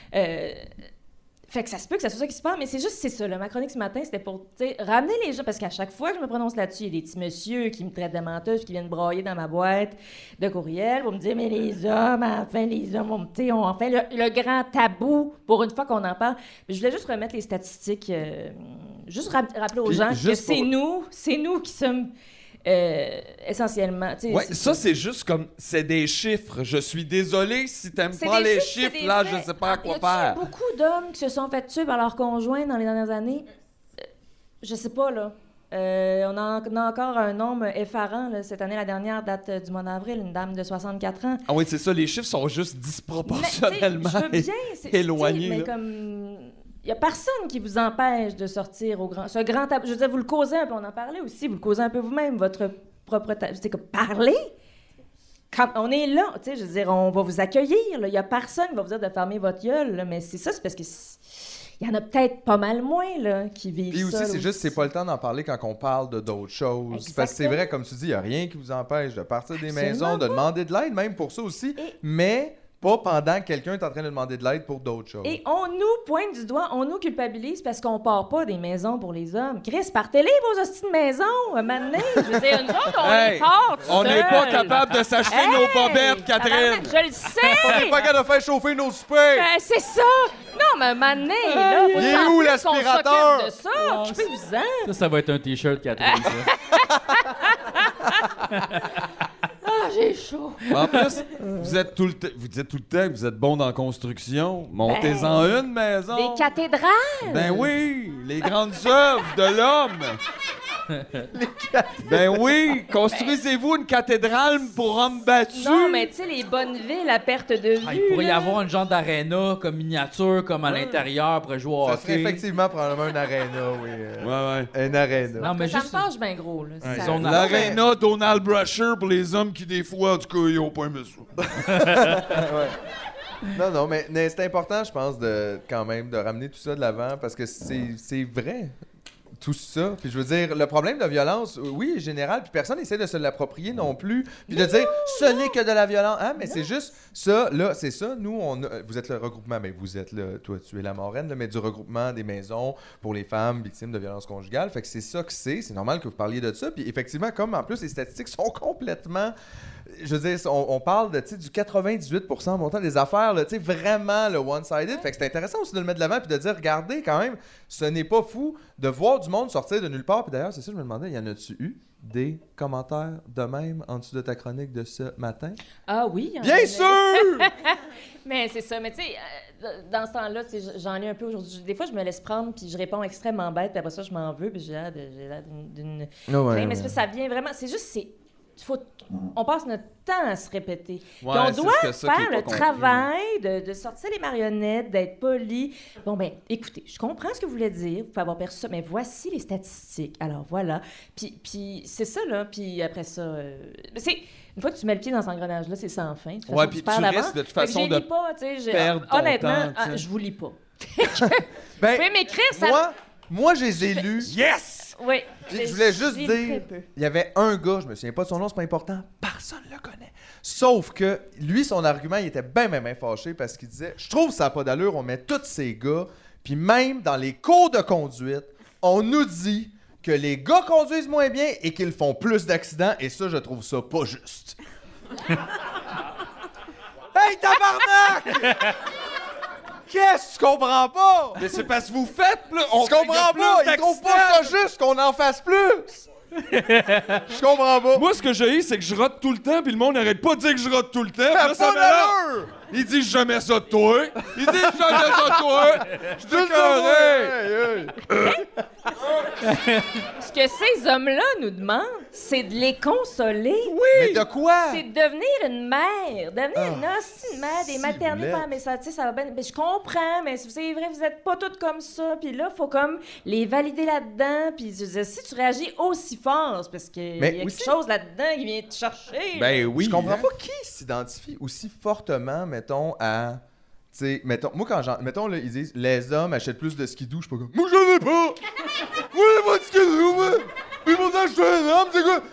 Fait que ça se peut que ça soit ça qui se passe, mais c'est ça. Là. Ma chronique ce matin, c'était pour ramener les gens, parce qu'à chaque fois que je me prononce là-dessus, il y a des petits messieurs qui me traitent de menteuse, qui viennent brailler dans ma boîte de courriel pour me dire « Mais les hommes, ont enfin le grand tabou pour une fois qu'on en parle. » Je voulais juste remettre les statistiques, juste rappeler aux Puis, gens que juste c'est nous qui sommes... essentiellement. Ouais, ça, c'est juste comme. C'est des chiffres. Je suis désolé si t'aimes C'est pas des les chiffres, c'est chiffres, des là, faits. je sais pas à quoi Y a-tu faire. beaucoup d'hommes qui se sont fait tuer par leur conjoint dans les dernières années? Je sais pas, là. On a encore un nombre effarant. Là. Cette année, la dernière date du mois d'avril, une dame de 64 ans. Ah oui, c'est ça, les chiffres sont juste disproportionnellement Mais, je veux bien, éloignés. mais là. comme... Il n'y a personne qui vous empêche de sortir ce grand tabou. Je veux dire, vous le causez un peu, on en parlait aussi, vous le causez un peu vous-même, votre propre tabou. C'est comme parler. Quand on est là, tu sais, je veux dire, on va vous accueillir. Il n'y a personne qui va vous dire de fermer votre gueule, là, mais c'est ça, c'est parce que il y en a peut-être pas mal moins là, qui vivent Puis ça. aussi, c'est juste, c'est pas le temps d'en parler quand on parle de d'autres choses. Parce que c'est vrai, comme tu dis, il n'y a rien qui vous empêche de partir des Absolument maisons, de pas. demander de l'aide, même pour ça aussi, Et- mais pas pendant que quelqu'un est en train de demander de l'aide pour d'autres choses. Et on nous pointe du doigt, on nous culpabilise parce qu'on part pas des maisons pour les hommes. Chris, partez-les vos hosties de maisons, un moment donné. Je veux dire, nous autres, on Hey, les part tout on n'est seul. pas capable de s'acheter nos bobettes, Catherine. tabarnak, Je le sais! On n'est pas capable de faire chauffer nos soupers! Ben, c'est ça! Non, mais un moment donné, là, faut Il est s'en où plus l'aspirateur? qu'on s'occupe de ça. Occupez-vous-en. Ça va être un T-shirt, Catherine, ça. Ah, j'ai chaud. En plus, vous dites tout le temps que vous êtes bon dans la construction. Montez-en une maison. Des cathédrales! Ben oui, les grandes œuvres de l'homme. Ben oui, construisez-vous une cathédrale pour hommes battus. Non, mais tu sais, les bonnes villes à perte de vue. Ah, il pourrait y là. avoir une genre d'aréna comme miniature, comme à l'intérieur pour jouer au Ça serait hockey. effectivement probablement une aréna, oui. Ouais. Une aréna. Non, mais Ça me juste... fâche bien gros, là. Ouais, Ça- zone à- L'aréna Donald Brasher pour les hommes qui, des fois, en tout cas, ils ont pas aimé ça. Non, mais c'est important, je pense, quand même, de ramener tout ça de l'avant parce que c'est vrai. Tout ça. Puis je veux dire, le problème de violence, oui, est général, puis personne n'essaie de se l'approprier non plus. Puis de dire, ce n'est que de la violence. Ah, mais c'est juste ça, là, c'est ça. Nous, vous êtes le regroupement, mais vous êtes là, toi, tu es la marraine, là, mais du regroupement des maisons pour les femmes victimes de violences conjugales. Fait que c'est ça que c'est normal que vous parliez de ça. Puis effectivement, comme en plus, les statistiques sont complètement... Je veux dire, on parle de, du 98% montant des affaires, là, vraiment le one-sided. Fait que c'est intéressant aussi de le mettre de l'avant puis de dire, regardez quand même, ce n'est pas fou de voir du monde sortir de nulle part. Puis d'ailleurs, c'est ça, je me demandais, y en a-tu eu des commentaires de même en dessous de ta chronique de ce matin? Ah oui. il y en Bien a. sûr! Mais c'est ça. Mais tu sais, dans ce temps-là, tu sais, j'en ai un peu aujourd'hui. Des fois, je me laisse prendre, puis je réponds extrêmement bête, puis après ça, je m'en veux, puis j'ai l'air d'une... Mais c'est parce que ça vient vraiment... C'est juste, on passe notre temps à se répéter. Ouais, Puis on c'est doit ce que ça qui est faire pas le compris. travail de sortir les marionnettes, d'être poli. Bon, ben, écoutez, je comprends ce que vous voulez dire, vous pouvez avoir perçu ça, mais voici les statistiques. Alors, voilà. Puis c'est ça, là. Puis après ça... Une fois que tu mets le pied dans cet engrenage-là, c'est sans fin. De toute façon, Puis perds tu l'avant. risques de toute Fait que façon je de lis pas, tu sais. perdre ton Honnêtement, temps, tu sais. je vous lis pas. Ben, Vous pouvez m'écrire, ça... moi, je les ai lus. Yes! Oui. Puis je voulais juste lis dire, très peu. il y avait un gars, je me souviens pas de son nom, c'est pas important, personne le connaît. Sauf que lui, son argument, il était bien fâché parce qu'il disait, je trouve ça n'a pas d'allure, on met tous ces gars, puis même dans les cours de conduite, on nous dit que les gars conduisent moins bien et qu'ils font plus d'accidents, et ça, je trouve ça pas juste. Hey, tabarnak! Qu'est-ce que tu comprends pas? Mais c'est parce que vous faites, là. Je comprends pas! Ils trouvent pas ça juste qu'on en fasse plus! Je comprends pas. Moi, ce que j'ai eu, c'est que je rote tout le temps, puis le monde n'arrête pas de dire que je rote tout le temps. Ça Là, fait ça pas m'énerve. d'allure! Il dit jamais ça de toi. Il dit jamais ça de toi. Je suis déclaré. Ce que ces hommes-là nous demandent, c'est de les consoler. Mais de quoi? C'est de devenir une mère, devenir une hostie de mère, des maternités. Mais ça, tu sais, ça va bien. Mais je comprends, mais c'est vrai, vous êtes pas toutes comme ça. Puis là, faut comme les valider là-dedans. Puis je veux dire, si tu réagis aussi fort, c'est parce qu'il y a quelque chose là-dedans qui vient te chercher. Ben oui. Je comprends pas qui s'identifie aussi fortement, mettons, à... Tu sais, mettons, moi, mettons, là, ils disent, les hommes achètent plus de skidoo, je suis pas comme... Moi, j'en ai pas! Moi, j'ai pas de skidoo, moi! Puis pourtant, je suis un homme, c'est quoi?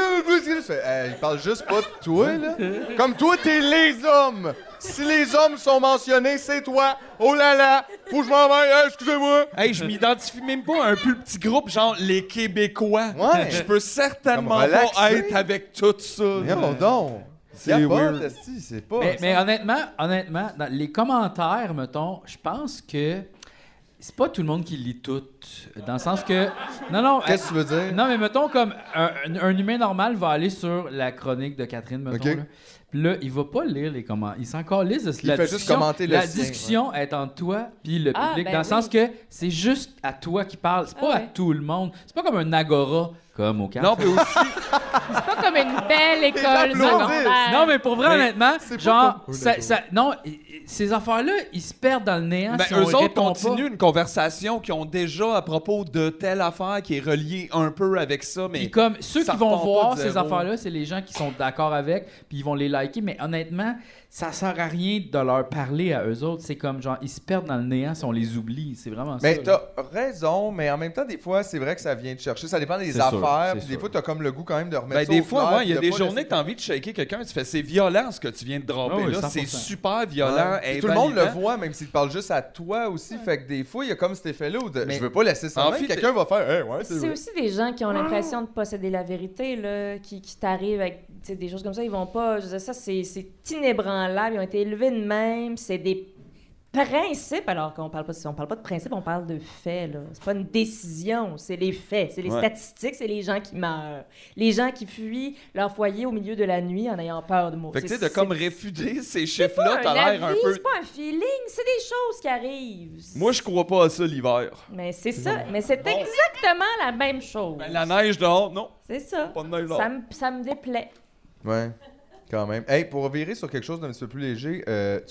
Ils parlent juste pas de toi, là. Comme toi, t'es les hommes! Si les hommes sont mentionnés, c'est toi! Oh là là! Faut que je m'en aille, excusez-moi! Hey, je m'identifie même pas à un plus petit groupe, genre les Québécois. Ouais. Je peux certainement Comme relaxer. pas être avec tout ça. Non, donc! C'est weird. C'est pas... Mais honnêtement, dans les commentaires, mettons, je pense que c'est pas tout le monde qui lit tout. Dans le sens que... Non. Qu'est-ce que tu veux dire? Non, mais mettons, comme un humain normal va aller sur la chronique de Catherine, mettons, OK. là. Puis là, il va pas lire les commentaires. Il s'en calisse de Il la fait discussion. juste commenter le La sien, discussion est entre toi puis le Ah, public. ben dans le sens oui. que c'est juste à toi qui parle. C'est pas à ouais. tout le monde. C'est pas comme un agora, comme au café. Non, mais aussi, C'est pas comme une belle école applaudissent. secondaire. Non, mais pour vrai, honnêtement, c'est pas genre, comme- non, ces affaires-là, ils se perdent dans le néant ben, si eux on autres répond continuent une conversation qu'ils ont déjà à propos de telle affaire qui est reliée un peu avec ça, mais Puis comme ceux ça qui vont repart pas voir de ces zéro. affaires-là, c'est les gens qui sont d'accord avec, puis ils vont les liker. Mais honnêtement, ça sert à rien de leur parler à eux autres. C'est comme genre, ils se perdent dans le néant si on les oublie. C'est vraiment Mais ça. t'as raison, mais en même temps, des fois, c'est vrai que ça vient te chercher. Ça dépend des C'est sûr, affaires. c'est Puis des sûr. fois, t'as comme le goût quand même de remettre ben, ça des au fois, clair, ouais, il y a puis des de pas journées laisser- que t'as envie de shaker quelqu'un, tu fais c'est violent ce que tu viens de dropper Ah oui, là, 100%. c'est super violent. Ouais. Puis tout le monde le invalidant. voit, même s'il te parle juste à toi aussi. Fait que des fois, il y a comme cet effet-là où Mais- je veux pas laisser ça En de même. fait, Quelqu'un va faire, hey, ouais, c'est C'est vrai. aussi des gens qui ont l'impression de posséder la vérité, là, qui t'arrivent avec tu sais, des choses comme ça. Ils vont pas. Je veux dire, ça, c'est inébranlable. Ils ont été élevés de même. C'est des principes, alors qu'on parle pas, si on parle pas de principes, on parle de faits. Là. C'est pas une décision, c'est les faits, c'est les Ouais. statistiques, c'est les gens qui meurent. Les gens qui fuient leur foyer au milieu de la nuit en ayant peur de mourir. Fait que tu sais, de comme réfuter ces c'est pas chiffres-là, un t'as l'air un avis, peu. c'est pas un feeling, c'est des choses qui arrivent. Moi, je crois pas à ça l'hiver. Mais c'est ça, mais c'est exactement la même chose. Ben, la neige dehors, non. C'est ça. Pas de neige dehors. Ça me déplaît. Ouais, quand même. Hey, pour virer sur quelque chose d'un petit peu plus léger,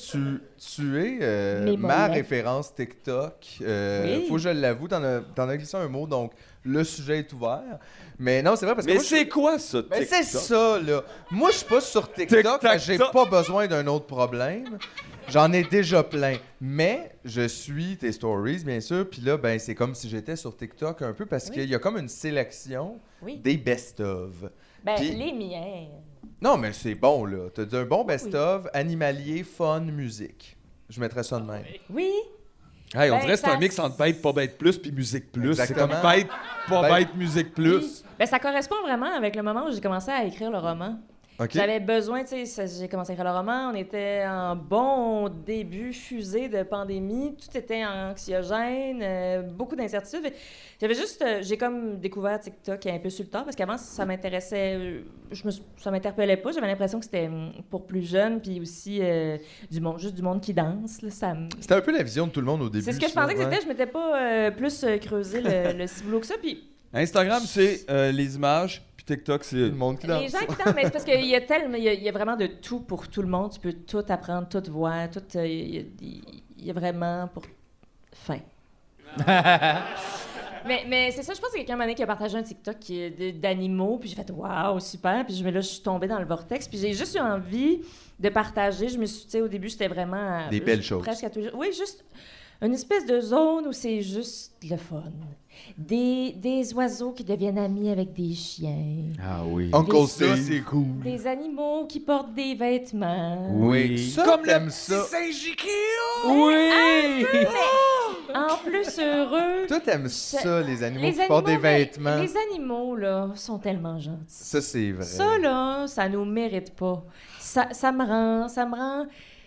tu es Mes ma mollets. référence TikTok. Oui. Faut que je l'avoue, t'en as glissé un mot, donc le sujet est ouvert. Mais non, c'est vrai parce que Mais moi, c'est quoi ça, Ben, TikTok? c'est ça, là. Moi, je suis pas sur TikTok, parce que j'ai Tic-tac-toc. pas besoin d'un autre problème. J'en ai déjà plein. Mais je suis tes stories, bien sûr. Puis là, ben, c'est comme si j'étais sur TikTok un peu parce qu'il y a comme une sélection Oui. des best-of. Ben, Puis- les miens. Non, mais c'est bon, là. T'as dit un bon best-of, animalier, fun, musique. Je mettrais ça de même. Oui. Hey, on Ben, dirait que c'est ça- un mix entre bête, pas bête plus, puis musique plus. C'est Exactement. comme bête, pas Ben- bête, musique plus. Ben, ça correspond vraiment avec le moment où j'ai commencé à écrire le roman. OK? J'avais besoin, tu sais, j'ai commencé à écrire le roman, on était en bon début fusée de pandémie, tout était anxiogène, beaucoup d'incertitudes. J'avais juste, j'ai comme découvert TikTok un peu sur le tard, parce qu'avant, ça m'intéressait, ça m'interpellait pas, j'avais l'impression que c'était pour plus jeunes, puis aussi du monde, juste du monde qui danse, là, ça me... C'était un peu la vision de tout le monde au début. C'est ce que je ça, pensais que ouais. c'était, je m'étais pas plus creusé le ciboulot que ça, puis... Instagram, c'est les images, puis TikTok, c'est. Le monde qui danse. Les gens qui dansent, mais c'est parce qu'il y a tellement, il y a vraiment de tout pour tout le monde. Tu peux tout apprendre, tout voir, tout. Il y a vraiment pour fin. mais c'est ça, je pense que quelqu'un m'a dit qui a partagé un TikTok d'animaux, puis j'ai fait waouh, super, puis là je suis tombée dans le vortex, puis j'ai juste eu envie de partager. Je me suis, tu sais, au début c'était vraiment Des belles choses. presque à tous les jours. Oui, juste une espèce de zone où c'est juste le fun. Des oiseaux qui deviennent amis avec des chiens. Ah oui. Uncle Ça, Steve. c'est cool. Des animaux qui portent des vêtements. Oui. Ça, Comme t'aimes le ça. Saint-Jikio! Oui! En plus heureux. Toi, t'aimes ça, les animaux Les qui portent des animaux, mais vêtements. les animaux, là, sont tellement gentils. Ça, c'est vrai. Ça, là, ça nous mérite pas. Ça me rend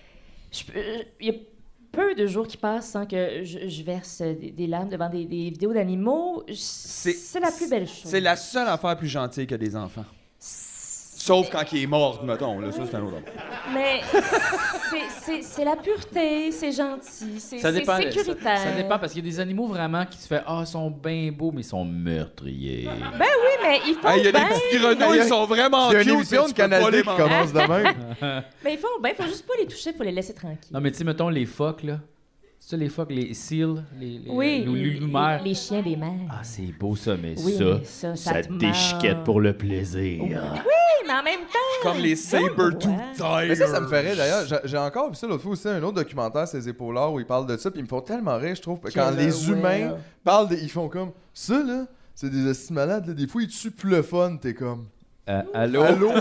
Il y a peu de jours qui passent sans que je verse des larmes devant des vidéos d'animaux. C'est la plus belle chose. C'est la seule affaire plus gentille que des enfants. Sauf quand il est mort, mettons. Là, ça, c'est un autre affaire. Mais c'est la pureté, c'est gentil, c'est sécuritaire. Ça dépend, parce qu'il y a des animaux vraiment qui se font « Ah, ils sont bien beaux, mais ils sont meurtriers. » Ben oui, mais ils font Il y a bien. des petits grenouilles, ils sont vraiment Il y a cute. une émission de Canal D qui commence demain. Mais ils font bien, il faut juste pas les toucher, il faut les laisser tranquilles. Non, mais tu sais, mettons les phoques, là. C'est ça, les phoques, les seals, oui, les loups-mères. Les chiens des mers. Ah, c'est beau ça, mais Oui, mais ça te déchiquette pour le plaisir. Oui, mais en même temps... Comme les saber-tooth tigers. Mais ça me ferait d'ailleurs. J'ai encore vu ça l'autre fois aussi, un autre documentaire, ces épaulards, où ils parlent de ça, puis ils me font tellement rire, je trouve. Quand les humains parlent, ils font comme ça, là, c'est des estimes malades, là. Des fois, ils tuent plus le fun, t'es comme. Allô?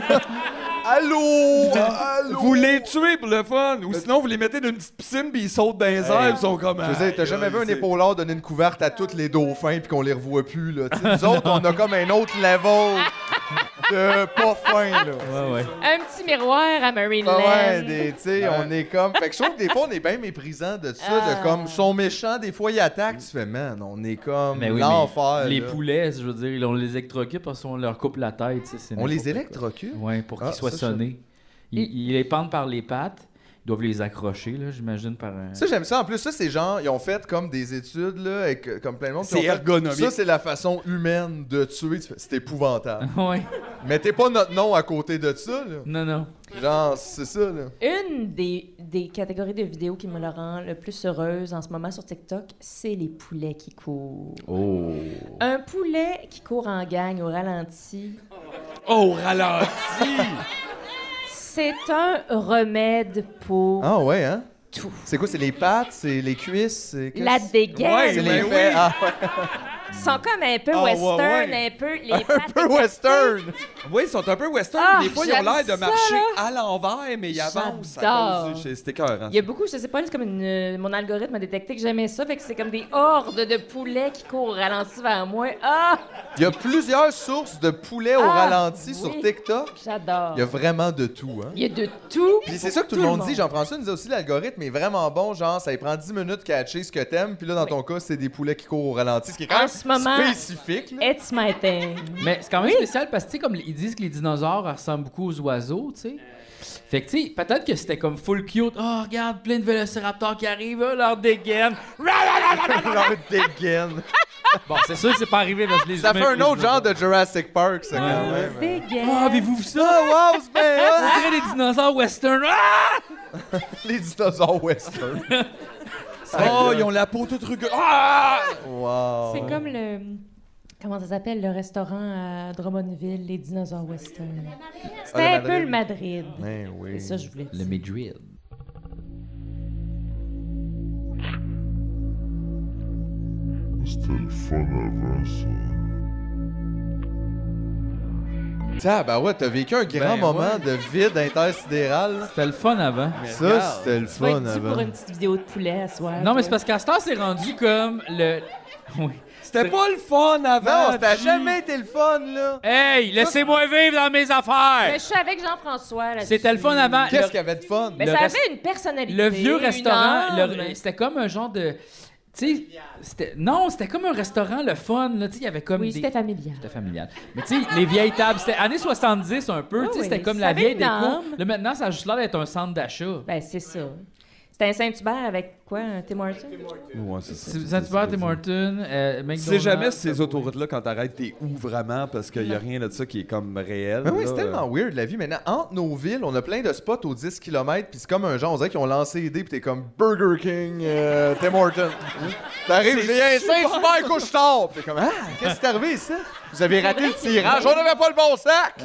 Allô? Vous les tuez pour le fun. Ou sinon, vous les mettez dans une petite piscine puis ils sautent dans les airs. Ils sont comme... Je veux dire, t'as jamais vu un épaulard donner une couverte à tous les dauphins puis qu'on les revoit plus, là. T'sais, nous autres, on a comme un autre level de pas fin, là. Ouais. Un petit miroir à Marineland. Ouais, tu sais, on est comme... Fait que je trouve que des fois, on est bien méprisant de ça, de comme, sont méchants, des fois, ils attaquent. Tu fais, man, on est comme Mais oui, l'enfer, les là. poulets, je veux dire, on les électrocute parce qu'on leur coupe la tête. On les électrocute? Oui, pour qu'ils soient ça, sonnés. Ils les pendent par les pattes. Ils doivent les accrocher, là, j'imagine, par un... Ça, j'aime ça. En plus, ça, c'est genre, ils ont fait comme des études, là, avec comme plein de monde. C'est ergonomique. Ça, c'est la façon humaine de tuer. C'est épouvantable. Ouais. Mettez pas notre nom à côté de ça, là. Non. Genre, c'est ça, là. Une des catégories de vidéos qui me le rend le plus heureuse en ce moment sur TikTok, c'est les poulets qui courent. Oh. Un poulet qui court en gang au ralenti. Oh, ralenti! C'est un remède pour Ah ouais, hein? tout. C'est quoi? C'est les pattes? C'est les cuisses? C'est La dégaine. Ouais, C'est ben les oui. faits? Ah ouais. Ils sont comme un peu Ah, western, ouais. un peu les Un pattes peu écartées. western! Oui, ils sont un peu western. Ah, Des fois, ils ont l'air de j'aime ça, marcher là. à l'envers, mais ils avancent à J'adore. cause du... C'était écœurant. Il y a beaucoup, je sais pas, c'est comme mon algorithme a détecté que j'aimais ça, fait que c'est comme des hordes de poulets qui courent au ralenti vers moi. Ah! Il y a plusieurs sources de poulets au Ah, ralenti sur oui. TikTok. J'adore. Il y a vraiment de tout, hein? Il y a de tout. Puis c'est ça que tout le monde dit. Jean-François nous disait aussi, l'algorithme est vraiment bon. Genre, ça lui prend 10 minutes de catcher ce que t'aimes. Puis là, dans ton cas, c'est des poulets qui courent au ralenti. Ce qui est quand En même ce moment, spécifique, là. It's my thing. Mais c'est quand même spécial parce que, tu sais, comme ils disent que les dinosaures ressemblent beaucoup aux oiseaux, tu sais. Fait que, tu sais, peut-être que c'était comme full cute. Oh, regarde, plein de vélociraptors qui arrivent, leur dégaine. Leur dégaine. Bon, c'est sûr que c'est pas arrivé parce que les Ça humains- fait un les autre genre dinosaures- de Jurassic Park, ça, quand même. Dégaine. Ah, avez-vous vu ça? Ah, wow, c'est bien hot! On dirait des dinosaures western. Ah! Les dinosaures western. Oh, ils ont la peau toute rugueuse. Ah! Wow. C'est comme le... Comment ça s'appelle, le restaurant à Drummondville, les dinosaures western. C'était Ah, un le peu le Madrid. Madrid. Ben oui. C'est ça que je voulais dire. Le Madrid. C'était le fun avant ça. Bah ouais, t'as vécu un grand Ben moment de vide intersidéral. là. C'était le fun avant. Ça, c'était le Tu vas fun être dû avant. pour une petite vidéo de poulet à soir. Non, mais c'est toi. parce qu'à ce temps, c'est rendu comme le... Oui. C'était pas le fun avant. Non, ça n'a G. jamais été le fun, là. Hey, laissez-moi vivre dans mes Mais affaires! je suis avec Jean-François là-dessus. C'était le fun avant. Qu'est-ce Le- qu'il y avait de fun? Mais Le ça rest- avait une personnalité. Le vieux une restaurant, âme. c'était comme un genre de... Tu sais, c'était comme un restaurant, le fun, là. Tu sais, il y avait comme Oui, des... c'était familial. C'était familial. Mais tu sais, les vieilles tables, c'était années 70 un peu, Oui, tu sais, oui, c'était comme ça la avait vieille une déco. âme. Là, maintenant, ça a juste l'air d'être un centre d'achat. Ben, c'est ça. C'était un Saint-Hubert avec quoi? Un Tim Hortons? Ouais, c'est ça. Saint-Hubert, Tim Hortons, Tu McDonald's. sais jamais si ces autoroutes-là, quand t'arrêtes, t'es où vraiment, parce qu'il y a rien de ça qui est comme réel. Ben oui, là. c'est tellement weird la vie. Maintenant, entre nos villes, on a plein de spots aux 10 km, puis c'est comme un genre, on dirait qu'ils ont lancé l'idée, puis t'es comme Burger King, Tim Hortons. T'arrives, C'est j'ai un super Saint-Hubert couche-tard. Puis t'es comme, qu'est-ce qui t'est arrivé, ça? Vous avez raté le tirage, on n'avait pas le bon sac!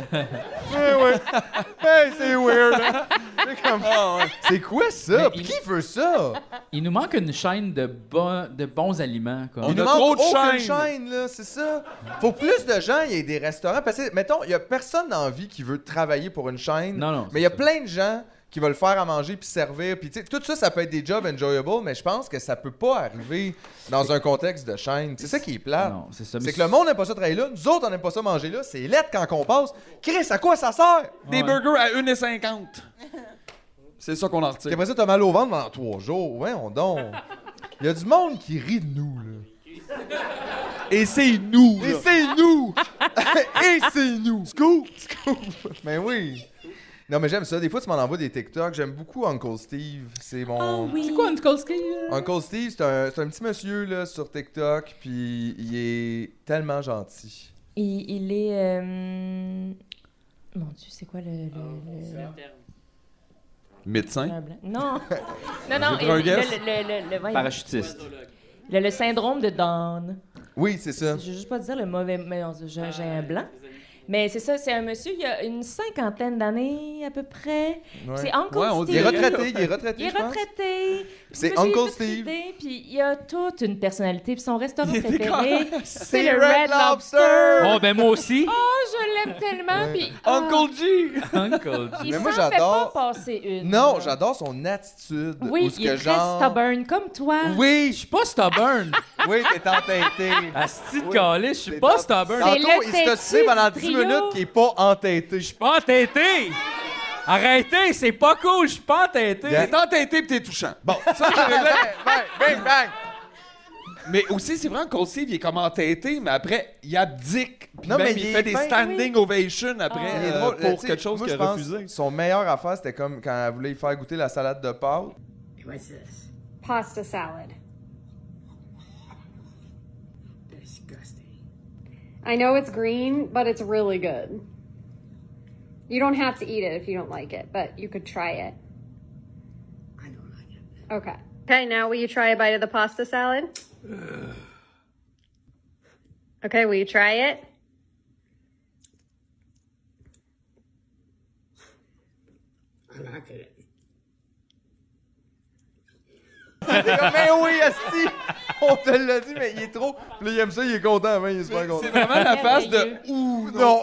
Hey, c'est weird, hein? C'est comme, c'est quoi ça? Puis qui veut ça? Il nous manque une chaîne de bons aliments. Comme. On Il nous a manque trop de aucune chaînes. chaîne, là, c'est ça. Faut que plus de gens, il y ait des restaurants. Parce que, mettons, il y a personne dans la vie qui veut travailler pour une chaîne. Non, Mais il y a plein de gens qui veulent faire à manger puis servir. Puis, tu sais, tout ça, ça peut être des jobs enjoyable, mais je pense que ça peut pas arriver dans un contexte de chaîne. C'est ça qui est plate. Non, c'est ça. C'est que le monde n'aime pas ça travailler là. Nous autres, on n'aime pas ça manger là. C'est lettre quand on passe. Chris, à quoi ça sert? Des Ouais. burgers à 1,50. C'est ça qu'on en retire. Puis après ça, t'as mal au ventre pendant 3 jours. Ouais, on donc. Il y a du monde qui rit de nous, là. Et c'est nous, Et là. c'est nous! Et c'est nous! Scoop! Ben oui! Non, mais j'aime ça. Des fois, tu m'en envoies des TikTok. J'aime beaucoup Uncle Steve. C'est mon... Ah oui. C'est quoi Uncle Steve? Uncle Steve, c'est un petit monsieur, là, sur TikTok, puis il est tellement gentil. Il est... Mon Dieu, c'est quoi le... Médecin. un blanc? Non. non, J'ai un guess. voyons. Parachutiste. Le syndrome de Down. Oui, c'est ça. Je veux juste pas dire le mauvais... mais j'ai un blanc. Mais c'est ça, c'est un monsieur, il a une 50aine d'années à peu près. Ouais. C'est Uncle Ouais, on Steve. Il est retraité, Il est je pense. retraité. C'est Monsieur, il est Uncle tout Steve. ridé, Puis il a toute une personnalité. Puis son restaurant Il était préféré, c'est le Red Red Lobster. Lobster. Oh, ben moi aussi. Oh, je l'aime tellement. Puis, Uncle G! Uncle G. il Mais moi, s'en fait j'adore- pas passer une. Non, j'adore son attitude. Oui, Où ce il est que très genre... stubborn, comme toi. Oui, Je suis pas stubborn. oui, t'es entêté. Asti de Oui. calice, je suis T'es pas en- stubborn. C'est Tantôt, le il se têtu dit pendant du 10 trio. minutes qu'il est pas entêté. Je suis pas entêté. Arrêtez, c'est pas cool, je suis pas entêté. Yeah. T'es entêté pis t'es touchant. Bon, ça, Bang, bang! mais aussi, c'est vrai que Steve, il est comme entêté, mais après, il abdique. Puis Non, même, mais il il fait est des fin, standing ovations après Il est drôle. pour Tu sais, quelque chose moi, qu'il je a pense refusé. Son meilleur affaire, c'était comme quand elle voulait y faire goûter la salade de pâtes. What's this? Pasta salad. Disgusting. I know it's green, but it's really good. You don't have to eat it if you don't like it, but you could try it. I don't like it. Okay. Okay, now will you try a bite of the pasta salad? Okay, will you try it? I like it. T'es comme, mais oui, esti! On te l'a dit, mais il est trop. Puis là, il aime ça, il est content, il est super content. C'est vraiment la phase de Merveilleux. ouh, Non,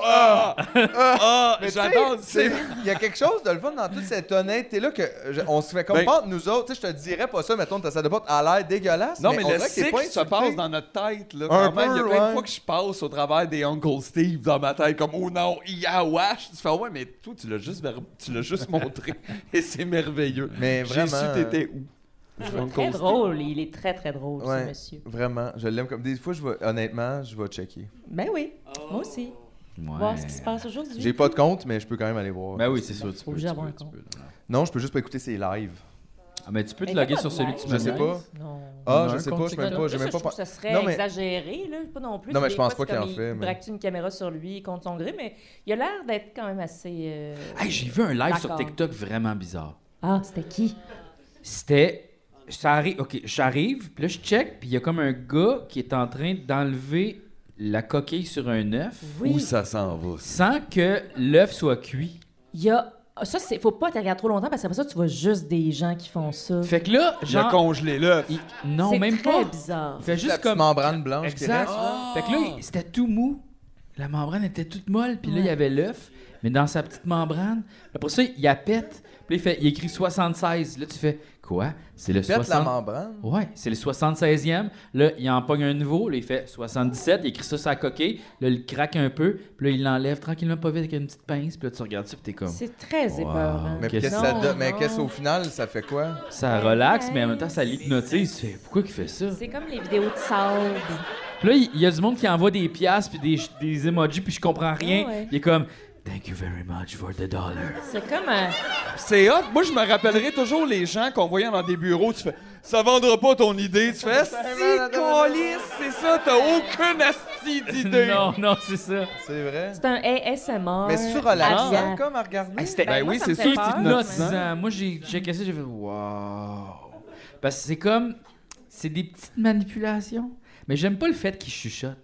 mais j'adore. C'est Il y a quelque chose de le fun dans toute cette honnêteté-là que on se fait comme Ben- pas entre nous autres. Tu sais, je te dirais pas ça, mettons, ta salle de pâtes a l'air dégueulasse. Non, mais on le dirait que t'es cycle pas se insulté. passe dans notre tête. Là, Un quand même. Il y a peu, plein de ouais. fois que je passe au travers des Uncle Steve dans ma tête, comme oh non, il y a wash. Tu fais ouais, mais toi, tu l'as juste montré. Et c'est merveilleux. Mais J'ai vraiment, su t'étais où. Il est très drôle. Il est très, très drôle, Ouais, ce monsieur. vraiment, je l'aime comme. Des fois, honnêtement, je vais checker. Ben oui, moi aussi. Voir ce qui se passe aujourd'hui. J'ai pas de compte, mais je peux quand même aller voir. Ben oui, c'est sûr, tu peux. Obligé tu d'avoir peux, un tu compte. peux, là. Non, je peux juste pas écouter ses lives. Ah, mais tu peux te Mais loguer fais pas sur de celui live. que tu Je me sais donnes. pas. Non. Ah, On a je un sais compte pas, je sais même Non, pas. J'ai ça, même je trouve pas. que ça serait Non, mais- exagéré, là. Pas non plus. Non, mais Des je pense fois, pas c'est qu'il en comme fait, Il mais- braque une caméra sur lui contre son gré, mais il a l'air d'être quand même assez. Hey, j'ai vu un live sur D'accord. TikTok vraiment bizarre. Ah, c'était qui? C'était. Ça arrive, ok, j'arrive, puis là je check, puis il y a comme un gars qui est en train d'enlever la coquille sur un œuf Où ça s'en va? sans que l'œuf soit cuit. Il y a. Ça, c'est. Faut pas te regarder trop longtemps parce qu'après ça, tu vois juste des gens qui font ça. Fait que là, J'ai genre. congelé l'œuf. Non, C'est même très pas. bizarre. Il fait La juste petite comme. membrane blanche qui Exact. reste. là. Fait que là, c'était tout mou. La membrane était toute molle, puis là, il y Ouais. avait l'œuf, mais dans sa petite membrane. Après ça, il la pète. Puis là, il écrit 76. Là, tu fais quoi? C'est le Pète la 60. membrane. Ouais, c'est le 76e. Là, il en pogne un nouveau. Là, il fait 77. Il écrit ça sur la coquille. Là, il craque un peu. Puis là, il l'enlève tranquillement, pas vite, avec une petite pince. Puis là, tu regardes ça, puis t'es comme. C'est très Wow. épeurant. Mais Qu'est-ce qu'est-ce que que ça Non, donne? Mais non. qu'est-ce qu'au final, ça fait quoi? Ça relaxe, mais en même temps, ça l'hypnotise. Tu fais, pourquoi il fait ça? C'est comme les vidéos de sable. Puis là, il y a du monde qui envoie des piastres puis des emojis, puis je comprends rien. Ah ouais. Il est comme, thank you very much for the dollar. C'est comme un. C'est hot. Moi, je me rappellerai toujours les gens qu'on voyait dans des bureaux. Tu fais, ça vendra pas ton idée. Tu fais, si, câlisse, c'est ça, t'as aucune asti d'idée. non, c'est ça. C'est vrai? C'est un ASMR. Mais c'est relaxant, Aviaire. comme à regarder. C'était Ben, moi, oui, ça c'est me fait sûr, peur, c'est mais- hypnotisant. Moi, j'ai checké ça, j'ai fait, wow. Parce que c'est comme, c'est des petites manipulations. Mais j'aime pas le fait qu'il chuchote.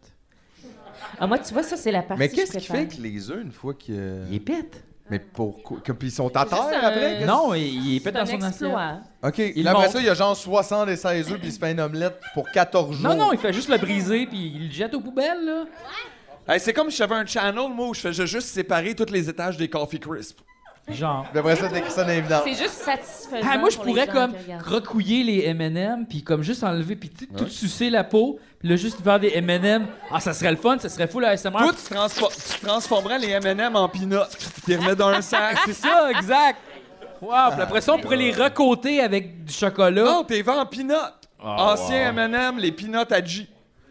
Ah, moi, tu vois, ça, c'est la partie Mais que qu'est-ce je qui préfère. fait que les œufs, une fois que. Il pète. Mais pourquoi? Puis ils sont à terre juste après? un- Qu'est-ce- Non, il C'est pète un dans son assiette. exploit. OK. Il Là, après monte. ça, il y a genre 76 œufs, puis il se fait une omelette pour 14 jours. Non, il fait juste le briser, puis il le jette aux poubelles, là. Hey, c'est comme si j'avais un channel, moi, où je faisais juste séparer tous les étages des Coffee Crisp. Genre. Puis après ça, t'écris ça dans les vidanges. C'est juste satisfaisant. Ah, moi, je pour les pourrais gens comme qui regardent. recouiller les M&M, puis comme juste enlever, puis tout sucer la peau, puis là, juste faire des M&M. Ah, ça serait le fun, ça serait fou, la ASMR. Toi, tu transformerais les M&M en peanuts. Tu les remets dans un sac. C'est ça, exact. Wow, puis après ça, on pourrait les recoter avec du chocolat. Non, t'es vends en peanuts. Ancien wow. M&M, les peanuts à G.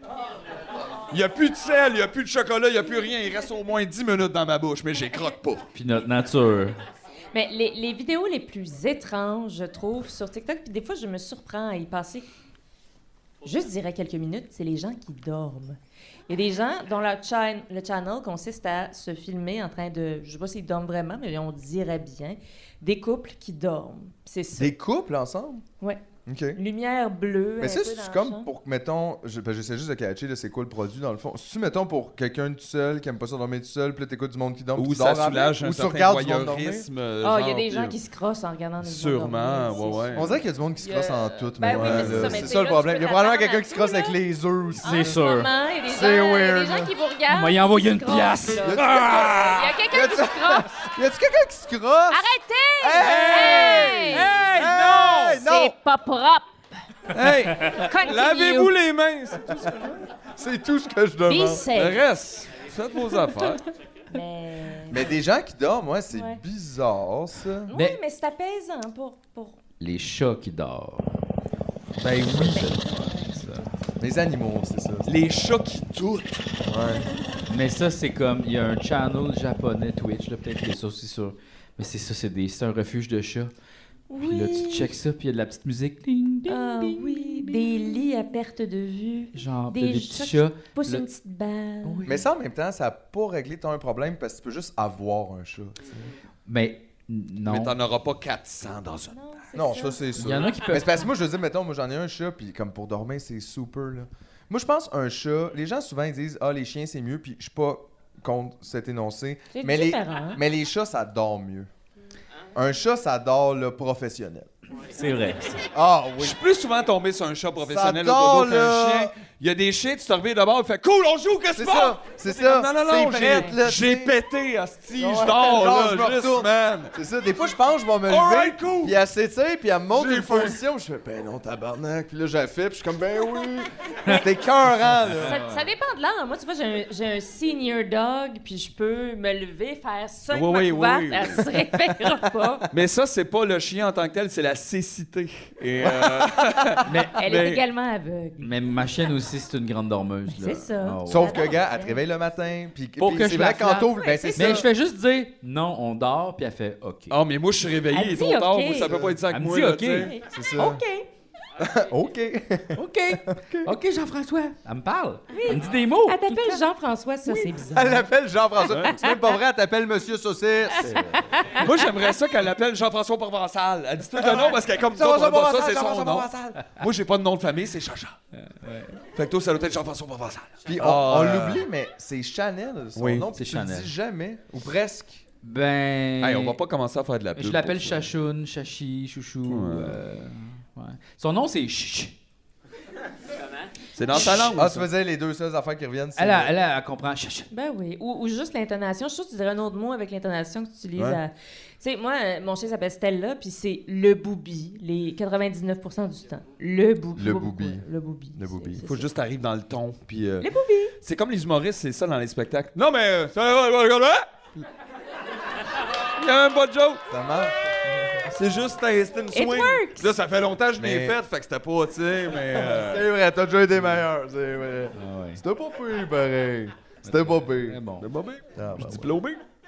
Il n'y a plus de sel, il n'y a plus de chocolat, il n'y a plus rien. Il reste au moins 10 minutes dans ma bouche, mais j'y croque pas. Peanut nature. Mais les vidéos les plus étranges, je trouve, sur TikTok, puis des fois, je me surprends à y passer juste, je dirais, quelques minutes, c'est les gens qui dorment. Il y a des gens dont le channel consiste à se filmer en train de... Je sais pas s'ils dorment vraiment, mais on dirait bien. Des couples qui dorment. C'est ça. Des couples ensemble? Ouais. OK. Lumière bleue. Mais un ça, peu c'est dans le comme champ. pour, mettons, j'essaie juste de catcher, là, c'est quoi le produit dans le fond. C'est-tu, mettons, pour quelqu'un tout seul, qui aime pas ça dormir tout seul, puis là, t'écoutes du monde qui dort, Ou puis tu ça dors avec, soulage un ou tu certain regardes du monde dormir. voyeurisme. Ah, il y a des gens qui se crossent en regardant des gens Sûrement, dormir, ouais. On dirait qu'il y a du monde qui se crosse en tout, Ben oui, mais c'est ça, mais c'est tu ça sais, le là, problème. tu Il y a peux probablement t'attendre quelqu'un qui se crosse avec tout, les œufs aussi. C'est sûr. Il y a des C'est gens, weird, des gens là. qui vous regardent. On va y envoyer une qui se crossent, pièce. là. Il y a quelqu'un qui se crosse. Y a-tu quelqu'un qui se crosse? Arrêtez! Hey! Hey, non! C'est pas propre. Hey! Continue. Lavez-vous les mains! C'est tout ce que je veux. C'est tout ce que je demande. Be Le safe. reste, faites vos affaires. Mais des gens qui dorment, ouais, c'est Ouais. bizarre, ça. Oui, Ben- mais c'est apaisant pour... Les chats qui dorment. Ben oui. Les animaux, c'est ça. Les chats qui doutent. Ouais. Mais ça, c'est comme... Il y a un channel japonais Twitch, là, peut-être qu'il y a ça aussi sur... Mais c'est ça, c'est un refuge de chats. Puis là, tu checks ça, puis il y a de la petite musique. Ding, ding, Ah ding, oui, ding, des ding. lits à perte de vue. Genre, Des des chats petits qui chats. poussent Le- une petite balle. Mais ça, en même temps, ça n'a pas réglé ton problème parce que tu peux juste avoir un chat. tu sais. Mais non. Mais t'en auras pas 400 dans un. Non, ça, c'est sûr. Il y en a qui Mais peuvent... c'est parce que moi, je veux dire, mettons, moi, j'en ai un chat, puis comme pour dormir, c'est super, là. Moi, je pense un chat... Les gens, souvent, ils disent « Ah, les chiens, c'est mieux », puis je suis pas contre cet énoncé. C'est Mais différent. mais les chats, ça dort mieux. Un chat, ça dort, le professionnel. C'est vrai. Ah Je oui. suis plus souvent tombé sur un chat professionnel au dort, dodo qu'un là. chien. Il y a des chiens, tu te reviens d'abord, il fait cool, on joue, qu'est-ce que C'est tu fais? ça, c'est ça. Non, non, non, C'est prête, là, j'ai tu sais. pété, asti, Ouais, je dors, non, là, je me juste, retourne. man. C'est ça. Des fois, je pense, je vais me lever, Alright, cool. puis elle s'étire, puis elle me montre J'ai une faim. position. Je fais « Ben non, tabarnak. » Puis là, j'ai fait, puis je suis comme « Ben oui. » C'était écœurant, là. Ça dépend de l'âge. Moi, tu vois, j'ai un senior dog, puis je peux me lever, faire ça avec Oui, ma oui, couverte, oui. elle se réveillera pas. Mais ça, c'est pas le chien en tant que tel, c'est la cécité. Et Elle est également aveugle. Mais ma chienne aussi, c'est une grande dormeuse. Là. C'est ça. Ah ouais. Sauf que, gars, elle te réveille le matin, puis Pour puis que c'est je vrai la quand flatte. t'ouvres, ben c'est ça. Mais je fais juste dire non, on dort, puis elle fait OK. Ah, mais moi, je suis réveillé, Elle il est dit trop tard, OK. moi, ça peut pas être ça avec Elle me moi, dit là, OK. tu sais. C'est ça. OK. OK. OK, Jean-François. Elle me parle. Elle me dit des mots. Elle t'appelle Jean-François, ça, c'est bizarre. Elle l'appelle Jean-François. C'est même pas vrai, elle t'appelle Monsieur Saucisse. Moi, j'aimerais ça qu'elle l'appelle Jean-François Provençal. Elle dit tout le nom parce qu'elle est comme ça, on pas ça, c'est son nom. Moi, j'ai pas de nom de famille, c'est Chacha. Fait que toi, ça doit être Jean-François Provençal. Puis on l'oublie, mais c'est Chanel, son Oui, nom, c'est puis tu le Chanel. dis jamais, ou presque. Ben. Hey, on va pas commencer à faire de la pub. Je l'appelle pour ça. Chachoun, Chachi, Chouchou. Ouais. Ouais. Son nom, c'est Chich. C'est dans sa langue. Ah, ça. tu faisais les deux seules affaires qui reviennent. c'est- Elle comprend Chich. Ben oui. Ou juste l'intonation. Je suis sûre que tu dirais un autre mot avec l'intonation que tu utilises. Ouais. Tu sais, moi, mon chien s'appelle Stella, puis c'est le boubi, les 99% du temps. Le boubi. Le Pas boubi. beaucoup, Le boubi. Le boubi. C'est Faut ça. juste arriver dans le ton. Puis, Le boubi. c'est comme les humoristes, c'est ça dans les spectacles. Non, mais ça va, regarde, hein? Il y a même pas de joke. Ça marche. C'est juste c'était une swing. works. Là, ça fait longtemps que je l'ai Mais- fait, fait que c'était pas, tu sais, mais. C'est vrai, t'as déjà été meilleur, c'est vrai. Ah ouais. C'était pas pire, pareil. C'était pas pire. C'est bon. C'est bobé. Ah, ben Je ouais. diplômé.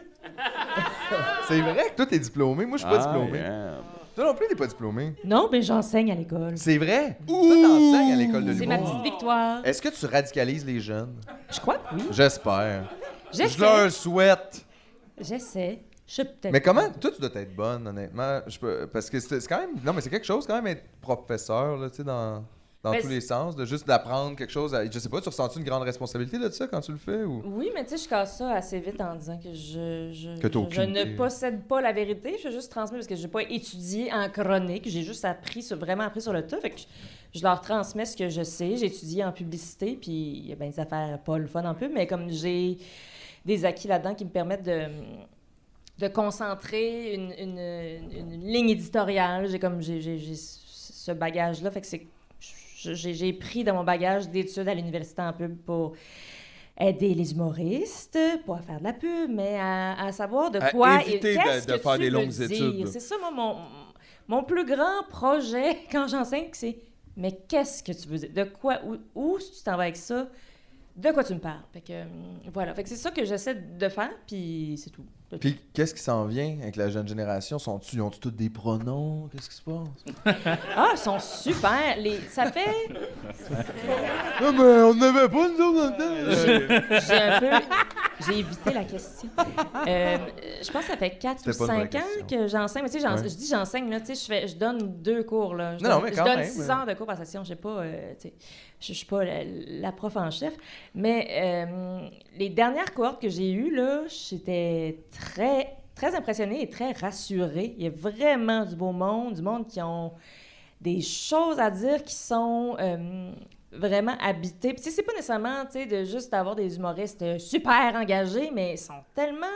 C'est vrai que toi, t'es diplômé. Moi, je suis pas diplômé. yeah. Toi non plus, t'es pas diplômé. Non, mais j'enseigne à l'école. C'est vrai. Toi, t'enseignes à l'école de C'est ma l'humour. petite victoire. Est-ce que tu radicalises les jeunes? Je crois que oui. J'espère. Je J'essaie. leur souhaite. J'essaie. Je sais peut-être. Mais comment? Toi, tu dois être bonne, honnêtement. Parce que c'est quand même... Non, mais c'est quelque chose, quand même, être professeur, là, tu sais, dans Ben, tous les sens, de juste d'apprendre quelque chose. Je sais pas, tu ressens-tu une grande responsabilité de ça quand tu le fais? Ou... Oui, mais tu sais, je casse ça assez vite en disant que Que t'as je aucune ne idée. possède pas la vérité. Je juste transmets parce que j'ai pas étudié en chronique. J'ai juste vraiment appris sur le tas. Fait que je leur transmets ce que je sais. J'ai étudié en publicité, puis il y a bien des affaires pas le fun en pub, mais comme j'ai des acquis là-dedans qui me permettent de concentrer une ligne éditoriale. J'ai ce bagage-là. Fait que j'ai pris dans mon bagage d'études à l'université en pub pour aider les humoristes, pas à faire de la pub, mais à savoir de À quoi et éviter qu'est-ce de que faire tu des veux longues dire. études. C'est ça, moi, mon plus grand projet quand j'enseigne, c'est mais qu'est-ce que tu veux dire? De quoi, où tu t'en vas avec ça? De quoi tu me parles? Fait que, voilà. Fait que c'est ça que j'essaie de faire, puis c'est tout. Puis, qu'est-ce qui s'en vient avec la jeune génération? Ils ont tous des pronoms? Qu'est-ce qui se passe? Ah, ils sont super! Ça fait... Ah, mais on n'avait pas, nous autres, dans le temps! J'ai évité la question. Je pense que ça fait 4 ou 5 ans que j'enseigne. Mais tu sais, je dis j'enseigne, là, tu sais, je donne 2 cours, là. Je donne 6 heures de cours par session. J'ai pas, tu sais, je suis pas la prof en chef. Mais les dernières cohortes que j'ai eues, là, j'étais très, très impressionnée et très rassurée. Il y a vraiment du beau monde, du monde qui ont des choses à dire qui sont... vraiment habités. Puis, c'est pas nécessairement, tu sais, de juste avoir des humoristes super engagés, mais ils sont tellement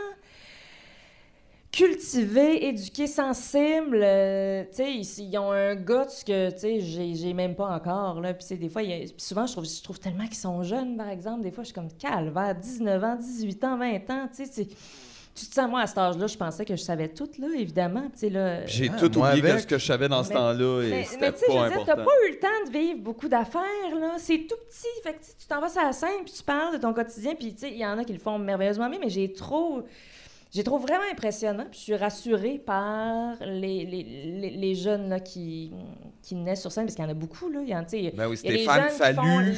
cultivés, éduqués, sensibles. Tu sais, ils ont un guts que, tu sais, j'ai même pas encore, là. Puis, des fois, puis souvent, je trouve tellement qu'ils sont jeunes, par exemple. Des fois, je suis comme calvaire, 19 ans, 18 ans, 20 ans, tu sais, tu te sens, moi, à cet âge-là, je pensais que je savais tout, là, évidemment. Là, j'ai tout oublié ce que je savais dans ce temps-là et c'était pas important. T'as pas eu le temps de vivre beaucoup d'affaires, là. C'est tout petit. Fait que tu t'en vas sur la scène, puis tu parles de ton quotidien, puis il y en a qui le font merveilleusement bien, mais j'ai trouve vraiment impressionnant, puis je suis rassurée par les jeunes là, qui naissent sur scène, parce qu'il y en a beaucoup, là. Ben oui, Stéphane Fallu.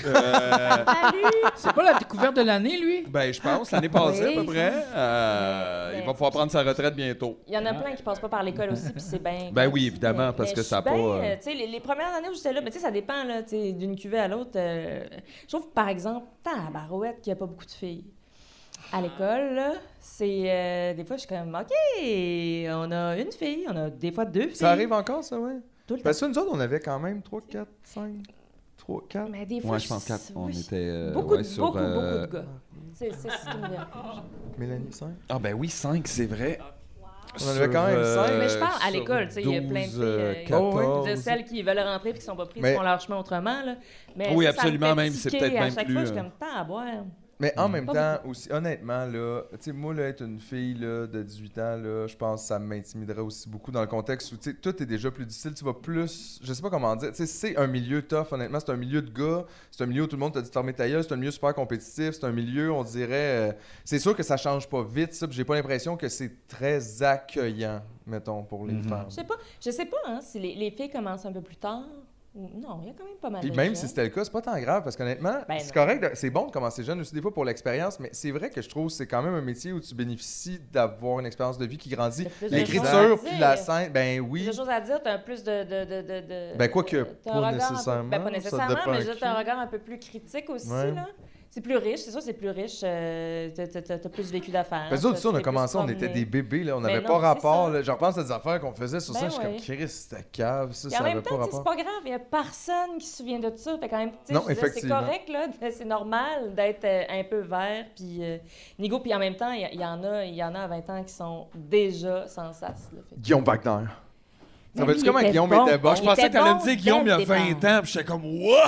C'est pas la découverte de l'année, lui? Ben, je pense, l'année passée, à peu près. Il va pouvoir prendre sa retraite bientôt. Il y en a plein qui passent pas par l'école aussi, puis c'est bien... Ben oui, évidemment, parce que ça n'a pas... Tu sais, les premières années où j'étais là, mais tu sais, ça dépend, là, d'une cuvée à l'autre. Je trouve, par exemple, tabarouette qu'il n'y a pas beaucoup de filles. À l'école, là, c'est... des fois, je suis comme, OK, on a une fille, on a des fois 2 filles. Ça arrive encore, ça, ouais? Tout le temps. Parce que nous autres, on avait quand même 3, 4, 5... 3, 4... Mais des fois, ouais, je pense 4. On était... beaucoup de gars. C'est ce qui me dérange. Mélanie, 5? Ah ben oui, 5, c'est vrai. On en avait quand même 5. Mais je parle à l'école, tu sais, il y a plein de filles... 14, celles qui veulent rentrer et qui sont pas prises font leur chemin autrement, là. Mais oui, ça absolument, me fait même, c'est tiquer peut-être à même chaque plus... fois, je suis comme, tant à boire. Mais en même temps, aussi, honnêtement, là, tu sais, moi, là, être une fille là, de 18 ans, là, je pense que ça m'intimiderait aussi beaucoup dans le contexte où, tu sais, tout est déjà plus difficile. Tu vas plus, je sais pas comment dire, tu sais, c'est un milieu tough, honnêtement. C'est un milieu de gars, c'est un milieu où tout le monde t'a dit de fermer ta gueule, c'est un milieu super compétitif, c'est un milieu, on dirait... c'est sûr que ça change pas vite, ça, puis j'ai pas l'impression que c'est très accueillant, mettons, pour les femmes. Je sais pas, hein, si les filles commencent un peu plus tard... Non, il y a quand même pas mal Puis de même gens. si c'était le cas, c'est pas tant grave parce qu'honnêtement, c'est correct, c'est bon de commencer jeune aussi des fois pour l'expérience, mais c'est vrai que je trouve que c'est quand même un métier où tu bénéficies d'avoir une expérience de vie qui grandit. L'écriture puis la scène, ben oui. J'ai des choses à dire, t'as plus de... Ben quoique, pas nécessairement. Ben pas nécessairement, mais t'as un regard un peu plus critique aussi, là. C'est plus riche, c'est sûr, c'est plus riche. T'as plus vécu d'affaires. Parce que on a commencé, on était des bébés, là, on n'avait pas rapport. Là, je repense à des affaires qu'on faisait sur ça, je suis comme, Chris, c'était cave, ça avait pas rapport. C'est pas grave, il n'y a personne qui se souvient de ça. Fait quand même, non, effectivement. c'est correct, là, c'est normal d'être un peu vert, puis nigo, puis en même temps, il y en a à 20 ans qui sont déjà sans sas. Guillaume Wagner. Ça veut-tu comment Guillaume était bon? Je pensais que t'allais me dire Guillaume il y a 20 ans, puis j'étais comme, what?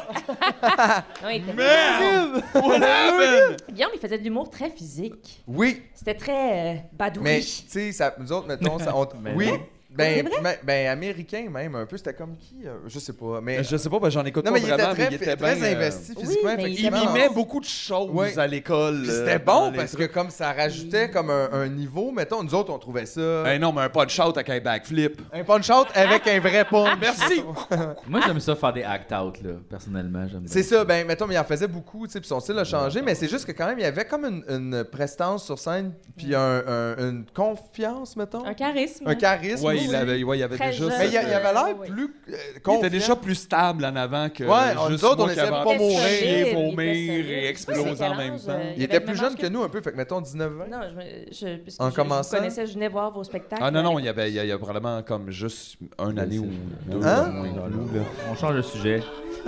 Merde! Guillaume, il faisait de l'humour très physique. Oui. C'était très badouri. Mais, tu sais, nous autres, mettons, oui. Ben, américain même, un peu. C'était comme qui? Je sais pas. Mais je sais pas, ben, j'en écoute pas vraiment, mais il était très bien... investi physiquement, effectivement. Il mimait beaucoup de choses à l'école. C'était bon, parce que comme ça rajoutait comme un niveau, mettons, nous autres, on trouvait ça... non, mais un punch-out avec un backflip. Un punch-out avec un vrai punch. Merci! Moi, j'aime ça faire des act-out, là. Personnellement, j'aime C'est ça, ben, mettons, mais il en faisait beaucoup, tu sais, puis son style a changé, mais c'est juste que quand même, il y avait comme une prestance sur scène, puis une confiance, mettons. Un charisme. Un charisme. Ouais, il y avait déjà... Mais il avait l'air plus confiant. Il était déjà plus stable en avant que juste autres, on moi qui essayait de avais pas mourir, vomir et exploser en même temps. Il était plus jeune que nous un peu, fait que mettons 19 ans. Non, en commençant. Je connaissais, je venais voir vos spectacles. Ah non, il y a probablement comme juste une année ou deux moins dans nous. On change de sujet.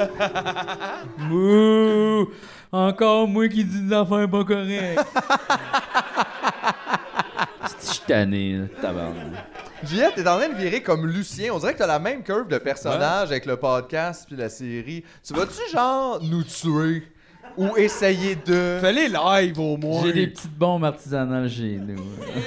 Mouh! Encore moi qui dis des affaires pas correctes. Je suis tanné, tabarnak. Juliette, t'es en train de virer comme Lucien. On dirait que t'as la même curve de personnage avec le podcast puis la série. Tu vas-tu genre nous tuer? ou essayer de... Fais-les live, au moins. J'ai des petites bombes artisanales chez nous.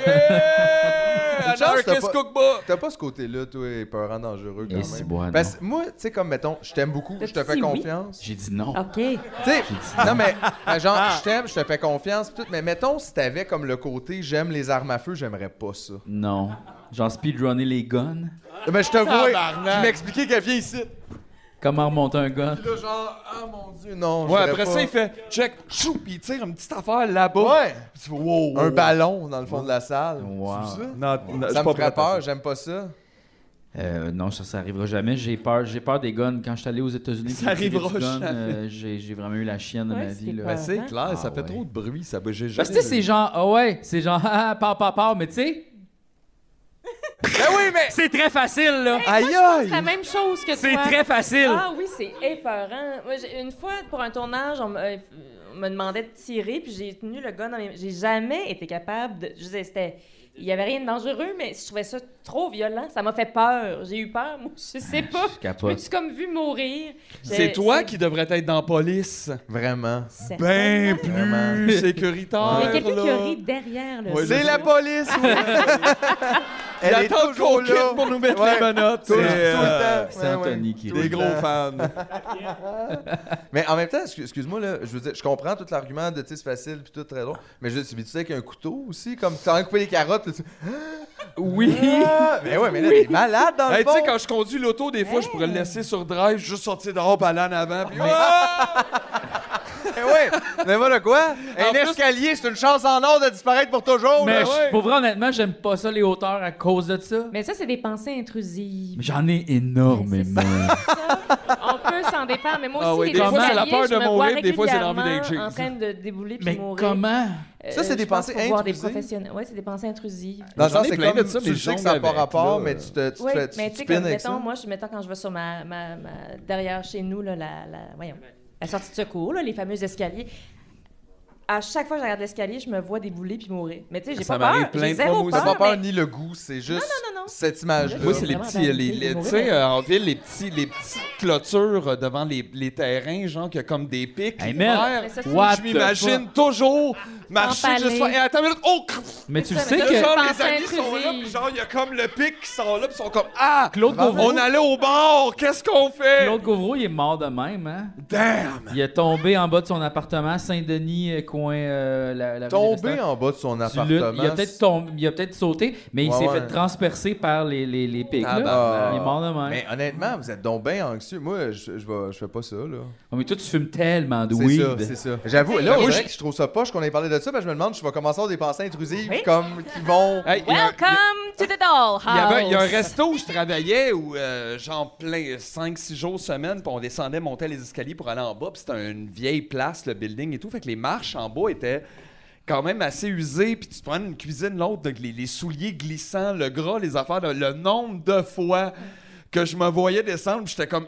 Une chance, Anarchist Cookbook. T'as pas ce côté-là, toi, épeurant, dangereux, quand Et même. si, bon, Parce que moi, tu sais, comme, mettons, je t'aime beaucoup, je te T'as-tu fais dit oui? confiance. J'ai dit non. OK. Tu sais, non, mais genre, je t'aime, je te fais confiance, pis tout, mais mettons, si t'avais comme le côté j'aime les armes à feu, j'aimerais pas ça. Non. Genre speedrunner les guns. Ben, je te vois, Tabarnak. tu m'expliquais qu'elle vient ici. Comment remonter un gun. Puis là, genre, ah mon Dieu, non. Ouais, je après ferais ça, pas. il fait check, chou, puis il tire une petite affaire là-bas. Ouais. Puis tu fais, wow, Un ballon dans le fond de la salle. Wow. C'est ça? Non, Ça me ferait peur, j'aime pas ça. Non, ça arrivera jamais. J'ai peur des guns. Quand je suis allé aux États-Unis, Ça arrivera jamais. J'ai vraiment eu la chienne de Ouais, ma vie. c'est Là. pas- Ben, c'est clair, Ah, ça fait ouais. trop de bruit, ça. Ben, j'ai Parce que tu sais, c'est genre, ah ouais, c'est genre, ah, pars, mais tu sais, Ben oui, mais. c'est très facile, là. Aïe C'est aïe! la même chose que toi. C'est très facile. Ah oui, c'est épeurant. Moi, une fois, pour un tournage, on me demandait de tirer, puis j'ai tenu le gun dans mes... J'ai jamais été capable de... Je disais, c'était... Il y avait rien de dangereux, mais je trouvais ça trop violent. Ça m'a fait peur. J'ai eu peur, moi. Je sais pas. je capote. me suis comme vu mourir. C'est toi qui devrais être dans la police. Vraiment. Ben Vraiment. plus sécuritaire. Il y a quelqu'un qui a là. ri derrière le Ouais, C'est je la sais. police! Il Elle est attend qu'on toujours quitte là. pour nous mettre Ouais. les menottes. Tout le C'est, temps. C'est Anthony qui des rit. gros fans. Mais en même temps, excuse-moi, là, je veux dire, je comprends tout l'argument de, tu sais, c'est facile puis tout très drôle. Mais je veux dire, tu sais, avec un couteau aussi, comme tu as coupé les carottes, puis tu... Oui. Mais ouais, mais là, t'es malade dans le Hey, tu fond. sais, quand je conduis l'auto, des fois, je pourrais le laisser sur drive, juste sortir dehors, puis aller en avant. Puis... Mais ouais, mais voilà quoi? Un plus- escalier, c'est une chance en or de disparaître pour toujours. Mais là. pour vrai, honnêtement, j'aime pas ça, les hauteurs, à cause de ça. Mais ça, c'est des pensées intrusives. Mais j'en ai énormément. On peut s'en défaire, mais moi aussi, Ah oui, les des fois, c'est la escaliers, peur je de me mourir, vois des fois, c'est l'envie régulièrement d'être en train de débouler puis Mais mourir. comment? Ça, c'est des je pense pensées qu'il faut voir des intrusives? professionnels. Oui, c'est des pensées intrusives. Dans le J'en sens, ai c'est plein comme de ça, tu mais sais je que ça n'a pas jongle rapport, avec, mais là. tu te Oui, fais mais tu sais, spin comme, avec ça. mettons, moi, quand je vais sur ma derrière chez nous, là, voyons, la sortie de secours, là, les fameux escaliers, à chaque fois que je regarde l'escalier, je me vois débouler puis mourir. Mais tu sais, j'ai Ça pas peur. m'arrive plein J'ai de fois, zéro moi aussi. T'as pas peur, peur mais... ni le goût, c'est juste non. cette image-là. Moi, c'est les Vraiment, petits, ben, tu c'est sais, mourir. en ville, les petites clôtures devant les terrains, genre, qui a comme des pics. Hey, verts. man, Mais ça, c'est- what Je the m'imagine toujours marcher Empaler. juste faire. Et attends une minute, oh! Mais tu ça, sais mais Là, ça, que genre, pensée les amis sont là, intrusive. puis genre, il y a comme le pic qui sont là, puis ils sont comme Ah! Claude Gauvreau, On allait au bar, qu'est-ce qu'on fait? Claude Gauvreau, il est mort de même, hein? Damn! Il est tombé en bas de son appartement, Saint-Denis, coin la Tombé en bas de son du appartement. Lutte. Il a peut-être sauté, mais il Ouais, s'est ouais. fait transpercer par les pics. Ah, là. bah. Il est mort de même. Mais honnêtement, vous êtes donc bien anxieux. Moi, je fais pas ça, là. Oh, mais toi, tu fumes tellement de C'est weed. ça, c'est ça. J'avoue, là, Ben, on moi, dirait que je trouve ça poche qu'on ait parlé de ça, parce que je me demande, je vais commencer à avoir des pensées intrusives Oui. comme qui vont... Hey, il y a- Welcome to the dollhouse. Il y a un resto où je travaillais où, genre, plein 5-6 jours semaine, puis on descendait, montait les escaliers pour aller en bas, puis c'était une vieille place, le building et tout. Fait que les marches en bas étaient quand même assez usées, puis tu te prends une cuisine, l'autre, donc les souliers glissants, le gras, les affaires, le nombre de fois que je me voyais descendre, puis j'étais comme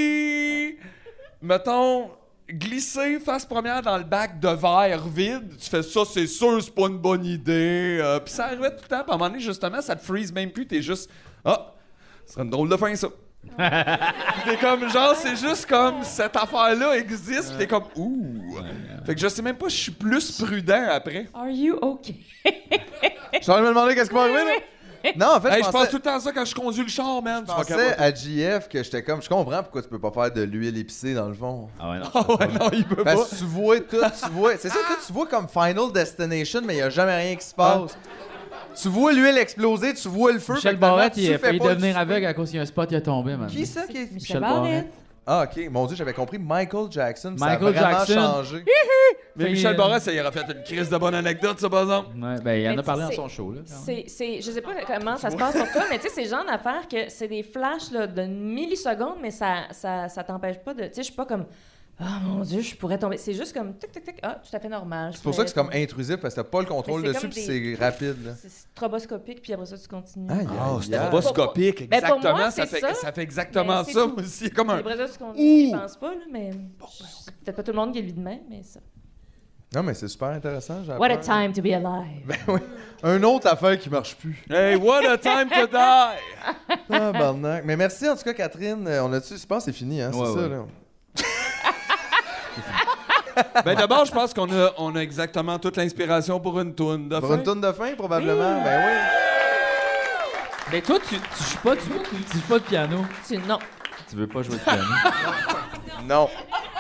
mettons, glisser face première dans le bac de verre vide, tu fais ça, c'est sûr, c'est pas une bonne idée. Puis ça arrivait tout le temps, puis à un moment donné, justement, ça te freeze même plus, t'es juste ah, ce serait une drôle de fin, ça. T'es comme, genre, c'est juste comme, cette affaire-là existe, pis t'es comme, ouh. Fait que je sais même pas, je suis plus prudent après. Are you okay? Je suis en train de me demander qu'est-ce qui va arriver, là. Non, en fait, Hey, je je pensais... pense tout le temps ça quand je conduis le char, man. Je pensais à JF que j'étais comme, je comprends pourquoi tu peux pas faire de l'huile épicée dans le fond. Ah ouais, non. Ah ouais, non, il peut pas. Parce que tu vois tout, c'est ça, toi, tu vois comme Final Destination, mais il y a jamais rien qui se passe. Tu vois l'huile exploser, tu vois le feu. Michel fait que maintenant, Barrette, tu il a fais failli pas devenir du- aveugle à cause qu'il y a un spot, il a tombé, man. Qui ça qui est... Michel Barrette. Ah, ok. Mon Dieu, j'avais compris Michael Jackson. puis Michael ça a vraiment Jackson. changé. Mais Fait, Michel Barrette, ça y aurait fait une crise de bonne anecdote, ça, par exemple. Ouais, ben, il en Mais a parlé dans c'est- son show, là. quand même. Je sais pas comment ça se passe pour toi, mais tu sais, c'est le genre d'affaire que c'est des flashs là, de millisecondes, mais ça t'empêche pas de. Tu sais, je suis pas comme. Ah mon Dieu, je pourrais tomber. C'est juste comme tic tic tic. Ah, tout à fait normal. C'est pour ça que c'est comme intrusif, parce que t'as pas le contrôle Mais c'est dessus, comme puis c'est rapide. Là. C'est stroboscopique, puis après ça, tu continues. Aïe, Oh, aïe, c'était aïe. stroboscopique, Ben, pour exactement. moi, ça, c'est fait, ça. ça fait exactement Ben, c'est ça tout. aussi. Comme un. Après ça, tu continues, je pense pas, là, mais. C'est peut-être pas tout le monde qui est lui de même, mais ça. Non, mais c'est super intéressant. j'ai What a peur. time to be alive. Ben oui. Un autre affaire qui marche plus. Hey, what a time to die! Ah, barnac. Mais merci en tout cas, Catherine. On a-tu, je pense que c'est fini, hein? Ouais, c'est ça, ouais. là. Ben d'abord, je pense qu'on a exactement toute l'inspiration pour une toune de fin. Pour une toune de fin, probablement. Ben oui. Mais toi, tu joues pas de piano. Non. Tu veux pas jouer de piano? Non.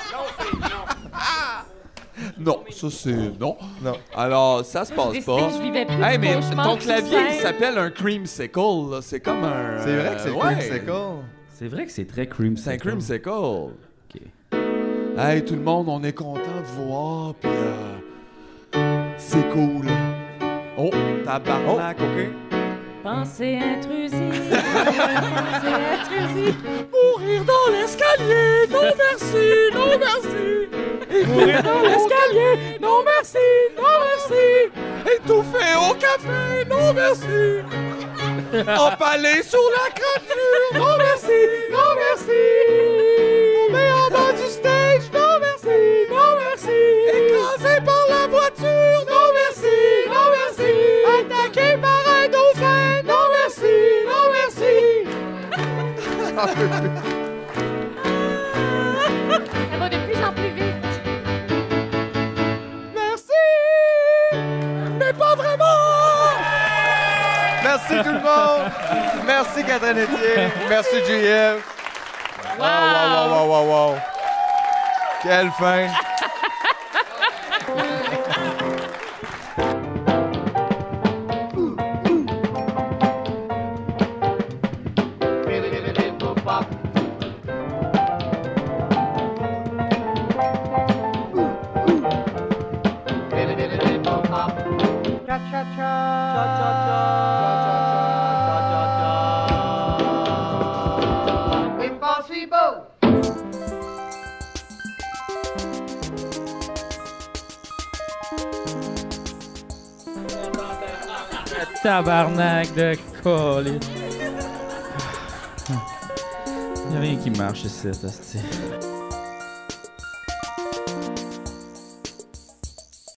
Non, ça c'est non. Non. Alors, ça se passe décidé pas. que je vivais plus Hey, de mais cauchemars ton sur clavier, il scène. s'appelle un creamsicle. Là. C'est comme un. C'est vrai que c'est ouais. creamsicle. C'est vrai que c'est très creamsicle. C'est un creamsicle. OK. Hey, tout le monde, on est content de vous voir, puis c'est cool. Oh, tabarnak, OK? Pensée intrusive. Pensée intrusive. Mourir dans l'escalier, non merci, non merci. Mourir dans l'escalier, non merci, non merci. Étouffer au café, non merci. Empaler sur la crâture, non merci, non merci. Mais en bas du stage, non merci, non merci. Écrasé par la voiture, non merci, non merci. Attaqué par un dauphin, non merci, non merci. Ça va de plus en plus vite. Merci, mais pas vraiment. Merci tout le monde. Merci Catherine Etier. Merci JF. Wow. Quelle fin. Tabarnak de colis. Y'a rien qui marche ici, hostie.